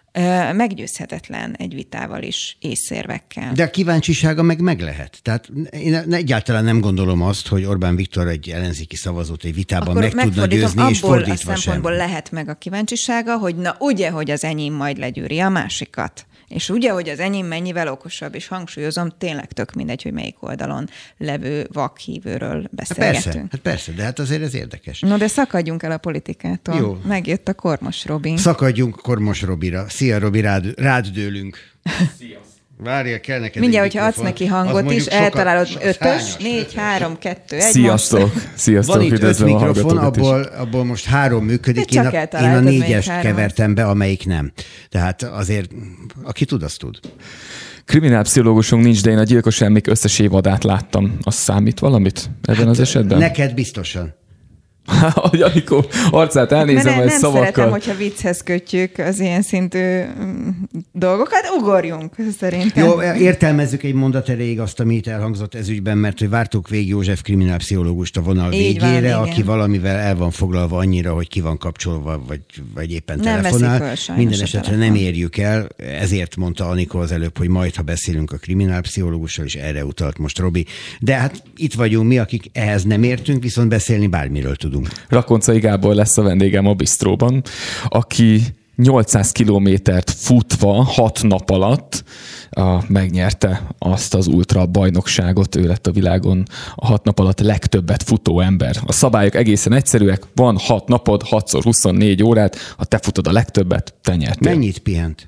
meggyőzhetetlen egy vitával is, észérvekkel. De a kíváncsisága meg lehet. Tehát én egyáltalán nem gondolom azt, hogy Orbán Viktor egy ellenzéki szavazót egy vitában akkor meg tudna győzni, és fordítva sem. Abból a szempontból lehet meg a kíváncsisága, hogy na ugye, hogy az enyém majd legyűri a másikat. És ugye, hogy az enyém mennyivel okosabb, és hangsúlyozom, tényleg tök mindegy, hogy melyik oldalon levő vakhívőről beszélgetünk. Persze, de hát azért ez érdekes. No, de szakadjunk el a politikától. Jó. Megjött a Kormos Robi. Szakadjunk Kormos Robira. Szia, Robi, rád dőlünk. Szia. Várja, kell neked mindjárt, hogyha adsz neki hangot is, eltalálod 5-ös, 4, 3, 2, 1. Sziasztok! Sziasztok! Van itt 5 mikrofon, abból most 3 működik. Én a 4-est kevertem be, amelyik nem. Tehát azért, aki tud, az tud. Kriminálpszichológusunk nincs, de én a Gyilkos Elmék összes évadát láttam. Az számít valamit ebben az esetben? Neked biztosan. Hogy amikor arcát elnézem, nem szavakkal... szeretem, hogyha vicchez kötjük az ilyen szintű dolgokat, ugorjunk szerintem. Jó, értelmezzük egy mondat erejéig azt, amit elhangzott ez ügyben, mert hogy vártuk Vég József kriminálpszichológust a vonal végére, aki valamivel el van foglalva annyira, hogy ki van kapcsolva, vagy éppen nem telefonál. Minden esetre nem érjük el, ezért mondta Anikó az előbb, hogy majd, ha beszélünk a kriminálpszichológussal, és erre utalt most Robi. De hát itt vagyunk mi, akik ehhez nem értünk, viszont beszélni bármiről tudunk. Rakoncai Gábor lesz a vendégem a Bistróban, aki 800 kilométert futva 6 nap alatt megnyerte azt az ultra bajnokságot, ő lett a világon a 6 nap alatt legtöbbet futó ember. A szabályok egészen egyszerűek, van 6 napod, 6x24 órát, ha te futod a legtöbbet, te nyertél. Mennyit pihent?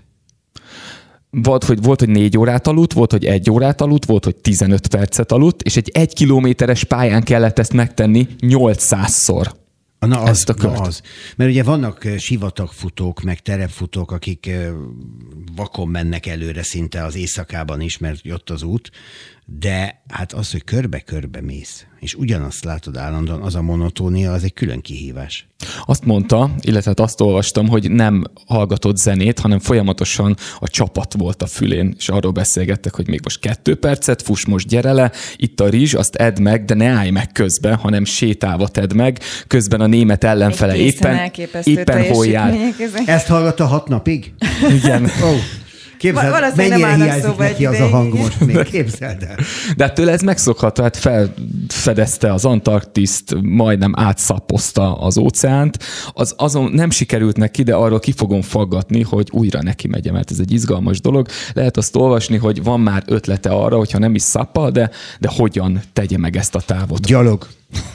Volt, hogy 4 órát aludt, volt, hogy 1 órát aludt, volt, hogy 15 percet aludt, és egy 1 kilométeres pályán kellett ezt megtenni 800-szor. Az. Mert ugye vannak sivatagfutók, meg terepfutók, akik vakon mennek előre szinte az éjszakában is, mert jött az út, de hát az, hogy körbe-körbe mész, és ugyanazt látod állandóan, az a monotónia, az egy külön kihívás. Azt mondta, illetve azt olvastam, hogy nem hallgatott zenét, hanem folyamatosan a csapat volt a fülén, és arról beszélgettek, hogy még most 2 percet, fuss most, gyere le, itt a rizs, azt edd meg, de ne állj meg közben, hanem sétálva tedd meg, közben a német ellenfele éppen hol jár. Ezt hallgatta 6 napig? Igen. Képzeld, mennyire hiányzik neki az a hang most még, képzeld el. De hát tőle ez megszokható, hát felfedezte az Antarktiszt, majdnem átszapozta az óceánt. Azon nem sikerült neki, de arról ki fogom faggatni, hogy újra neki megyem, mert ez egy izgalmas dolog. Lehet azt olvasni, hogy van már ötlete arra, hogyha nem is szapa, de hogyan tegye meg ezt a távot. Gyalog.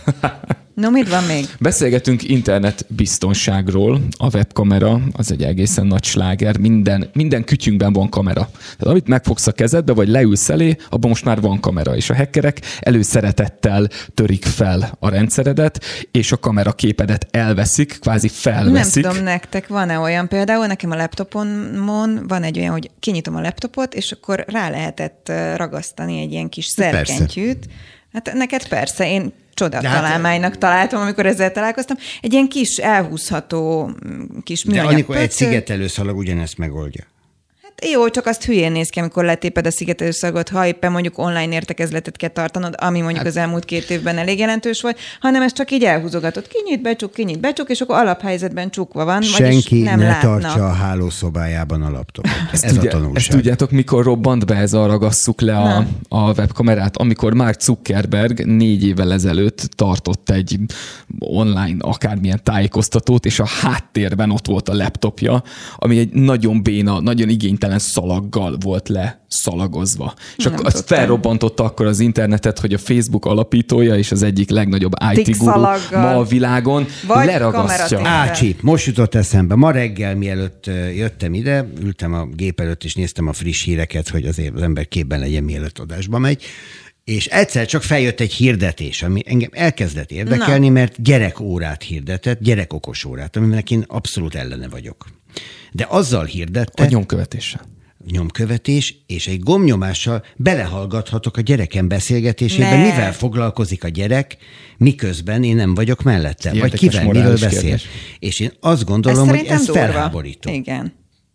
No, mit van még? Beszélgetünk internetbiztonságról. A webkamera az egy egészen nagy sláger. Minden kütyünkben van kamera. Tehát amit megfogsz a kezedbe, vagy leülsz elé, abban most már van kamera. És a hackerek előszeretettel törik fel a rendszeredet, és a kameraképedet elveszik, kvázi felveszik. Nem tudom, nektek van-e olyan például, nekem a laptopomon van egy olyan, hogy kinyitom a laptopot, és akkor rá lehetett ragasztani egy ilyen kis szerkentyűt. Hát neked persze, én csodatalálmánynak találtam, amikor ezzel találkoztam. Egy ilyen kis elhúzható kis műanyag. De amikor egy szigetelőszalag ugyanezt megoldja. Hát jó, csak azt hülyén néz ki, amikor letéped a szigetelőszalagot, ha éppen mondjuk online értekezletet kell tartanod, ami mondjuk az elmúlt 2 évben elég jelentős volt, hanem ez csak így elhúzogatod. Kinyit, becsuk, és akkor alaphelyzetben csukva van, senki nem ne látnak. Tartsa a hálószobájában a laptopot. Ez a tanulság. Ezt tudjátok, mikor robbant be ez a ragasszuk le a webkamerát? Amikor Mark Zuckerberg 4 évvel ezelőtt tartott egy online akármilyen tájékoztatót, és a háttérben ott volt a laptopja, ami egy nagyon béna, nagyon igénytelen szalaggal volt leszalagozva. És akkor azt felrobbantotta akkor az internetet, hogy a Facebook alapítója és az egyik legnagyobb IT guru ma a világon leragasztja. Ácsi, most jutott eszembe. Ma reggel, mielőtt jöttem ide, ültem a gép előtt, és néztem a friss híreket, hogy azért az ember képben legyen, mielőtt adásba megy. És egyszer csak feljött egy hirdetés, ami engem elkezdett érdekelni, mert gyerekórát hirdetett, gyerekokos órát, aminek én abszolút ellene vagyok. De azzal hirdette... A nyomkövetéssel. Nyomkövetés, és egy gombnyomással belehallgathatok a gyerekem beszélgetésébe, mivel foglalkozik a gyerek, miközben én nem vagyok mellette. Érdekes, vagy kivel, miről beszél. Kérdés. És én azt gondolom, hogy ez felháborító. Igen.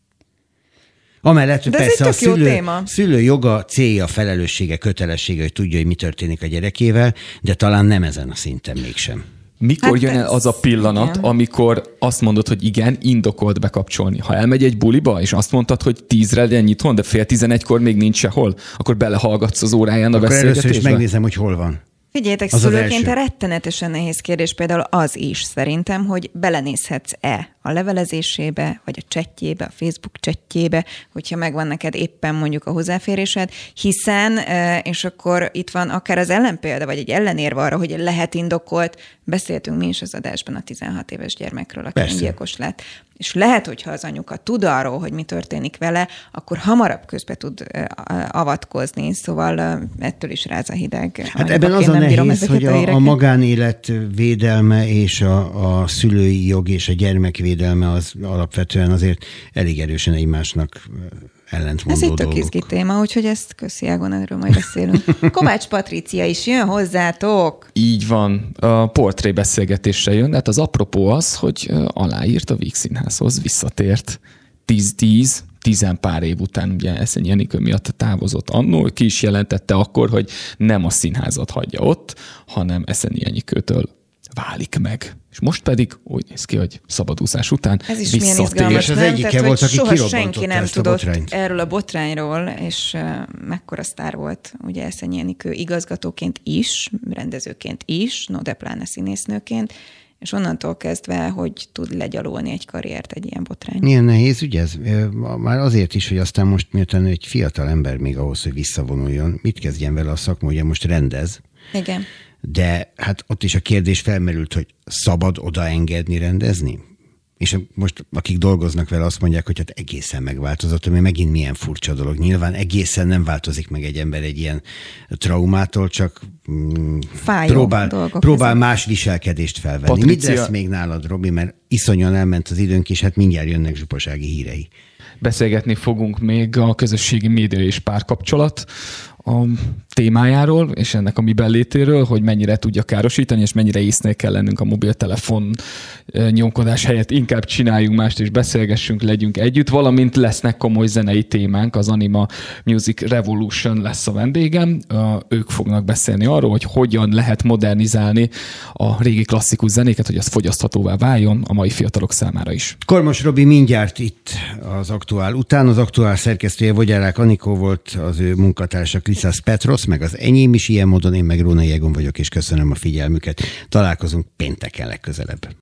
Amellett, persze a szülő joga, célja, felelőssége, kötelessége, hogy tudja, hogy mi történik a gyerekével, de talán nem ezen a szinten mégsem. Mikor jön el az a pillanat, amikor azt mondod, hogy igen, indokolt bekapcsolni? Ha elmegy egy buliba, és azt mondtad, hogy 10-re legyen nyitva, de 10:11-kor még nincs sehol, akkor belehallgatsz az óráján a beszélgetésbe? Akkor először is megnézem, hogy hol van. Figyeljetek, szülőként a rettenetesen nehéz kérdés például az is szerintem, hogy belenézhetsz-e a levelezésébe, vagy a chatjébe, a Facebook chatjébe, hogyha megvan neked éppen mondjuk a hozzáférésed, hiszen, és akkor itt van akár az ellenpélda, vagy egy ellenérve arra, hogy lehet indokolt, beszéltünk mi is az adásban a 16 éves gyermekről, aki öngyilkos lett. És lehet, hogyha az anyuka tud arról, hogy mi történik vele, akkor hamarabb közbe tud avatkozni, szóval ettől is ráz a hideg. Hát ebben az a nehéz, hogy a magánélet védelme és a szülői jog és a gyermekvédelme az alapvetően azért elég erősen egymásnak ellentmondó dolgok. Ez egy tök izgi téma, úgyhogy ezt köszi Ágon, erről majd beszélünk. Kovács Patrícia is jön hozzátok. Így van, a portré beszélgetésre jön, hát az apropó az, hogy aláírt a Víg Színházhoz, visszatért 10 pár év után, ugye Eszényi Enikő miatt távozott annól, ki is jelentette akkor, hogy nem a színházat hagyja ott, hanem Eszényi Enikőtől válik meg. És most pedig úgy néz ki, hogy szabadúszás után ez is milyen izgalmas, az egyike volt, aki soha senki nem tudott botrányt. Erről a botrányról, és mekkora sztár volt ugye Eszényi Enikő igazgatóként is, rendezőként is, no de pláne színésznőként, és onnantól kezdve, hogy tud legyalulni egy karriert egy ilyen botrány. Milyen nehéz ügy ez? Már azért is, hogy aztán most miután egy fiatal ember még ahhoz, hogy visszavonuljon, mit kezdjen vele a szakma, ugye most rendez. Igen. De hát ott is a kérdés felmerült, hogy szabad odaengedni, rendezni? És most akik dolgoznak vele azt mondják, hogy hát egészen megváltozott, ami megint milyen furcsa dolog. Nyilván egészen nem változik meg egy ember egy ilyen traumától, csak próbál más viselkedést felvenni. Patrícia... Mit lesz még nálad, Robi? Mert iszonyan elment az időnk, és hát mindjárt jönnek zsupasági hírei. Beszélgetni fogunk még a közösségi média és párkapcsolat a témájáról, és ennek a mi bellétéről, hogy mennyire tudja károsítani, és mennyire észnél kell lennünk a mobiltelefon nyomkodás helyett. Inkább csináljunk mást, és beszélgessünk, legyünk együtt, valamint lesznek komoly zenei témánk, az Anima Music Revolution lesz a vendégem. Ők fognak beszélni arról, hogy hogyan lehet modernizálni a régi klasszikus zenéket, hogy az fogyaszthatóvá váljon a mai fiatalok számára is. Kormos Robi mindjárt itt az Aktuál után. Az Aktuál szerkesztője Vogyarák Anikó volt, az ő munkatársa Kriszász Petros, meg az enyém is ilyen módon, én meg Rónai Egon vagyok, és köszönöm a figyelmüket. Találkozunk pénteken legközelebb.